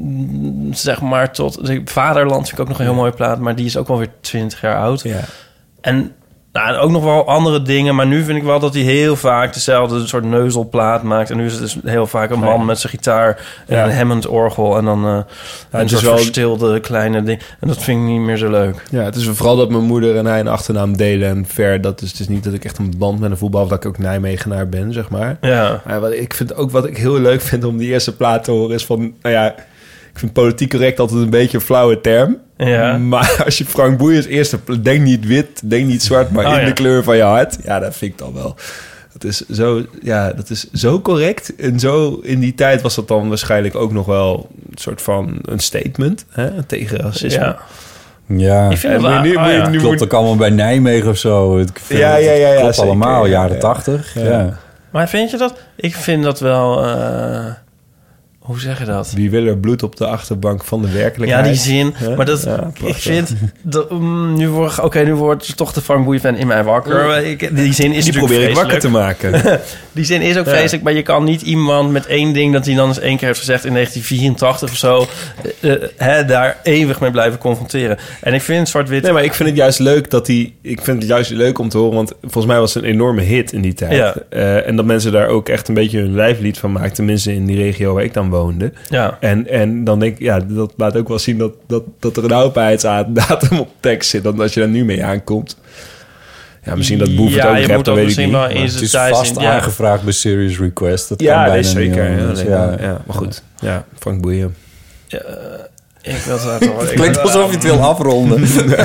zeg maar tot... Vaderland vind ik ook nog een heel mooie plaat, maar die is ook alweer twintig jaar oud. Ja. En nou, ook nog wel andere dingen, maar nu vind ik wel dat hij heel vaak dezelfde soort neuzelplaat maakt. En nu is het dus heel vaak een man met zijn gitaar en ja. een Hammond-orgel en dan uh, ja, een soort wel... verstilde kleine ding. En dat vind ik niet meer zo leuk. Ja, het is vooral dat mijn moeder en hij een achternaam delen en ver. Dat is dus niet dat ik echt een band met een voetbal of dat ik ook Nijmegenaar ben, zeg maar. Ja. Maar wat ik vind ook wat ik heel leuk vind om die eerste plaat te horen is van, nou ja, ik vind politiek correct altijd een beetje een flauwe term. Ja. Maar als je Frank Boeiers eerste... Denk niet wit, denk niet zwart, maar oh, in ja. de kleur van je hart. Ja, dat vind ik dan wel. Dat is zo, ja, dat is zo correct. En zo in die tijd was dat dan waarschijnlijk ook nog wel een soort van een statement hè, tegen racisme. Ja. Ja, ik vind en nu, ah, ja. nu klopt ook allemaal bij Nijmegen of zo. Ik vind ja, ja, ja, ja, klopt zeker, allemaal, ja, jaren ja. tachtig. Ja. Ja. Maar vind je dat? Ik vind dat wel... Uh... Hoe zeg je dat? Wie wil er bloed op de achterbank van de werkelijkheid? Ja, die zin. Huh? Maar dat, ja, ik vind... Dat, um, nu word Oké, okay, nu wordt toch de Frank Boeien-fan in mij wakker. Ik, die zin is die probeer ik wakker te maken. Die zin is ook ja. vreselijk, maar je kan niet iemand met één ding... dat hij dan eens één keer heeft gezegd in negentien vierentachtig of zo... Uh, hè, daar eeuwig mee blijven confronteren. En ik vind zwart-wit... Nee, maar ik vind het juist leuk dat hij... Ik vind het juist leuk om te horen, want volgens mij was het een enorme hit in die tijd. Ja. Uh, en dat mensen daar ook echt een beetje hun lijflied van maakten. Tenminste in die regio waar ik dan woonde. Ja. En, en dan denk ik, ja, dat laat ook wel zien dat, dat, dat er een houdbaarheidsdatum op tekst zit. Dan als je daar nu mee aankomt. Ja, misschien dat Boef het ja, ook rept, dat weet ik niet. Maar het is vast in, aangevraagd ja. bij Serious Request. Dat ja, kan bijna is zeker. niet, Ja, dus, nee, ja. ja, maar goed. Ja, Frank Boeien. Ja, ik wil het toch... Het klinkt alsof je het wil afronden.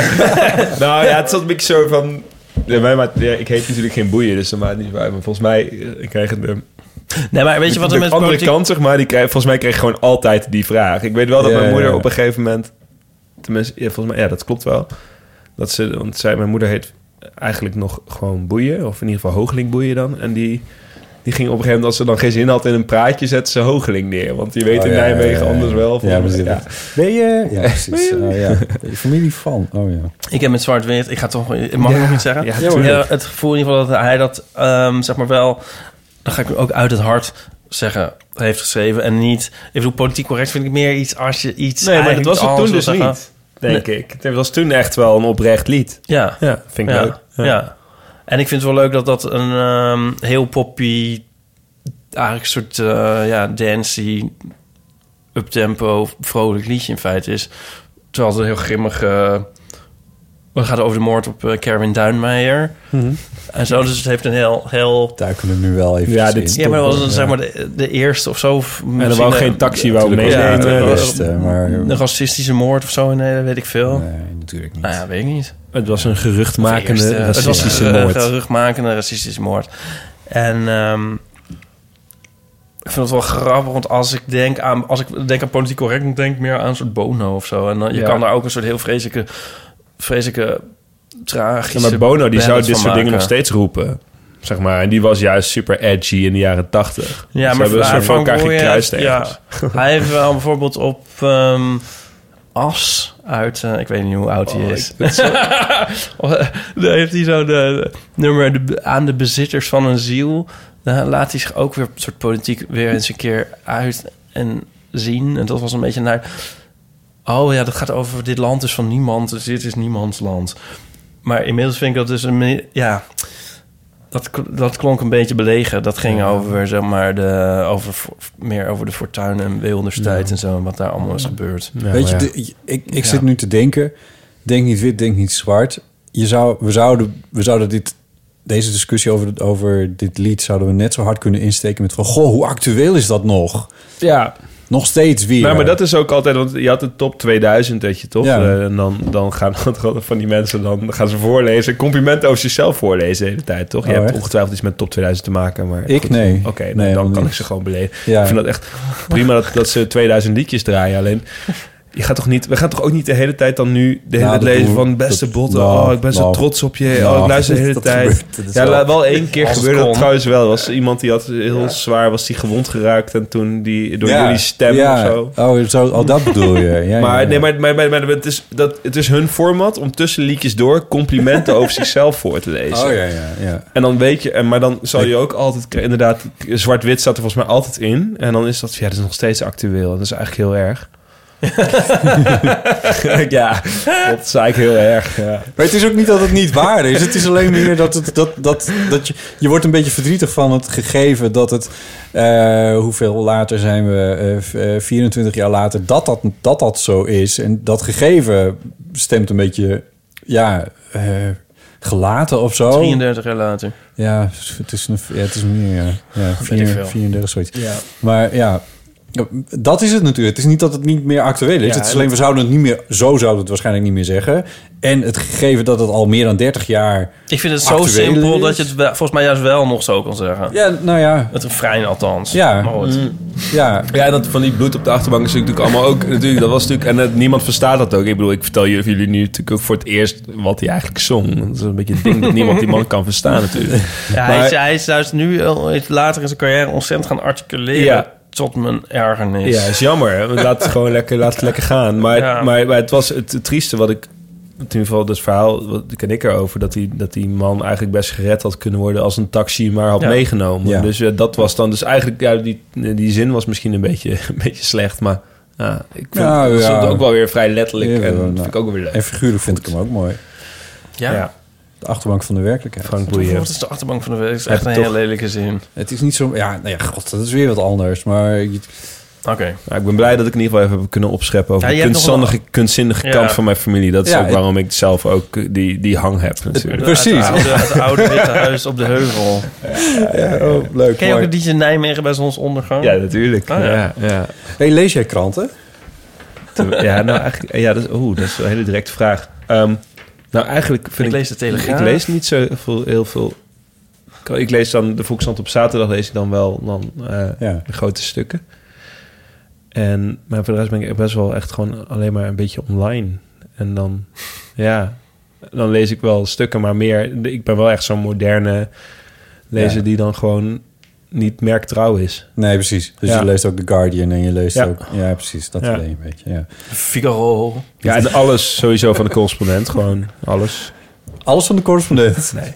Nou ja, het is een beetje zo van... Ja, maar, maar, ja, ik heet natuurlijk geen Boeien, dus dat maakt niet waar. Maar volgens mij, ik krijg het... Nee, maar weet je wat er met de andere politiek... kant, zeg maar, die krijg, volgens mij kreeg ik gewoon altijd die vraag. Ik weet wel dat ja, mijn moeder ja, ja. op een gegeven moment... Tenminste, ja, volgens mij, ja, dat klopt wel. Dat ze, want zij, mijn moeder heet eigenlijk nog gewoon Boeien. Of in ieder geval Hoogeling Boeien dan. En die, die ging op een gegeven moment, als ze dan geen zin had in een praatje, zette ze Hoogeling neer. Want die weet oh, in ja, Nijmegen ja, ja, anders wel. Ja, precies. Ja. Ben je... Ja, precies. Oh, ja. Ben je familie van? Oh ja. Ik heb met zwart-wit... Ik ga toch... Mag ik ja, nog iets zeggen? Ja, ja, het gevoel in ieder geval dat hij dat, um, zeg maar wel... Dan ga ik ook uit het hart zeggen, heeft geschreven. En niet... Ik bedoel, politiek correct vind ik meer iets als je iets... Nee, maar dat was het toen dus zeggen. niet, denk nee. ik. Het was toen echt wel een oprecht lied. Ja. Ja, vind ik ja. leuk. Ja. ja. En ik vind het wel leuk dat dat een um, heel poppy... Eigenlijk een soort, uh, ja, dancey, uptempo, vrolijk liedje in feite is. Terwijl het een heel grimmig... Uh, het gaat over de moord op uh, Kerwin Duinmeijer. Mm-hmm. En zo, dus het heeft een heel... heel... Duiken er nu wel even ja, dit ja, maar dat was dan, zeg maar de, de eerste of zo. En er wou geen taxi wou meenemen. Ja, beste, maar... Een racistische moord of zo, nee, dat weet ik veel. Nee, natuurlijk niet. Nou ja, weet ik niet. Het was een geruchtmakende eerste, racistische het was een, moord. Een geruchtmakende racistische moord. En... Um, ik vind het wel grappig, want als ik denk aan... Als ik denk aan politiek correct, dan denk ik meer aan een soort Bono of zo. En dan, je ja. kan daar ook een soort heel vreselijke... vreselijke tragische... Ja, maar Bono, die zou dit soort dingen nog steeds roepen. Zeg maar. En die was juist super edgy in de jaren tachtig. Ja, dus maar we hebben van elkaar gekruist ja, hij heeft wel bijvoorbeeld op um, As uit... Uh, ik weet niet hoe oud hij oh, is. Daar heeft hij zo de, de nummer de, aan de bezitters van een ziel... Dan laat hij zich ook weer een soort politiek weer eens een keer uit en zien. En dat was een beetje naar... Oh ja, dat gaat over dit land is van niemand. Dus dit is niemands land. Maar inmiddels vind ik dat dus een... Ja, dat, dat klonk een beetje belegen. Dat ging ja. over, zeg maar, de, over, meer over de Fortuyn en Wilderstijd ja. en zo. En wat daar allemaal is gebeurd. Ja, Weet je, ja. de, ik, ik ja. zit nu te denken... Denk niet wit, denk niet zwart. Je zou, we, zouden, we zouden dit... Deze discussie over, over dit lied zouden we net zo hard kunnen insteken met van... Goh, hoe actueel is dat nog? Ja. Nog steeds weer. Maar, maar dat is ook altijd... Want je had de top tweeduizend, weet je toch? Ja. Uh, en dan, dan gaan van die mensen... Dan gaan ze voorlezen. Complimenten over zichzelf voorlezen de hele tijd, toch? Je oh, hebt echt? ongetwijfeld iets met top tweeduizend te maken. Maar ik? Goed. Nee. Oké, okay, nee, dan kan niet. ik ze gewoon beleven. Ja. Ik vind dat echt prima dat, dat ze tweeduizend liedjes draaien. Alleen... Je gaat toch niet, we gaan toch ook niet de hele tijd dan nu de hele Nou, tijd dat lezen doen- van beste dat- botten. nou, oh, ik ben zo nou, trots op je. nou, oh, ik luister de hele dat tijd. gebeurt, dat is ja, wel- wel één keer als het gebeurde dat kon. trouwens wel. Er was iemand die had heel Ja. zwaar, was die gewond geraakt en toen die door Ja, jullie stem ja. of zo. Oh, zo, oh, dat bedoel je. Ja, Maar, ja, ja. nee, maar, maar, maar, maar het, is, dat, het is hun format om tussen liedjes door complimenten over zichzelf voor te lezen. Oh ja, ja, ja. En dan weet je, en, maar dan zal je ook altijd, inderdaad, zwart-wit staat er volgens mij altijd in. En dan is dat, ja, dat is nog steeds actueel. Dat is eigenlijk heel erg. ja, dat is eigenlijk heel erg. Ja. Maar het is ook niet dat het niet waar is. Het is alleen meer dat, het, dat, dat, dat je... Je wordt een beetje verdrietig van het gegeven dat het... Uh, hoeveel later zijn we? Uh, vierentwintig jaar later. Dat dat, dat dat zo is. En dat gegeven stemt een beetje... Ja... Uh, gelaten of zo. drieëndertig jaar later. Ja, het is, een, ja, het is meer... Ja, ja vier, vierendertig, zoiets. Ja. Maar ja... Dat is het natuurlijk. Het is niet dat het niet meer actueel is. Ja, het is alleen, we zouden het niet meer... Zo zouden we het waarschijnlijk niet meer zeggen. En het gegeven dat het al meer dan dertig jaar... Ik vind het zo simpel is. dat je het wel, volgens mij juist wel nog zo kan zeggen. Ja, nou ja. Het refrein althans. Ja. Maar goed. Mm. Ja. Ja, en dat van die bloed op de achterbank is natuurlijk allemaal ook... Natuurlijk, dat was natuurlijk... En het, niemand verstaat dat ook. Ik bedoel, ik vertel jullie nu natuurlijk ook voor het eerst wat hij eigenlijk zong. Dat is een beetje het ding dat niemand die man kan verstaan natuurlijk. Ja, maar, hij, is, hij is juist nu later in zijn carrière ontzettend gaan articuleren... Ja. Tot mijn ergernis. Ja, is jammer. Laat het gewoon lekker, laat het lekker gaan. Maar, Ja. maar, maar het was het, het trieste wat ik... In ieder geval dat verhaal, wat ken ik erover... Dat die, dat die man eigenlijk best gered had kunnen worden... als een taxi maar had Ja. meegenomen. Ja. Dus uh, dat was dan... Dus eigenlijk, ja, die, die zin was misschien een beetje, een beetje slecht. Maar ja, ik vind Nou, het ja. ook wel weer vrij letterlijk. Ja, en nou. dat vind ik ook weer leuk. En figuurlijk vind ik hem ook mooi. Ja? Ja. De achterbank van de werkelijkheid. Frank Wat Boeien. is de achterbank van de week? Dat is echt Ja, een toch. hele lelijke zin. Het is niet zo... Ja, nou ja, god, dat is weer wat anders. Maar... Je, Oké. Okay. Nou, ik ben blij dat ik in ieder geval even heb kunnen opscheppen... over Ja, de je hebt nog kunstzinnige, kunstzinnige Ja. kant van mijn familie. Dat is Ja, ook het- waarom ik zelf ook die, die hang heb natuurlijk. Precies. Het oude, het oude witte huis op de heuvel. ja, oh, leuk. Ken je ook mooi. het liedje Nijmegen bij zonsondergang? Ja, natuurlijk. Oh, ja. ja, ja. Hey, lees jij kranten? Ja, nou eigenlijk... Ja, dat is, oeh, dat is een hele directe vraag. Um, nou, eigenlijk vind ik... Ik lees de Telegraaf. Ik lees niet zo veel, heel veel... Ik lees dan de Volkskrant op zaterdag, lees ik dan wel dan, uh, Ja. de grote stukken. En, maar voor de rest ben ik best wel echt gewoon alleen maar een beetje online. En dan, ja, dan lees ik wel stukken, maar meer... Ik ben wel echt zo'n moderne lezer Ja. die dan gewoon niet merktrouw is. Nee, precies. Dus Ja. je leest ook The Guardian en je leest Ja. ook... Ja, precies. Dat Ja. idee een beetje, ja. Figaro. Ja, en alles sowieso van de correspondent. Gewoon alles. Alles van de correspondent. Nee.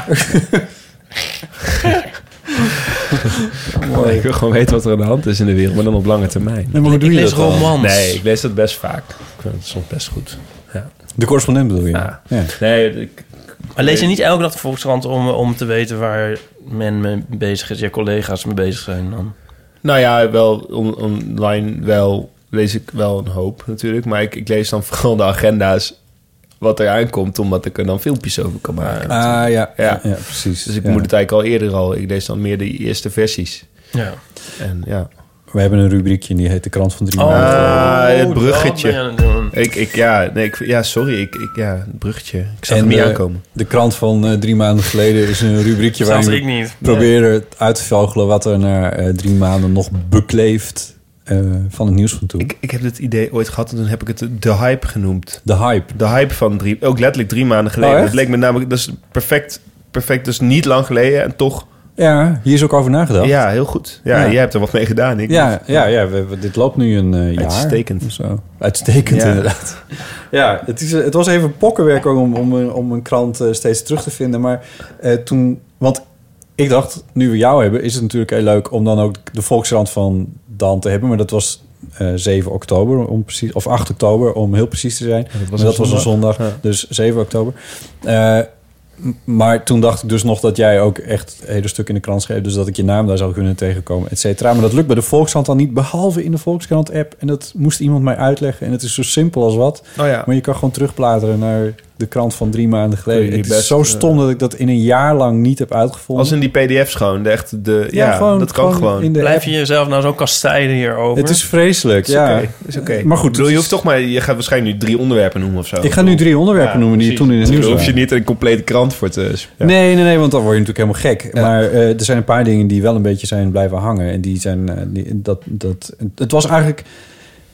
Mooi. Ik wil gewoon weten wat er aan de hand is in de wereld, maar dan op lange termijn. Nee, maar hoe doe Ik je lees dat dan? romans. Nee, ik lees dat best vaak. Ik vind het soms best goed. Ja. De correspondent bedoel je? Ja. Ja. Nee, ik, Maar lees je niet elke dag de Volkskrant om, om te weten waar men mee bezig is, je collega's mee bezig zijn dan? nou ja, wel on- online wel lees ik wel een hoop natuurlijk. Maar ik, ik lees dan vooral de agenda's wat er aankomt, omdat ik er dan filmpjes over kan maken. Ah, ja. Ja. Ja. ja, precies. Dus ik Ja. moet het eigenlijk al eerder al. Ik lees dan meer de eerste versies. Ja. En ja. We hebben een rubriekje en die heet de krant van drie Oh, maanden. Ah, het bruggetje. dat ben je aan het doen. Ik, ik, ja, nee, ik, ja, sorry. Ik, ik, ja, het bruggetje. Ik zag En hem niet de- aankomen. De krant van uh, drie maanden geleden is een rubriekje Zelfs waarin ik we niet. proberen uit te vogelen wat er na uh, drie maanden nog bekleeft uh, van het nieuws van toen. Ik, ik heb dit idee ooit gehad en toen heb ik het de hype genoemd. De hype. De hype van drie... Ook letterlijk drie maanden geleden. Oh, echt? dat leek me namelijk... Dat is perfect, perfect. Dus niet lang geleden en toch... Ja, hier is ook over nagedacht. Ja, heel goed. Ja, Ja. jij hebt er wat mee gedaan. Ik Ja, ja, ja we, we- dit loopt nu een uh, jaar. Uitstekend. Of zo. Uitstekend, Ja. inderdaad. Ja, het, is, uh, het was even pokkenwerk ook om, om, een- om een krant uh, steeds terug te vinden. Maar uh, toen... Want ik dacht, nu we jou hebben, is het natuurlijk heel leuk om dan ook de Volkskrant van Dan te hebben. Maar dat was uh, zeven oktober, om precies, of acht oktober, om heel precies te zijn. dat was Maar een dat was een zondag, Ja. dus zeven oktober. Uh, m- maar toen dacht ik dus nog dat jij ook echt een hele stuk in de krant schreef. Dus dat ik je naam daar zou kunnen tegenkomen, et cetera. Maar dat lukt bij de Volkskrant dan niet, behalve in de Volkskrant-app. En dat moest iemand mij uitleggen. En het is zo simpel als wat. Oh ja. Maar je kan gewoon terugbladeren naar de krant van drie maanden geleden. Kun je Het is best, zo eh, stom dat ik dat in een jaar lang niet heb uitgevonden. Als in die pdf's gewoon. De echt de, ja, gewoon- dat kan gewoon. in de Blijf app. je jezelf nou zo kastijden hierover? Het is vreselijk, Is ja. oké, is oké. Maar goed, Ik bedoel, het je is- hoeft toch maar... Je gaat waarschijnlijk nu drie onderwerpen noemen of zo. Ik ga nu drie onderwerpen Ja, noemen die je precies. toen in het Dus nieuws daar hoef je waren. niet een complete krant voor te... Ja. Nee, nee, nee, want dan word je natuurlijk helemaal gek. Ja. Maar eh, er zijn een paar dingen die wel een beetje zijn blijven hangen. En die zijn... eh, die, dat, dat, het was eigenlijk...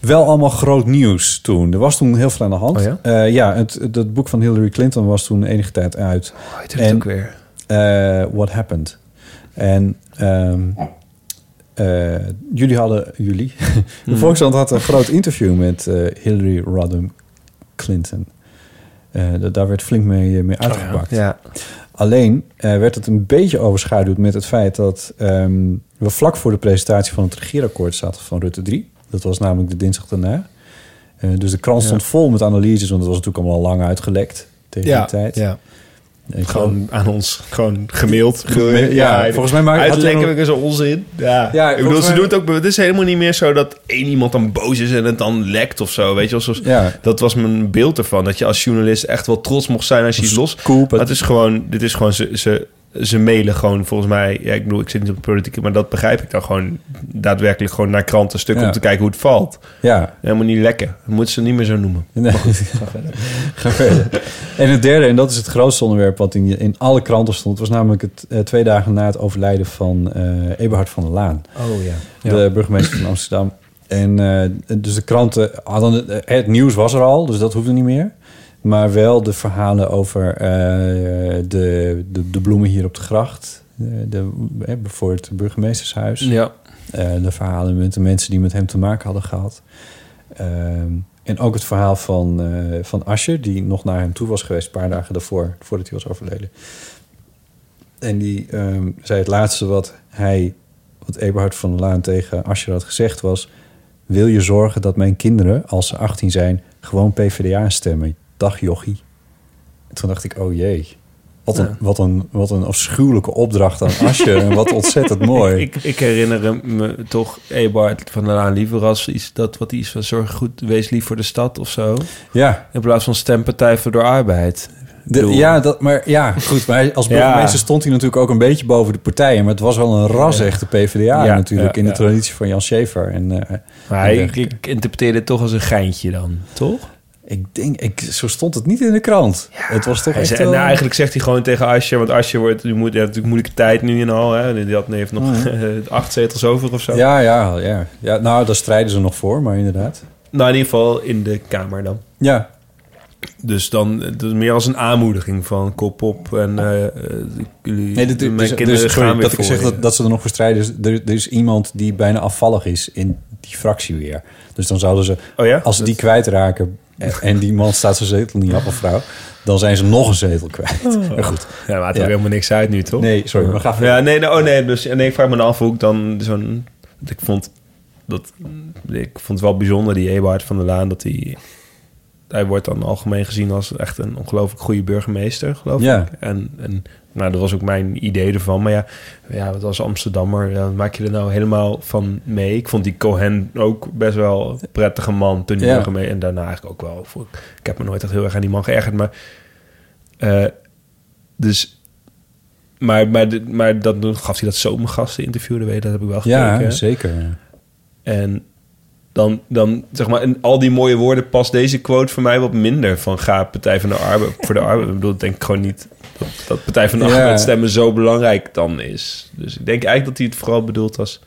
wel allemaal groot nieuws toen. Er was toen heel veel aan de hand. Oh ja? Uh, ja, het, het, het boek van Hillary Clinton was toen enige tijd uit. Oh, het heeft ook weer. Uh, What Happened. En um, uh, jullie hadden... Jullie? De Volkskrant had een groot interview met uh, Hillary Rodham Clinton. Uh, daar werd flink mee, mee uitgepakt. Oh ja. Ja. Alleen uh, werd het een beetje overschaduwd met het feit dat um, we vlak voor de presentatie van het regeerakkoord zaten van Rutte drie. Dat was namelijk de dinsdag daarna. Uh, dus de krant stond ja. vol met analyses, want het was natuurlijk allemaal lang uitgelekt tegen ja, die tijd. Ja. Ik gewoon aan ons, gewoon gemaild. Ja, ja, volgens mij maakt het lekker nog... zo'n onzin. Ja, ja ik bedoel, ze mij... doen het ook. Het is helemaal niet meer zo dat één iemand dan boos is en het dan lekt of zo. Weet je, zoals, ja. Dat was mijn beeld ervan. Dat je als journalist echt wel trots mocht zijn als je iets los. Cool, maar het is gewoon, dit is gewoon ze, ze, ze mailen gewoon volgens mij. Ja, ik bedoel, ik zit niet op de politiek, maar dat begrijp ik dan gewoon daadwerkelijk gewoon naar krantenstukken ja. om te kijken hoe het valt. Ja, helemaal niet lekker. Dat moeten ze niet meer zo noemen. Nee. Goed, ga verder. Ga verder. En het derde, en dat is het grootste onderwerp wat in, in alle kranten stond, was namelijk het uh, twee dagen na het overlijden van uh, Eberhard van der Laan. Oh ja. De ja. burgemeester van Amsterdam. En uh, dus de kranten hadden het, het nieuws was er al, dus dat hoefde niet meer. Maar wel de verhalen over uh, de, de, de bloemen hier op de gracht. De, de, de, voor het burgemeestershuis. Ja. Uh, de verhalen met de mensen die met hem te maken hadden gehad. Uh, en ook het verhaal van, uh, van Asscher, die nog naar hem toe was geweest een paar dagen daarvoor, voordat hij was overleden. En die um, zei het laatste wat hij, wat Eberhard van der Laan tegen Asscher had gezegd was: wil je zorgen dat mijn kinderen, als ze achttien zijn, gewoon P v d A stemmen? Dag jochie. En toen dacht ik, oh jee. Wat een, ja. wat een, wat een afschuwelijke opdracht aan Asscher. En wat ontzettend mooi. Ik, ik, ik herinner me toch Eberhard van der Laan liever als iets dat wat iets van zorg goed, wees lief voor de stad of zo. Ja. In plaats van stempartij voor de arbeid. De, ja, dat, maar ja, goed. Maar als burgemeester ja. stond hij natuurlijk ook een beetje boven de partijen. Maar het was wel een ras-echte P v d A ja, natuurlijk. Ja, in de ja. traditie van Jan Schäfer. En, uh, maar en ik, ik interpreteerde het toch als een geintje dan, toch? Ik denk, ik, zo stond het niet in de krant. Ja, het was toch echt... Zei, nou, eigenlijk zegt hij gewoon tegen Asscher, want Asscher wordt, die moet, ja, natuurlijk moeilijke tijd nu en al. Hè. Die had, die heeft nog mm. acht zetels over of zo. Ja, ja, ja, ja. Nou, daar strijden ze nog voor, maar inderdaad. Nou, in ieder geval in de Kamer dan. Ja. Dus dan dus meer als een aanmoediging van kop op en uh, jullie, nee, dit, mijn dus, kinderen dus, gaan sorry, weer dat voor. Ik zeg dat, dat ze er nog voor strijden. Er, er is iemand die bijna afvallig is in die fractie weer. Dus dan zouden ze, oh ja? als ze die kwijtraken en, en die man staat zijn zetel niet af of vrouw, dan zijn ze nog een zetel kwijt. Oh. Maar goed. Ja, maar het ja. er helemaal niks uit nu, toch? Nee, sorry, maar ga ja, nee, nee, oh nee, dus nee, ik vraag me af hoe ik dan zo'n... Ik vond dat ik vond het wel bijzonder die Eberhard van der Laan dat hij hij wordt dan algemeen gezien als echt een ongelooflijk goede burgemeester, geloof ja. ik. En, en nou, dat was ook mijn idee ervan. Maar ja, ja wat als Amsterdammer, ja, maak je er nou helemaal van mee? Ik vond die Cohen ook best wel een prettige man toen hij ja. burgemeester. En daarna eigenlijk ook wel. Voor, ik heb me nooit echt heel erg aan die man geërgerd. Maar uh, dus... Maar, maar, maar dat gaf hij dat zomergasten interviewde, weet, dat heb ik wel gekeken. Ja, zeker. En dan, dan zeg maar, in al die mooie woorden past deze quote voor mij wat minder van ga Partij van de Arbeid voor de Arbeid. Ik bedoel, ik denk gewoon niet dat, dat Partij van de ja. Arbeid stemmen zo belangrijk dan is. Dus ik denk eigenlijk dat hij het vooral bedoelt als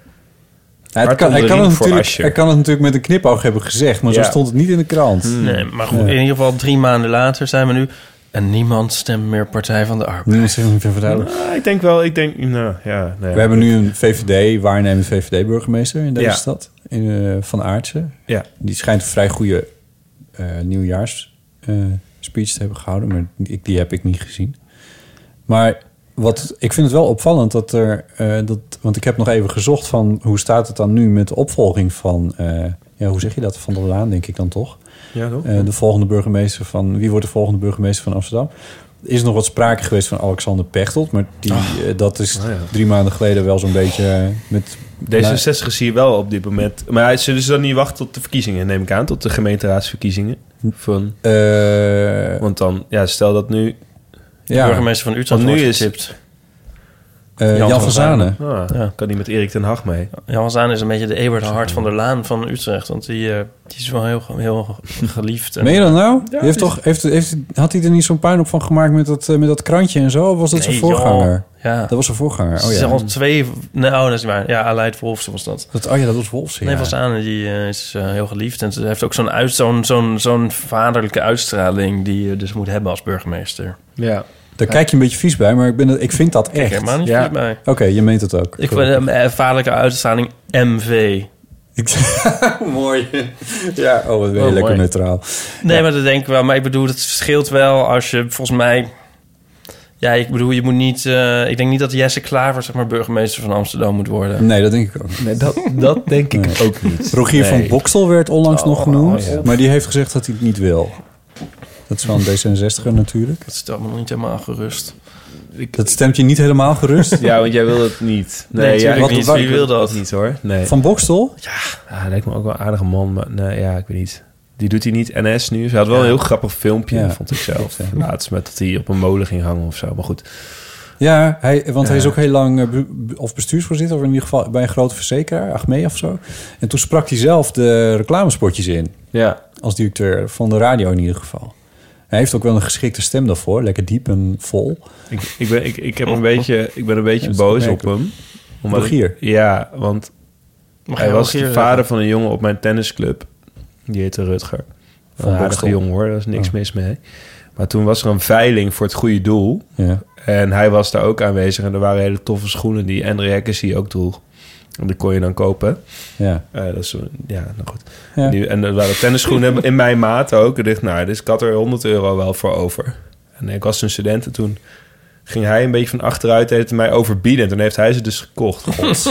ja, het kan, hij kan het natuurlijk, hij kan het natuurlijk met een knipoog hebben gezegd, maar ja. zo stond het niet in de krant. Hmm. Nee, maar goed, ja. in ieder geval drie maanden later zijn we nu en niemand stemt meer Partij van de Arbeid. Niemand stemt meer Partij van de Arbeid. Nou, ik denk wel, ik denk, nou ja. Nee, we hebben nu een V V D, waarnemend V V D-burgemeester in deze ja. stad, in, uh, Van Aartsen. Ja. Die schijnt een vrij goede uh, nieuwjaars uh, speech te hebben gehouden, maar die, die heb ik niet gezien. Maar wat, ik vind het wel opvallend dat er, uh, dat, want ik heb nog even gezocht van hoe staat het dan nu met de opvolging van, uh, ja, hoe zeg je dat, Van der Laan, denk ik dan toch? Ja, toch? Uh, de volgende burgemeester van... Wie wordt de volgende burgemeester van Amsterdam? Er is nog wat sprake geweest van Alexander Pechtold, maar die, oh. uh, dat is oh, ja. drie maanden geleden wel zo'n beetje uh, met... D zesenzestig zie je wel op dit moment. Maar zullen ze dan niet wachten tot de verkiezingen, neem ik aan, tot de gemeenteraadsverkiezingen? Van, uh, want dan, ja, stel dat nu... De ja, burgemeester van Utrecht nu wordt is getipt. Uh, Jan, Jan van Zanen. Ah, ja. Kan die met Erik ten Hag mee? Jan van Zanen is een beetje de Eberhard Hart van der Laan van Utrecht. Want die, uh, die is wel heel, heel geliefd. En, meen je dat nou? Ja, heeft toch, heeft, heeft, had hij er niet zo'n puinhoop van gemaakt met dat, uh, met dat krantje en zo? Of was dat nee, zijn voorganger? Ja. Dat was zijn voorganger. Oh, er ja. zijn al twee... Nee, oh, dat is waar. Ja, Aleid Wolfs was dat. dat. Oh ja, dat was Wolfs, ja. Nee, Van Zanen die uh, is uh, heel geliefd. En ze heeft ook zo'n, uit, zo'n, zo'n, zo'n vaderlijke uitstraling... die je dus moet hebben als burgemeester. Ja. Daar kijk je een beetje vies bij, maar ik, ben, ik vind dat echt. Kijk helemaal niet ja. vies bij. Oké, okay, je meent het ook. Ik vind uh, vaderlijke uitstraling M V. Mooi. Ja, oh, wat ben je oh, lekker mooi. Neutraal. Nee, ja. maar dat denk ik wel. Maar ik bedoel, het verschilt wel als je volgens mij... Ja, ik bedoel, je moet niet... Uh, ik denk niet dat Jesse Klaver, zeg maar, burgemeester van Amsterdam moet worden. Nee, dat denk ik ook niet. Nee, dat, dat denk ik nee. ook niet. Rogier nee. van Bokstel werd onlangs oh, nog genoemd. Oh, ja. Maar die heeft gezegd dat hij het niet wil. Dat is wel een D zesenzestiger natuurlijk. Dat stelt me nog niet helemaal gerust. Ik, dat stemt je niet helemaal gerust? Ja, want jij wil het niet. Nee, nee ja, ik niet. Wie wil dat niet, hoor? Nee. Van Bokstel? Ja, ja, lijkt me ook wel een aardige man. Maar nee, ja, ik weet niet. Die doet hij niet N S nu. Ze had wel ja. een heel grappig filmpje, ja. vond ik zelf. Ja. Laatst met dat hij op een molen ging hangen of zo. Maar goed. Ja, hij, want ja. hij is ook heel lang uh, be- of bestuursvoorzitter... of in ieder geval bij een grote verzekeraar, Achmea of zo. En toen sprak hij zelf de reclamespotjes in. Ja. Als directeur van de radio in ieder geval. Hij heeft ook wel een geschikte stem daarvoor. Lekker diep en vol. Ik, ik, ben, ik, ik, heb een beetje, ik ben een beetje ja, boos op hem. Omdat Rogier? Ik, ja, want Mag hij was de vader zeggen? van een jongen op mijn tennisclub. Die heette Rutger. Van een aardige jongen hoor, daar is niks oh. mis mee. Maar toen was er een veiling voor het goede doel. Ja. En hij was daar ook aanwezig. En er waren hele toffe schoenen die Andre Agassi ook droeg. En die kon je dan kopen. Ja. Uh, dat is, ja, nou goed. Ja. Die, en er waren tennisschoenen in mijn maat ook. Ik dacht, nou, dus ik had er honderd euro wel voor over. En ik was een student en toen ging hij een beetje van achteruit heeft mij overbieden. En toen heeft hij ze dus gekocht.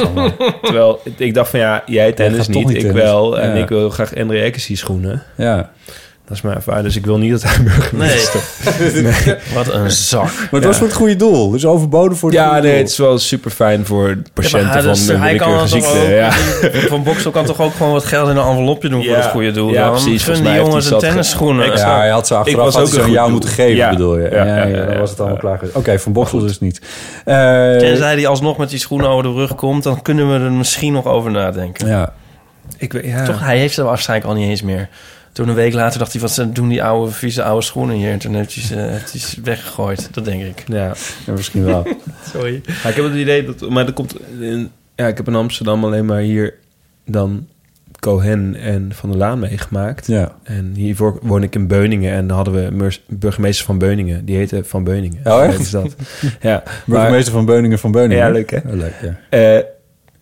Terwijl ik dacht van, ja, jij tennis niet, niet, ik tennis. wel. En ja. ik wil graag Andre Agassi schoenen. Ja. Dat is mijn ervaring. Dus ik wil niet dat hij burgemeester... Nee. nee. Wat een zak. Maar het ja. was voor het goede doel. Dus overboden voor het ja, goede nee, doel. het is wel super fijn voor patiënten ja, dus van een willekeurige ziekte. Ook, ja. Van Bokstel kan toch ook gewoon wat geld in een envelopje doen ja. voor het goede doel. Ja, dan precies. Gun die jongens een tennisschoenen. Ja, ja, hij had ze achteraf had ze aan jou moeten geven, ja. bedoel je. Ja, ja, ja, ja, ja, dan was het allemaal ja. klaar. Oké, okay, Van Bokstel dus niet. Uh, Tenzij hij alsnog met die schoenen over de rug komt, dan kunnen we er misschien nog over nadenken. Ja. Ik weet, ja. Toch, hij heeft ze waarschijnlijk al niet eens meer. Toen een week later dacht hij, wat doen die oude, vieze oude schoenen hier? En toen heeft hij ze, heeft hij ze weggegooid. Dat denk ik. Ja, ja misschien wel. Sorry. Ja, ik heb het idee dat... Maar er komt... In, ja, ik heb in Amsterdam alleen maar hier dan Cohen en Van der Laan meegemaakt. Ja. En hiervoor woon ik in Beuningen. En dan hadden we een burgemeester van Beuningen. Die heette Van Beuningen. Oh, echt? Is dat. Ja. Burgemeester van Beuningen van Beuningen. Ja, leuk hè? Oh, leuk, ja. Uh,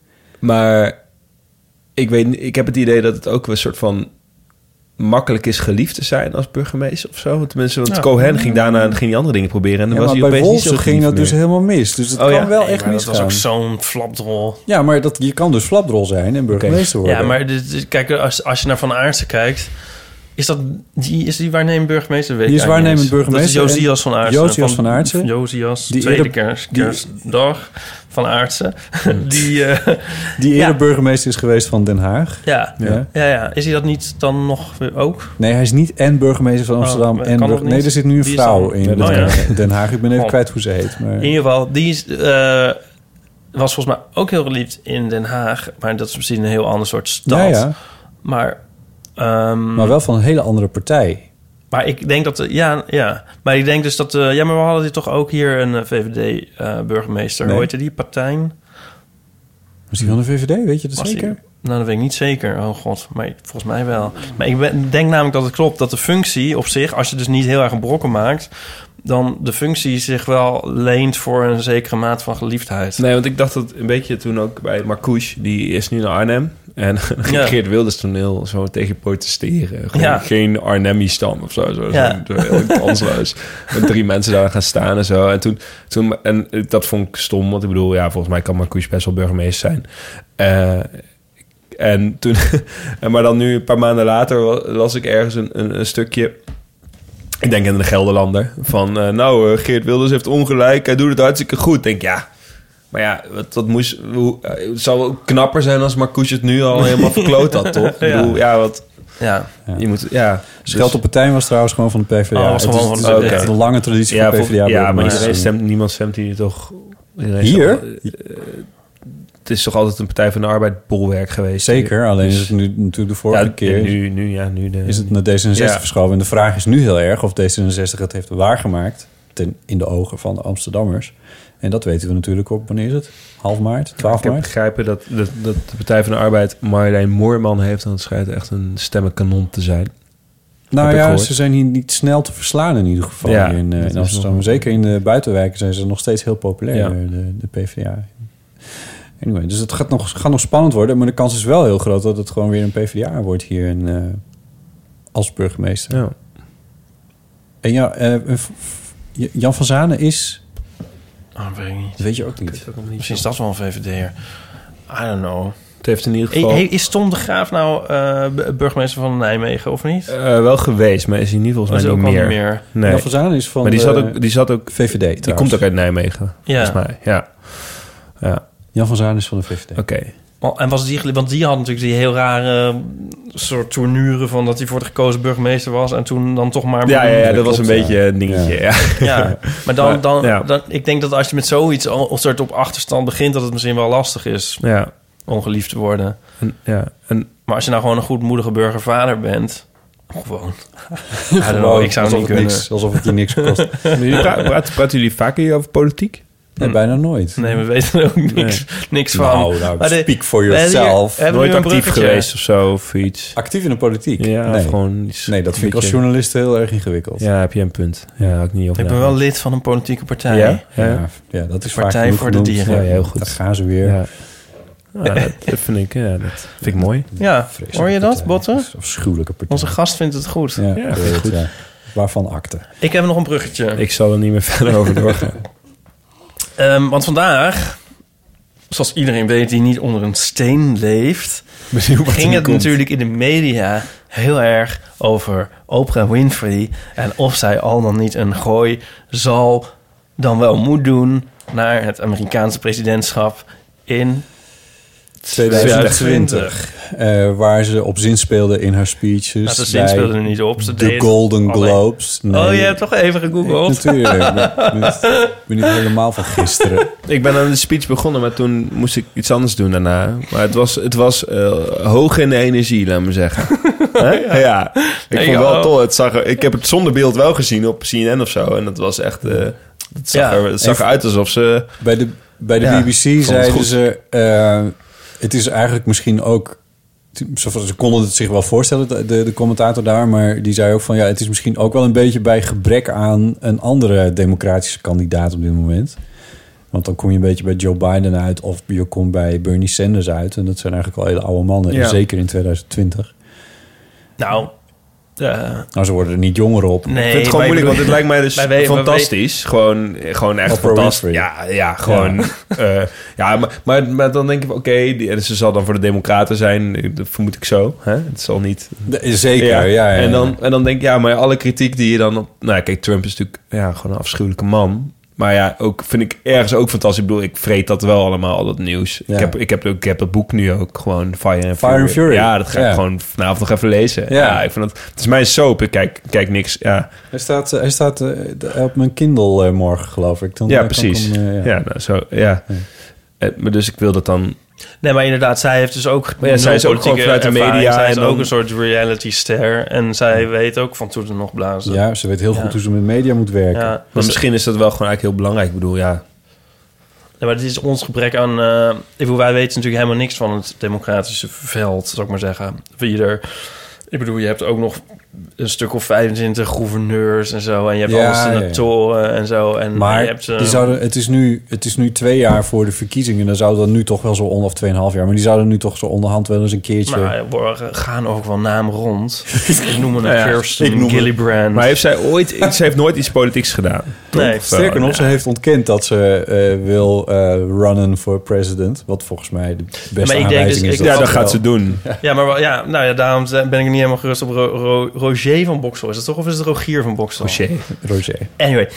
maar ik weet ik heb het idee dat het ook een soort van makkelijk is geliefd te zijn als burgemeester of zo. Tenminste, want ja. Cohen ging daarna ging die andere dingen proberen. En dan ja, was hij bij opeens Wolfsen niet zo ging dat meer. dus helemaal mis. Dus het oh, kan ja? wel nee, echt misgaan. Dat was ook zo'n flapdrol. Ja, maar dat, je kan dus flapdrol zijn en burgemeester okay. worden. Ja, maar dit, kijk, als, als je naar Van Aartsen kijkt... Is dat die, is die waarnemend burgemeester? Weet die is waarnemend burgemeester. Dat is Josias van Aartsen. Josias van Aartsen. Josias, die tweede eerder, kerst, kerstdag van Aartsen. die uh, die eerder ja. burgemeester is geweest van Den Haag. Ja. Ja. ja, ja. Is hij dat niet dan nog ook? Nee, hij is niet en burgemeester van Amsterdam. Oh, en burge- nee, er zit nu een die vrouw in oh, ja. Den Haag. Ik ben even oh. kwijt hoe ze heet. Maar... In ieder geval, die is... Uh, was volgens mij ook heel geliefd in Den Haag. Maar dat is misschien een heel ander soort stad. Ja, ja. Maar... Um, maar wel van een hele andere partij. Maar ik denk dat... Ja, ja. Maar ik denk dus dat... Uh, ja, maar we hadden hier toch ook hier een uh, V V D-burgemeester. Uh, nee. Hoe heette die? Partijn? Was die van de V V D? Weet je dat Was zeker? Die? Nou, dat weet ik niet zeker. Oh god, maar volgens mij wel. Maar ik ben, denk namelijk dat het klopt. Dat de functie op zich... Als je dus niet heel erg een brokken maakt... dan de functie zich wel leent voor een zekere maat van geliefdheid. Nee, want ik dacht dat een beetje toen ook bij Marcouch... die is nu naar Arnhem... en ja. Geert Wilders toen heel zo tegen protesteren. Gewoon ja. geen Arnhemie-stam of zo. zo ja. zo heel kansloos. Met drie mensen daar gaan staan en zo. En, toen, toen, en dat vond ik stom, want ik bedoel... ja, volgens mij kan Marcouch best wel burgemeester zijn... Uh, En toen, maar dan nu een paar maanden later las ik ergens een, een, een stukje, ik denk in de Gelderlander, van uh, nou, uh, Geert Wilders heeft ongelijk, hij doet het hartstikke goed. Ik denk, ja, maar ja, wat, wat moest, hoe, uh, het zou wel knapper zijn als Marcouch het nu al helemaal verkloot had, toch? Ja. Ik bedoel, ja, wat... Ja. Je moet, ja. Scheld op Partij was trouwens gewoon van de PvdA. Oh, was het gewoon is, van het is okay. een lange traditie ja, van de PvdA. Ja, maar iedereen stemt, niemand stemt hier toch Iedereen Hier? Al, uh, het is toch altijd een Partij van de Arbeid bolwerk geweest. Zeker, hier. alleen dus, is het nu natuurlijk de vorige ja, keer... Nu, nu, ja, nu de, is het naar D zesenzestig ja. verschoven. En de vraag is nu heel erg of D zesenzestig het heeft waargemaakt... Ten, in de ogen van de Amsterdammers. En dat weten we natuurlijk op, wanneer is het? Half maart? twaalf Ik heb maart? begrepen dat, dat, dat de Partij van de Arbeid Marjolein Moorman heeft... en het schijnt echt een stemmenkanon te zijn. Nou Heb ik ja, gehoord. ze zijn hier niet snel te verslaan in ieder geval. Ja, in, uh, dat in is Amsterdam. nog- Zeker in de buitenwijken zijn ze nog steeds heel populair, Ja. de, de P v d A. Anyway, dus het gaat nog, gaat nog spannend worden. Maar de kans is wel heel groot dat het gewoon weer een P v d A wordt hier in, uh, als burgemeester. Ja. En ja, uh, f- f- Jan van Zanen is... Oh, dat weet ik niet. Dat weet je ook niet. Misschien is dat wel een V V D'er. I don't know. Het heeft in ieder Hey, geval... hey, is Tom de Graaf nou uh, b- burgemeester van Nijmegen of niet? Uh, wel geweest, maar is hij niet volgens Dat mij is niet ook al meer. niet meer. Nee. Jan van Zanen is van maar die zat de ook, die zat ook V V D trouwens. die komt ook uit Nijmegen, Ja. volgens mij. Ja. Ja. Jan van Zanen is van de V V D. Oké. Okay. En was die, want die had natuurlijk die heel rare soort tournure van dat hij voor de gekozen burgemeester was en toen dan toch maar... Ja, ja, ja, dat, dat was klopt, een ja. beetje een dingetje. Ja, ja. ja. maar dan, dan, ja. dan, ik denk dat als je met zoiets al een soort op achterstand begint, dat het misschien wel lastig is ja. ongeliefd te worden. En, ja. En, maar als je nou gewoon een goedmoedige burgervader bent, gewoon. I don't know, Gewoon, ik zou het alsof niet het kunnen. niks, alsof het je niks kost. praten, praten, praten jullie vaker hier over politiek? Nee, bijna nooit. Nee, we weten er ook niks, nee. niks van. Nou, nou Maar de- speak for we hebben yourself. hier- hebben Nooit we nu een actief bruggetje? geweest of zo, of iets. Actief in de politiek? Ja, nee. of gewoon iets, nee, dat vind ik als beetje- journalist heel erg ingewikkeld. Ja, heb je een punt. Ja, had ik niet over Ik ben wel lid van een politieke partij. Ja? Ja, ja, ja dat is Partij vaak genoeg voor de genoemd. Dieren. Ja, heel goed. Daar gaan ze weer. Ja. Ja, dat, dat vind ik, ja, dat vind ik mooi. Ja, hoor je dat, Botte? Dat is een afschuwelijke partij. Onze gast vindt het goed. Ja, Ja, dat vind ik weet, goed. ja. Waarvan akte. Ik heb nog een bruggetje. Ik zal er niet meer verder over doorgaan. Um, want vandaag, zoals iedereen weet die niet onder een steen leeft, ging het komt. natuurlijk in de media heel erg over Oprah Winfrey en of zij al dan niet een gooi zal dan wel moet doen naar het Amerikaanse presidentschap in tweeduizend twintig. Uh, waar ze op zin speelde in haar speeches. Nou, de zin speelde er niet op. Ze de deed Golden alleen. Globes. Nee. Oh, je hebt toch even gegoogeld? Natuurlijk. Ik ben, ben, ben niet helemaal van gisteren. Ik ben aan de speech begonnen, maar toen moest ik iets anders doen daarna. Maar het was, het was uh, hoog in de energie, laat me zeggen. ja. ja, ik vond wel tof. Het zag er, ik heb het zonder beeld wel gezien op C N N of zo. En dat was echt... Uh, het zag, ja. er, het zag eruit alsof ze... Bij de, bij de ja, B B C zeiden ze... Uh, het is eigenlijk misschien ook... Ze konden het zich wel voorstellen, de, de commentator daar... maar die zei ook van... ja, het is misschien ook wel een beetje bij gebrek aan... een andere democratische kandidaat op dit moment. Want dan kom je een beetje bij Joe Biden uit... of je komt bij Bernie Sanders uit. En dat zijn eigenlijk wel hele oude mannen. Ja. Zeker in tweeduizend twintig. Nou... Uh, nou, ze worden er niet jonger op. Nee, ik vind het gewoon moeilijk, want het lijkt mij dus wij, fantastisch. Wij, gewoon, gewoon echt Oprah fantastisch. Ja, ja, gewoon... Ja, uh, ja maar, maar, maar dan denk ik... Oké, okay, ze zal dan voor de Democraten zijn. Dat vermoed ik zo. Hè? Het zal niet... De, zeker, ja. ja, ja en, dan, en dan denk ik... Ja, maar alle kritiek die je dan... op... Nou, kijk, Trump is natuurlijk ja, gewoon een afschuwelijke man. Maar ja, ook vind ik ergens ook fantastisch. Ik bedoel, ik vreet dat wel allemaal, al dat nieuws. Ja. Ik, heb, ik, heb, ik heb dat boek nu ook gewoon, Fire and Fury. Fire and Fury. Ja, dat ga ik ja. gewoon vanavond nog even lezen. Ja, ja ik vind dat, het is mijn soap. Ik kijk, kijk niks, ja. Hij staat, hij staat uh, op mijn Kindle uh, morgen, geloof ik. Dan, ja, precies. Hem, uh, ja, ja nou, zo, ja. ja. Uh, maar dus ik wil dat dan... Nee, maar inderdaad, zij heeft dus ook... Maar ja, zij is ook gewoon vanuit de media. Zij is en dan... ook een soort reality ster. En zij ja. weet ook van toeten nog blazen. Ja, ze weet heel goed ja. hoe ze met media moet werken. Ja. Maar dus misschien is dat wel gewoon eigenlijk heel belangrijk. Ik bedoel, ja... Nee, maar het is ons gebrek aan... Uh, ik bedoel, wij weten natuurlijk helemaal niks van het democratische veld, zou ik maar zeggen. Wie er... Ik bedoel, je hebt ook nog een stuk of vijfentwintig gouverneurs en zo. En je hebt ja, alle senatoren ja, ja. en zo. En maar je hebt, uh, die zouden, het, is nu, het is nu twee jaar voor de verkiezingen. Dan zouden dat nu toch wel zo on of tweeënhalf jaar. Maar die zouden nu toch zo onderhand wel eens een keertje... Maar er gaan ook wel namen rond. Ik noem me ja, Kirsten Gillibrand. Maar heeft zij ooit... Ze heeft nooit iets politieks gedaan. Nee. Sterker nog, ja. ze heeft ontkend dat ze uh, wil uh, runnen voor president. Wat volgens mij de beste ja, aanwijzing dus, is. Ik, dat ja, dat gaat wel. Ze doen. Ja, ja maar ja, nou ja, daarom ben ik niet helemaal gerust op Ro- Ro- Roger van Boksel. Is het toch? Of is het Rogier van Boksel? Roger. Roger. Anyway.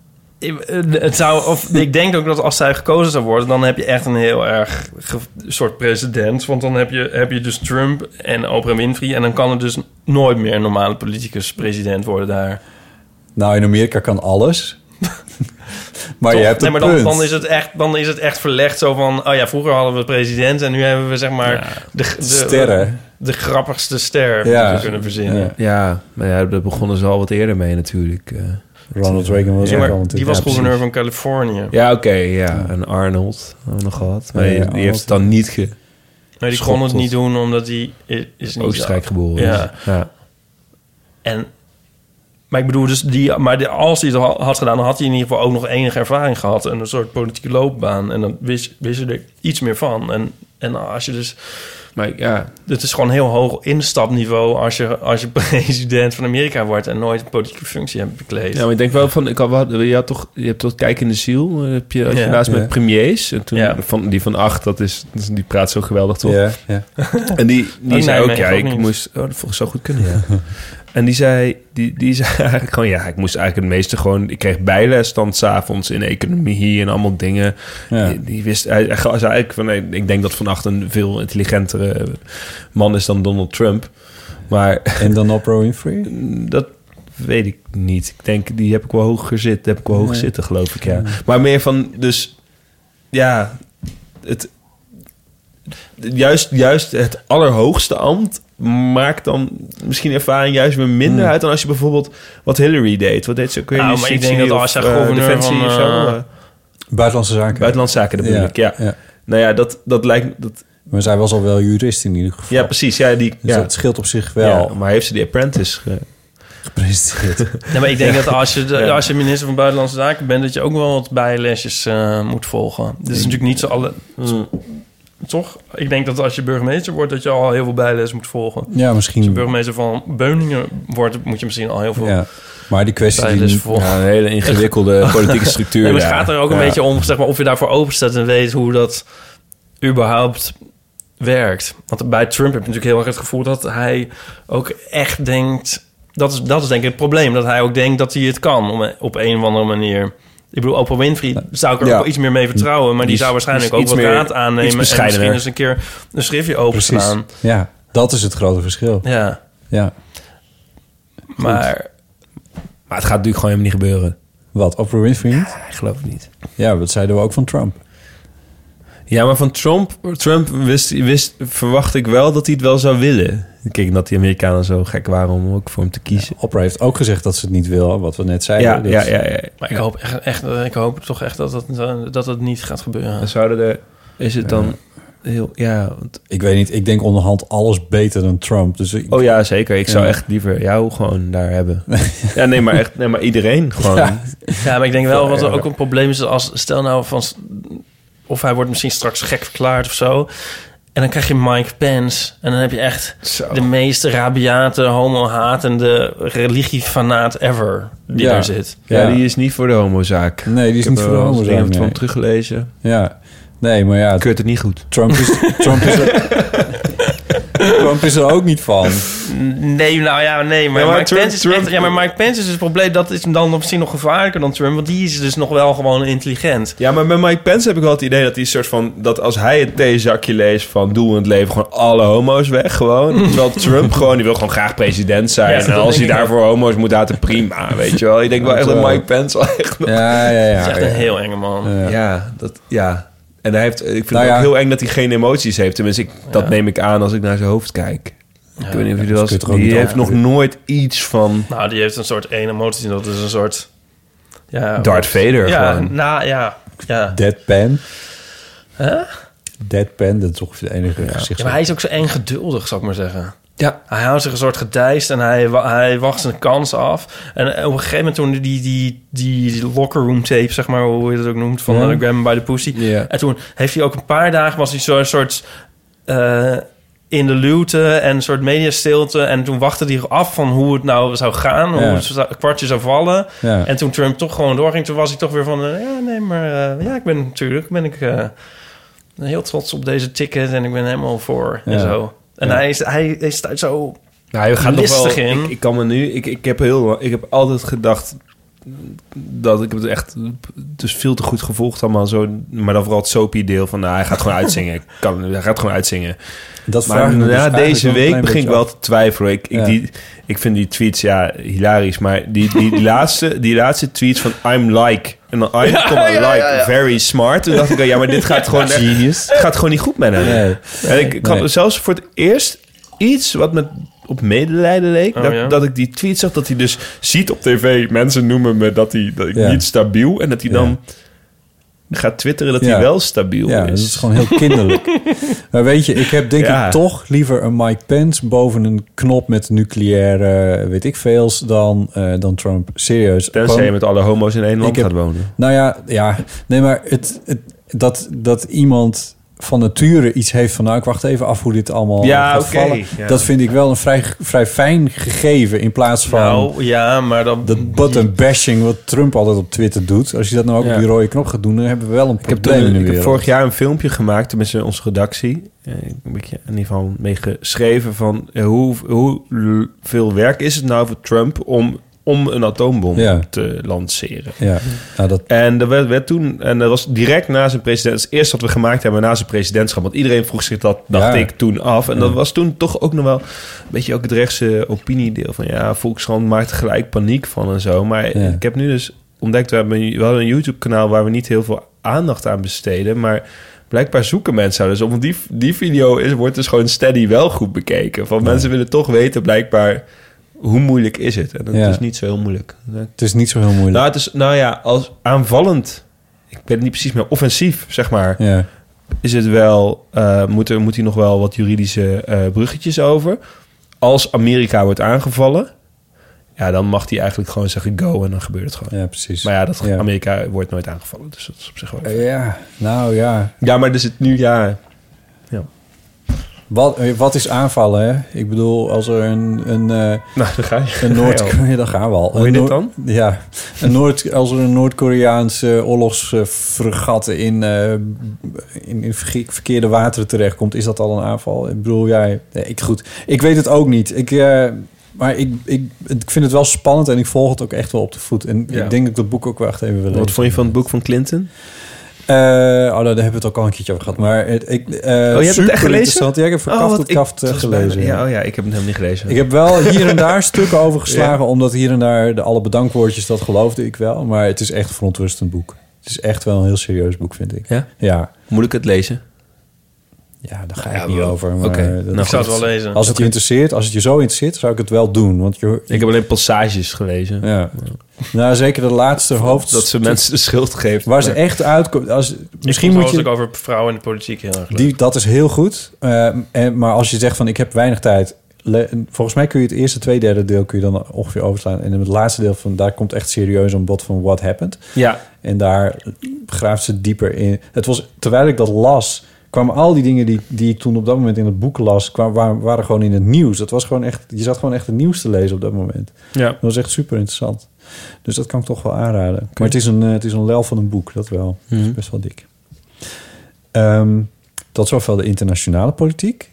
Het zou, of, ik denk ook dat als zij gekozen zou worden... dan heb je echt een heel erg ge, soort president. Want dan heb je, heb je dus Trump en Oprah Winfrey... en dan kan er dus nooit meer een normale politicus president worden daar. Nou, in Amerika kan alles. Maar je hebt nee, een maar dan, punt. dan, is het echt, dan is het echt verlegd zo van... Oh ja, vroeger hadden we president en nu hebben we zeg maar... Ja. De, de, Sterren. De, de grappigste ster Ja. die we kunnen verzinnen. Ja. Ja, maar ja, daar begonnen ze al wat eerder mee natuurlijk. Uh, Ronald Reagan was Ja, ook maar al natuurlijk. die was Ja, gouverneur precies. van Californië. Ja, oké, okay, ja. En Arnold hebben we nog gehad. Maar Ja, die, ja, die Arnold. heeft het dan niet ge... Nee, die Schopt kon het tot- niet doen omdat hij is, is niet... Oostenrijk geboren Ja. is. Ja. En, maar ik bedoel, dus die, maar die, als hij het ha- had gedaan... dan had hij in ieder geval ook nog enige ervaring gehad... en een soort politieke loopbaan. En dan wist, wist je er iets meer van. En, en als je dus... Maar ja, Het is gewoon heel hoog instapniveau... als je, als je president van Amerika wordt... en nooit een politieke functie hebt bekleed. ja, maar ik denk wel van... Ik had, wat- je, had toch, je hebt toch Kijk in de Ziel? Heb je, had je Ja. laatst Ja. met premiers. En toen Ja. van, die van acht, dat is, die praat zo geweldig toch? Ja, ja. En die, die Oh, zei nee, ook, nee, ja, ook ik niet. moest... Oh, dat volgens zou goed kunnen, ja. En die zei, die, die zei eigenlijk gewoon... Ja, ik moest eigenlijk het meeste gewoon... Ik kreeg bijles dan 's avonds in economie en allemaal dingen. Ja. Die, die wist... Hij, hij zei eigenlijk van... Nee, ik denk dat Van Acht een veel intelligentere man is dan Donald Trump. Maar En dan Oprah Winfrey? dat weet ik niet. Ik denk, die heb ik wel hoger zitten. Heb ik wel hoog Nee. zitten, geloof ik, ja. Maar meer van, dus... Ja, het... Juist, juist het allerhoogste ambt maakt dan misschien ervaring juist weer minder Hmm. uit dan als je bijvoorbeeld wat Hillary deed. Wat deed ze ook weer? Nou, maar ik denk dat als je gouverneur Defensie van, of zo, uh, eh, Buitenlandse zaken. Buitenlandse zaken, dat bedoel ik, ja. ja. Nou ja, dat, dat lijkt... Dat, Maar zij was al wel jurist in ieder geval. ja, precies. Ja, die, Dus ja. dat scheelt op zich wel. Ja, maar heeft ze die Apprentice ge- gepresenteerd. Nee, maar ik denk dat als je, de, Ja. als je minister van Buitenlandse Zaken bent... dat je ook wel wat bijlesjes uh, moet volgen. Dit is natuurlijk niet zo alle... Mm. Toch? Ik denk dat als je burgemeester wordt... dat je al heel veel bijles moet volgen. Ja, Als misschien. je burgemeester van Beuningen wordt... moet je misschien al heel veel Ja. Maar die kwestie die bijles niet- volgen. Ja, een hele ingewikkelde politieke structuur. Nee, maar het daar. gaat er ook een Ja. beetje om... Zeg maar, of je daarvoor open staat en weet hoe dat überhaupt werkt. Want bij Trump heb je natuurlijk heel erg het gevoel... dat hij ook echt denkt... Dat is, dat is denk ik het probleem. Dat hij ook denkt dat hij het kan om, op een of andere manier. Ik bedoel, Oprah Winfrey zou ik er Ja. ook wel iets meer mee vertrouwen. Maar die, Die is- zou waarschijnlijk die ook is wat iets meer- raad iets aannemen... en misschien bescheidener. eens een keer een schriftje Precies. openslaan. Ja, dat is het grote verschil. Ja, Ja. maar... Maar het gaat natuurlijk gewoon helemaal niet gebeuren. Wat, Oprah Winfrey niet? Ik geloof het niet. Ja, dat zeiden we ook van Trump. Ja, maar van Trump, Trump wist, wist, verwacht ik wel dat hij het wel zou willen. Kijk, dat die Amerikanen zo gek waren om ook voor hem te kiezen. Oprah heeft ook gezegd dat ze het niet wil, wat we net zeiden. Ja, Dus- ja, ja, ja. Maar ik hoop, echt, echt, ik hoop toch echt dat het, dat het niet gaat gebeuren. Dan zouden er... Is het dan heel... Ja, want, Ik weet niet, ik denk onderhand alles beter dan Trump. Dus ik, oh ja, zeker. Ik zou Ja. echt liever jou gewoon daar hebben. Ja, nee, maar echt... Nee, maar iedereen gewoon. Ja. Ja, maar ik denk wel wat er Ja. ook een probleem is... als stel nou van... of hij wordt misschien straks gek verklaard of zo... en dan krijg je Mike Pence... en dan heb je echt Zo. de meest rabiate, homo-hatende... religiefanaat ever die Ja. daar zit. Ja, Ja. die is niet voor de homozaak. Nee, die is Ik niet heb voor de wel eens homozaak, dingen van nee. hem teruggelezen. Ja, nee, maar ja, Ik keurt het niet goed. Trump is, Trump is, er, Trump is er ook niet van. Nee, nou ja, nee. Maar, Ja, maar Mike Trump- Pence is Trump- echt... Ja, maar Mike Pence is dus het probleem... dat is dan misschien nog gevaarlijker dan Trump... want die is dus nog wel gewoon intelligent. Ja, maar bij Mike Pence heb ik wel het idee dat hij een soort van... dat als hij het theezakje leest van doel in het leven... gewoon alle homo's weg gewoon. Terwijl Trump gewoon... die wil gewoon graag president zijn. Ja, en dat als hij denk ik daarvoor homo's moet laten, prima. Weet je wel. Ik denk wel echt dat wel. Mike Pence wel echt... nog- Ja, ja, ja. Dat is echt ja. een heel enge man. Ja. Ja, dat... Ja. En hij heeft... Ik vind Nou het ja. ook heel eng dat hij geen emoties heeft. Tenminste, ik, dat Ja. neem ik aan als ik naar zijn hoofd kijk. Ik weet niet of jullie dat dat... kun je toch ook Die niet heeft nog over- nooit iets van... Nou, die heeft een soort één emotie... en dat is een soort... Ja, Darth Vader ja, gewoon. nou ja. Ja. Deadpan. Huh? Deadpan, dat is ongeveer de enige gezicht. Ja, maar hij is ook zo eng geduldig, zou ik maar zeggen. Ja. Hij houdt zich een soort gedijst en hij, wa- hij wacht zijn kans af. En op een gegeven moment toen die, die, die, die locker room tape, zeg maar, hoe je dat ook noemt, van Ja. uh, Grab 'em by the Pussy. Ja. En toen heeft hij ook een paar dagen, was hij zo'n soort uh, in de luwte en een soort mediastilte. En toen wachtte hij af van hoe het nou zou gaan, hoe Ja. het zou- kwartje zou vallen. Ja. En toen Trump toch gewoon doorging, toen was hij toch weer van, uh, ja, nee, maar uh, ja, ik ben natuurlijk, ben ik uh, heel trots op deze ticket en ik ben helemaal voor en Ja. zo. En Ja. hij, is, hij is daar zo Nou, hij gaat nog wel... listig in. Ik, ik kan me nu... Ik, ik, heb heel, ik heb altijd gedacht dat ik het echt dus veel te goed gevolgd allemaal zo, maar dan vooral het soapy deel van, nou, hij gaat gewoon uitzingen. Kan, hij gaat gewoon uitzingen. Dat maar me dus ja, deze week begin ik wel af. te twijfelen. Ik, ik, Ja. die, ik vind die tweets, ja, hilarisch. Maar die, die, die, laatste, die laatste tweets van I'm like... En dan I'm, Ja, comma, ja, ja, like, ja. very smart. Toen dacht ik, ja, maar dit gaat gewoon... echt- Genius. Het gaat gewoon niet goed met hem. Nee. En ik, ik had Nee. zelfs voor het eerst iets wat me op medelijden leek. Oh, dat, ja? dat ik die tweet zag, dat hij dus ziet op tv... Mensen noemen me dat, hij, dat ik Ja. niet stabiel... En dat hij Ja. dan gaat twitteren dat Ja. hij wel stabiel Ja, is. dat is gewoon heel kinderlijk. Maar weet je, ik heb denk Ja. ik toch liever een Mike Pence boven een knop met nucleaire, weet ik veels, dan, eh, dan Trump. Serieus. Tenzij Gewoon- je met alle homo's in één land heb- gaat wonen. Nou ja, ja. Nee, maar het, het, dat, dat iemand van nature iets heeft van... nou, ik wacht even af hoe dit allemaal Ja, gaat oké, vallen. ja. Dat vind ik wel een vrij, vrij fijn gegeven... in plaats van Nou, ja, maar dan... dat button bashing... wat Trump altijd op Twitter doet. Als je dat nou ook Ja. op die rode knop gaat doen... dan hebben we wel een Ik heb, probleem toen, in de ik heb wereld. vorig jaar een filmpje gemaakt, tenminste onze redactie. Eh, Een beetje in ieder geval mee geschreven van eh, hoe, hoe l- veel werk is het nou voor Trump om, om een atoombom Ja. te lanceren. Ja, nou dat... En dat werd, werd toen, en dat was direct na zijn president. Dat is het eerste wat we gemaakt hebben na zijn presidentschap. Want iedereen vroeg zich dat, dacht Ja. ik, toen af. En Ja. dat was toen toch ook nog wel een beetje ook het rechtse opiniedeel van ja, Volkskrant maakt er gelijk paniek van en zo. Maar Ja. ik heb nu dus ontdekt, we hebben een- wel een YouTube-kanaal waar we niet heel veel aandacht aan besteden, maar blijkbaar zoeken mensen dus op. Want die, die video is, wordt dus gewoon steady wel goed bekeken. Van mensen willen toch weten blijkbaar hoe moeilijk is het. En dat Ja. is niet zo heel moeilijk. Het is niet zo heel moeilijk. Nou, het is, nou ja, als aanvallend, ik weet het niet precies meer, offensief, zeg maar, ja. is het wel, uh, moet, er, moet hier nog wel wat juridische uh, bruggetjes over. Als Amerika wordt aangevallen, ja, dan mag hij eigenlijk gewoon zeggen go en dan gebeurt het gewoon. Ja, precies. Maar ja, dat Ja. Amerika wordt nooit aangevallen, dus dat is op zich wel. Eh, ja, nou ja. Ja, maar dus het nu, ja, ja. Wat, eh, wat is aanvallen, hè? Ik bedoel, als er een... een uh, Nou, dan ga je. Een Noord... Ja, Ja, daar gaan we al. Hoor je Een dit Noord- dan? Ja. Een Noord, als er een Noord-Koreaanse oorlogsfregat in, uh, in, in verge- verkeerde wateren terechtkomt, is dat al een aanval? Ik bedoel, ja, nee, ik, goed. Ik weet het ook niet. Ik... Uh, Maar ik, ik, ik vind het wel spannend en ik volg het ook echt wel op de voet. En Ja. ik denk dat ik dat boek ook wel echt even wil lezen. Wat vond je van het boek van Clinton? Uh, oh, daar hebben we het ook al een keertje over gehad. Maar het, ik, uh, Oh, je hebt het super echt gelezen? interessant. Ja, ik heb van Oh, kaft wat tot ik- kaft uh, het was gelezen. bijna- ja, oh ja, ik heb het helemaal niet gelezen. Ik heb wel hier en daar stukken over geslagen, omdat hier en daar de alle bedankwoordjes, dat geloofde ik wel. Maar het is echt een verontrustend boek. Het is echt wel een heel serieus boek, vind ik. Ja? Ja. Moet ik het lezen? Ja, daar ga ik Ja, niet wel. over. Maar Oké. dat- Nou, Ik zou het wel lezen. Als het je interesseert, als het je zo interesseert, zou ik het wel doen. Want je, Ik heb alleen passages gelezen. ja. Nou, zeker de laatste hoofd. Dat ze mensen de schuld geeft. Waar ze echt uitkomt. Als, misschien moet je. ook over vrouwen in de politiek heel erg leuk. Die, dat is heel goed. Uh, en, maar als je zegt van ik heb weinig tijd. Le, volgens mij kun je het eerste, twee derde deel kun je dan ongeveer overslaan. En in het laatste deel van daar komt echt serieus een bod van what happened. Ja. En daar graaft ze dieper in. Het was, terwijl ik dat las, kwamen al die dingen die, die ik toen op dat moment in het boek las, kwamen, waren, waren gewoon in het nieuws. Dat was gewoon echt, je zat gewoon echt het nieuws te lezen op dat moment. Ja. Dat was echt super interessant. Dus dat kan ik toch wel aanraden. Okay. Maar het is een, uh, het is een lel van een boek, dat wel. Mm-hmm. Dat is best wel dik. Um, tot zover de internationale politiek.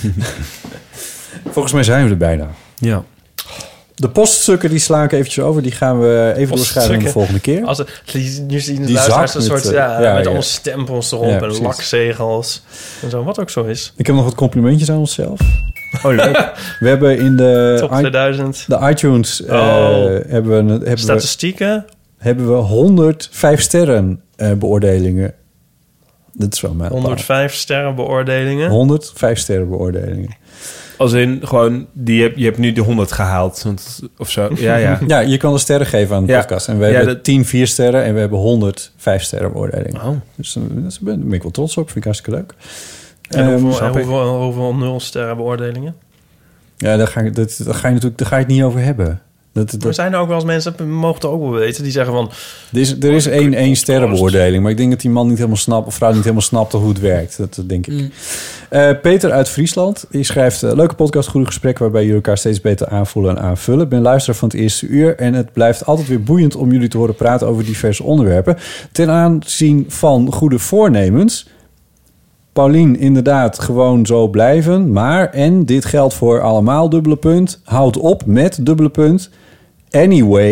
Volgens mij zijn we er bijna. Ja. De poststukken die sla ik eventjes over. Die gaan we even doorschrijven de volgende keer. Als het, nu zien de die luisteraars een met, soort... Uh, Ja, ja, met ja. allemaal stempels erop Ja, en lakzegels. En zo, wat ook zo is. Ik heb nog wat complimentjes aan onszelf. Oh, leuk. We hebben in de... Top tweeduizend. De iTunes... Uh, oh. hebben we, hebben Statistieken? We, hebben we honderd vijf sterren uh, beoordelingen. Dat is wel mijn honderdvijf sterren beoordelingen? honderd vijf sterren beoordelingen. Als in gewoon, die heb, je hebt nu de honderd gehaald. Want, of zo. Ja, ja. Ja, je kan een sterren geven aan de ja. podcast. En we ja, hebben dat... tien vier sterren en we hebben honderd vijf sterren beoordelingen. Oh. Dus uh, daar ben ik wel trots op. Vind ik hartstikke leuk. En um, hoeveel, en hoeveel, hoeveel nul sterren beoordelingen? Ja, daar ga, ik, dat, daar ga je natuurlijk daar ga je het niet over hebben. Dat, dat, er zijn er ook wel eens mensen, we mogen het ook wel weten, die zeggen van... Er is, er is één, één sterrenbeoordeling, maar ik denk dat die man niet helemaal snapt, of vrouw niet helemaal snapt hoe het werkt. Dat, dat denk ik. Mm. Uh, Peter uit Friesland, die schrijft... Uh, leuke podcast, goede gesprekken waarbij jullie elkaar steeds beter aanvoelen en aanvullen. Ik ben luisteraar van het eerste uur en het blijft altijd weer boeiend om jullie te horen praten over diverse onderwerpen. Ten aanzien van goede voornemens... Paulien, inderdaad, gewoon zo blijven. Maar, en dit geldt voor allemaal, dubbele punt. Houd op met, dubbele punt. Anyway,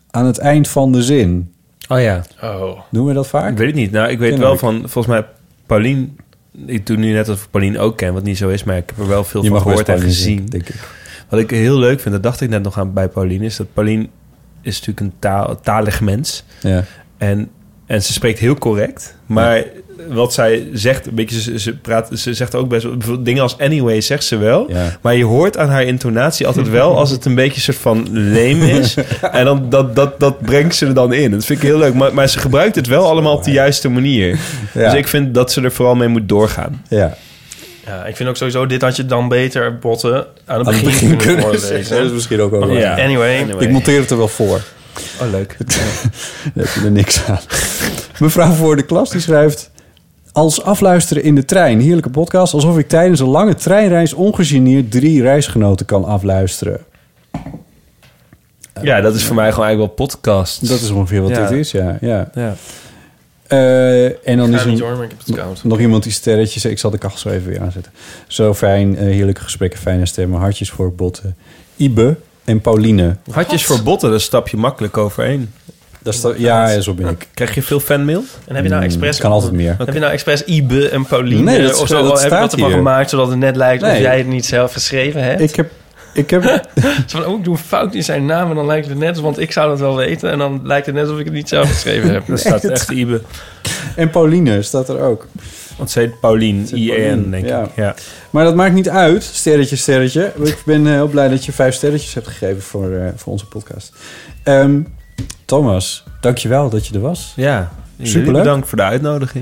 aan het eind van de zin. Oh ja. Oh. Doen we dat vaak? Ik weet het niet. Nou, ik weet Ken wel ik. van, volgens mij, Paulien... Ik doe nu net alsof ik Paulien ook ken, wat niet zo is, maar ik heb er wel veel Je van mag best gehoord en Paulien gezien. zeggen, denk ik. Wat ik heel leuk vind, dat dacht ik net nog aan bij Paulien, is dat Paulien is natuurlijk een taal, talig mens. Ja. En, en ze spreekt heel correct, maar... Ja. Wat zij zegt, een beetje, ze, ze, praat, ze zegt ook best wel... bijvoorbeeld dingen als anyway zegt ze wel. Ja. Maar je hoort aan haar intonatie altijd wel... als het een beetje een soort van leem is. En dan, dat, dat, dat brengt ze er dan in. Dat vind ik heel leuk. Maar, maar ze gebruikt het wel allemaal op de juiste manier. Ja. Dus ik vind dat ze er vooral mee moet doorgaan. Ja. Ja, ik vind ook sowieso... dit had je dan beter, Botten, aan het Aan begin, het begin kunnen kunnen voorlezen. Dat is misschien ook wel. Ja. Anyway. Anyway. Ik monteer het er wel voor. Oh, leuk. Daar heb je er niks aan. Mevrouw voor de klas die schrijft... Als afluisteren in de trein, heerlijke podcast... alsof ik tijdens een lange treinreis ongegeneerd drie reisgenoten kan afluisteren. Ja, dat is voor mij gewoon eigenlijk wel podcast. Dat is ongeveer wat Ja. dit is, ja. ja. Ja. Uh, en dan Ik is ga er niet hoor, maar ik heb het koud. nog iemand die sterretjes... Ik zal de kachel zo even weer aanzetten. Zo fijn, uh, heerlijke gesprekken, fijne stemmen. Hartjes voor Botten, Ibe en Pauline. Hartjes voor Botten, daar stap je makkelijk overheen. Dat is toch- ja, ja, zo ben ik. Krijg je veel fanmail? En heb je nou expres... Kan altijd meer. Heb je nou expres Ibe en Pauline... Nee, dat is- of zo, dat heb je staat dat ervan hier. gemaakt... zodat het net lijkt Nee. of jij het niet zelf geschreven hebt? Ik heb... Ik heb Zo van, oh, ik doe een fout in zijn naam... en dan lijkt het net, want ik zou dat wel weten... en dan lijkt het net alsof ik het niet zelf geschreven heb. Daar staat echt Ibe. en Pauline staat er ook. Want ze heet Paulien, I E N, denk ja. ik. Ja. Maar dat maakt niet uit, sterretje, sterretje. Ik ben uh, heel blij dat je vijf sterretjes hebt gegeven voor, uh, voor onze podcast. Um, Thomas, dankjewel dat je er was. Ja, superleuk. Bedankt voor de uitnodiging.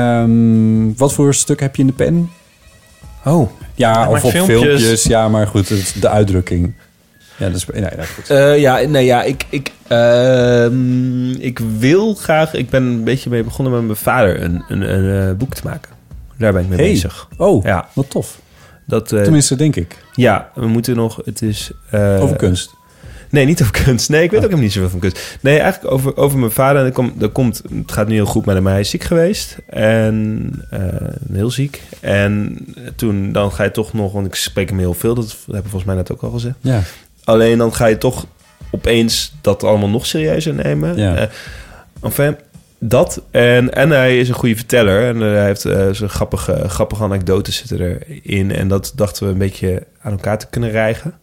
Um, wat voor stuk heb je in de pen? Oh. Ja, of op filmpjes. filmpjes. Ja, maar goed, het, de uitdrukking. Ja, dat is... Nee, dat is goed. Uh, ja, nee, ja, ik, ik, uh, ik wil graag... Ik ben een beetje mee begonnen met mijn vader een, een, een uh, boek te maken. Daar ben ik mee hey. bezig. Oh, ja. wat tof. Dat, uh, Tenminste, denk ik. Ja, we moeten nog... Het is... Uh, over kunst. Nee, niet over kunst. Nee, ik weet ook helemaal niet zoveel van kunst. Nee, eigenlijk over, over mijn vader. En er komt, er komt, het gaat nu heel goed met hem. Hij is ziek geweest. En uh, heel ziek. En toen dan ga je toch nog... Want ik spreek hem heel veel. Dat heb ik volgens mij net ook al gezegd. Ja. Alleen dan ga je toch opeens dat allemaal nog serieuzer nemen. Ja. Uh, enfin, dat. En, en hij is een goede verteller. En uh, hij heeft uh, zo'n grappige, grappige anekdotes zitten erin. En dat dachten we een beetje aan elkaar te kunnen rijgen.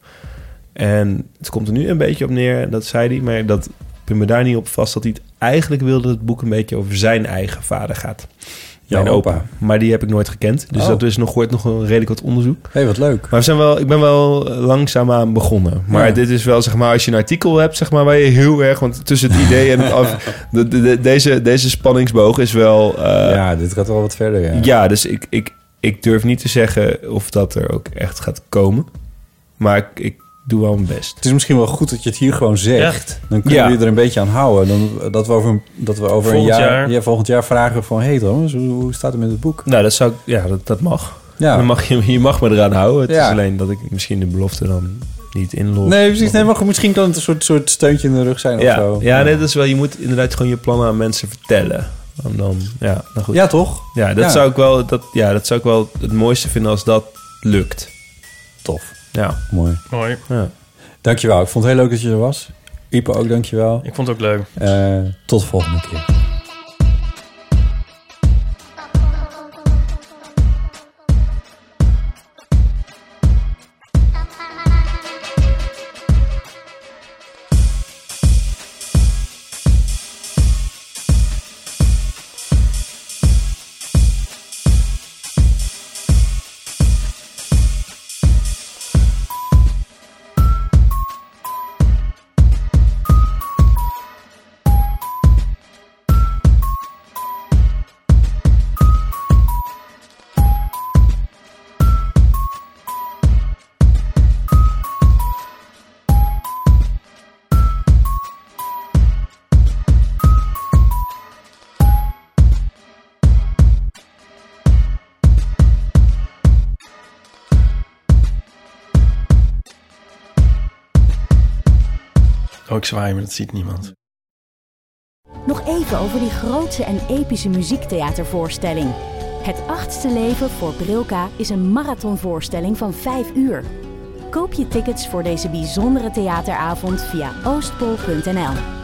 En het komt er nu een beetje op neer, dat zei hij, maar dat ik ben me daar niet op vast dat hij het eigenlijk wilde dat het boek een beetje over zijn eigen vader gaat. Mijn Jouw opa. opa. Maar die heb ik nooit gekend. Dus oh. dat is nog, wordt nog een redelijk wat onderzoek. Hé, hey, wat leuk. Maar we zijn wel, ik ben wel langzaamaan begonnen. Maar ja. dit is wel, zeg maar, als je een artikel hebt, zeg maar, waar je heel erg... Want tussen het idee en het af... De, de, de, deze, deze spanningsboog is wel... Uh, ja, dit gaat wel wat verder, ja. Ja, dus ik, ik, ik durf niet te zeggen of dat er ook echt gaat komen. Maar ik... ik doe wel mijn best. Het is misschien wel goed dat je het hier gewoon zegt. Ja. Dan kunnen ja. we er een beetje aan houden. Dan, dat we over, dat we over volgend een jaar, jaar. Ja, volgend jaar vragen van... Hé hey Thomas, hoe, hoe staat het met het boek? Nou, dat zou ja, dat, dat mag. Ja. Dan mag je, je mag me eraan houden. Het ja. is alleen dat ik misschien de belofte dan niet inlog. Nee, precies. Nee, maar misschien kan het een soort, soort steuntje in de rug zijn ja. of zo. Ja, nee, dat is wel... Je moet inderdaad gewoon je plannen aan mensen vertellen. En dan, ja, nou goed. Ja, toch? Ja, dat ja. zou ik wel... Dat, ja, dat zou ik wel het mooiste vinden als dat lukt. Tof. Ja. Mooi. Mooi. Ja. Dankjewel. Ik vond het heel leuk dat je er was. Ipe ook, dankjewel. Ik vond het ook leuk. Uh, tot de volgende keer. Oh, ik zwaai, maar dat ziet niemand. Nog even over die grootse en epische muziektheatervoorstelling. Het achtste leven voor Brilka is een marathonvoorstelling van vijf uur. Koop je tickets voor deze bijzondere theateravond via oostpol punt n l.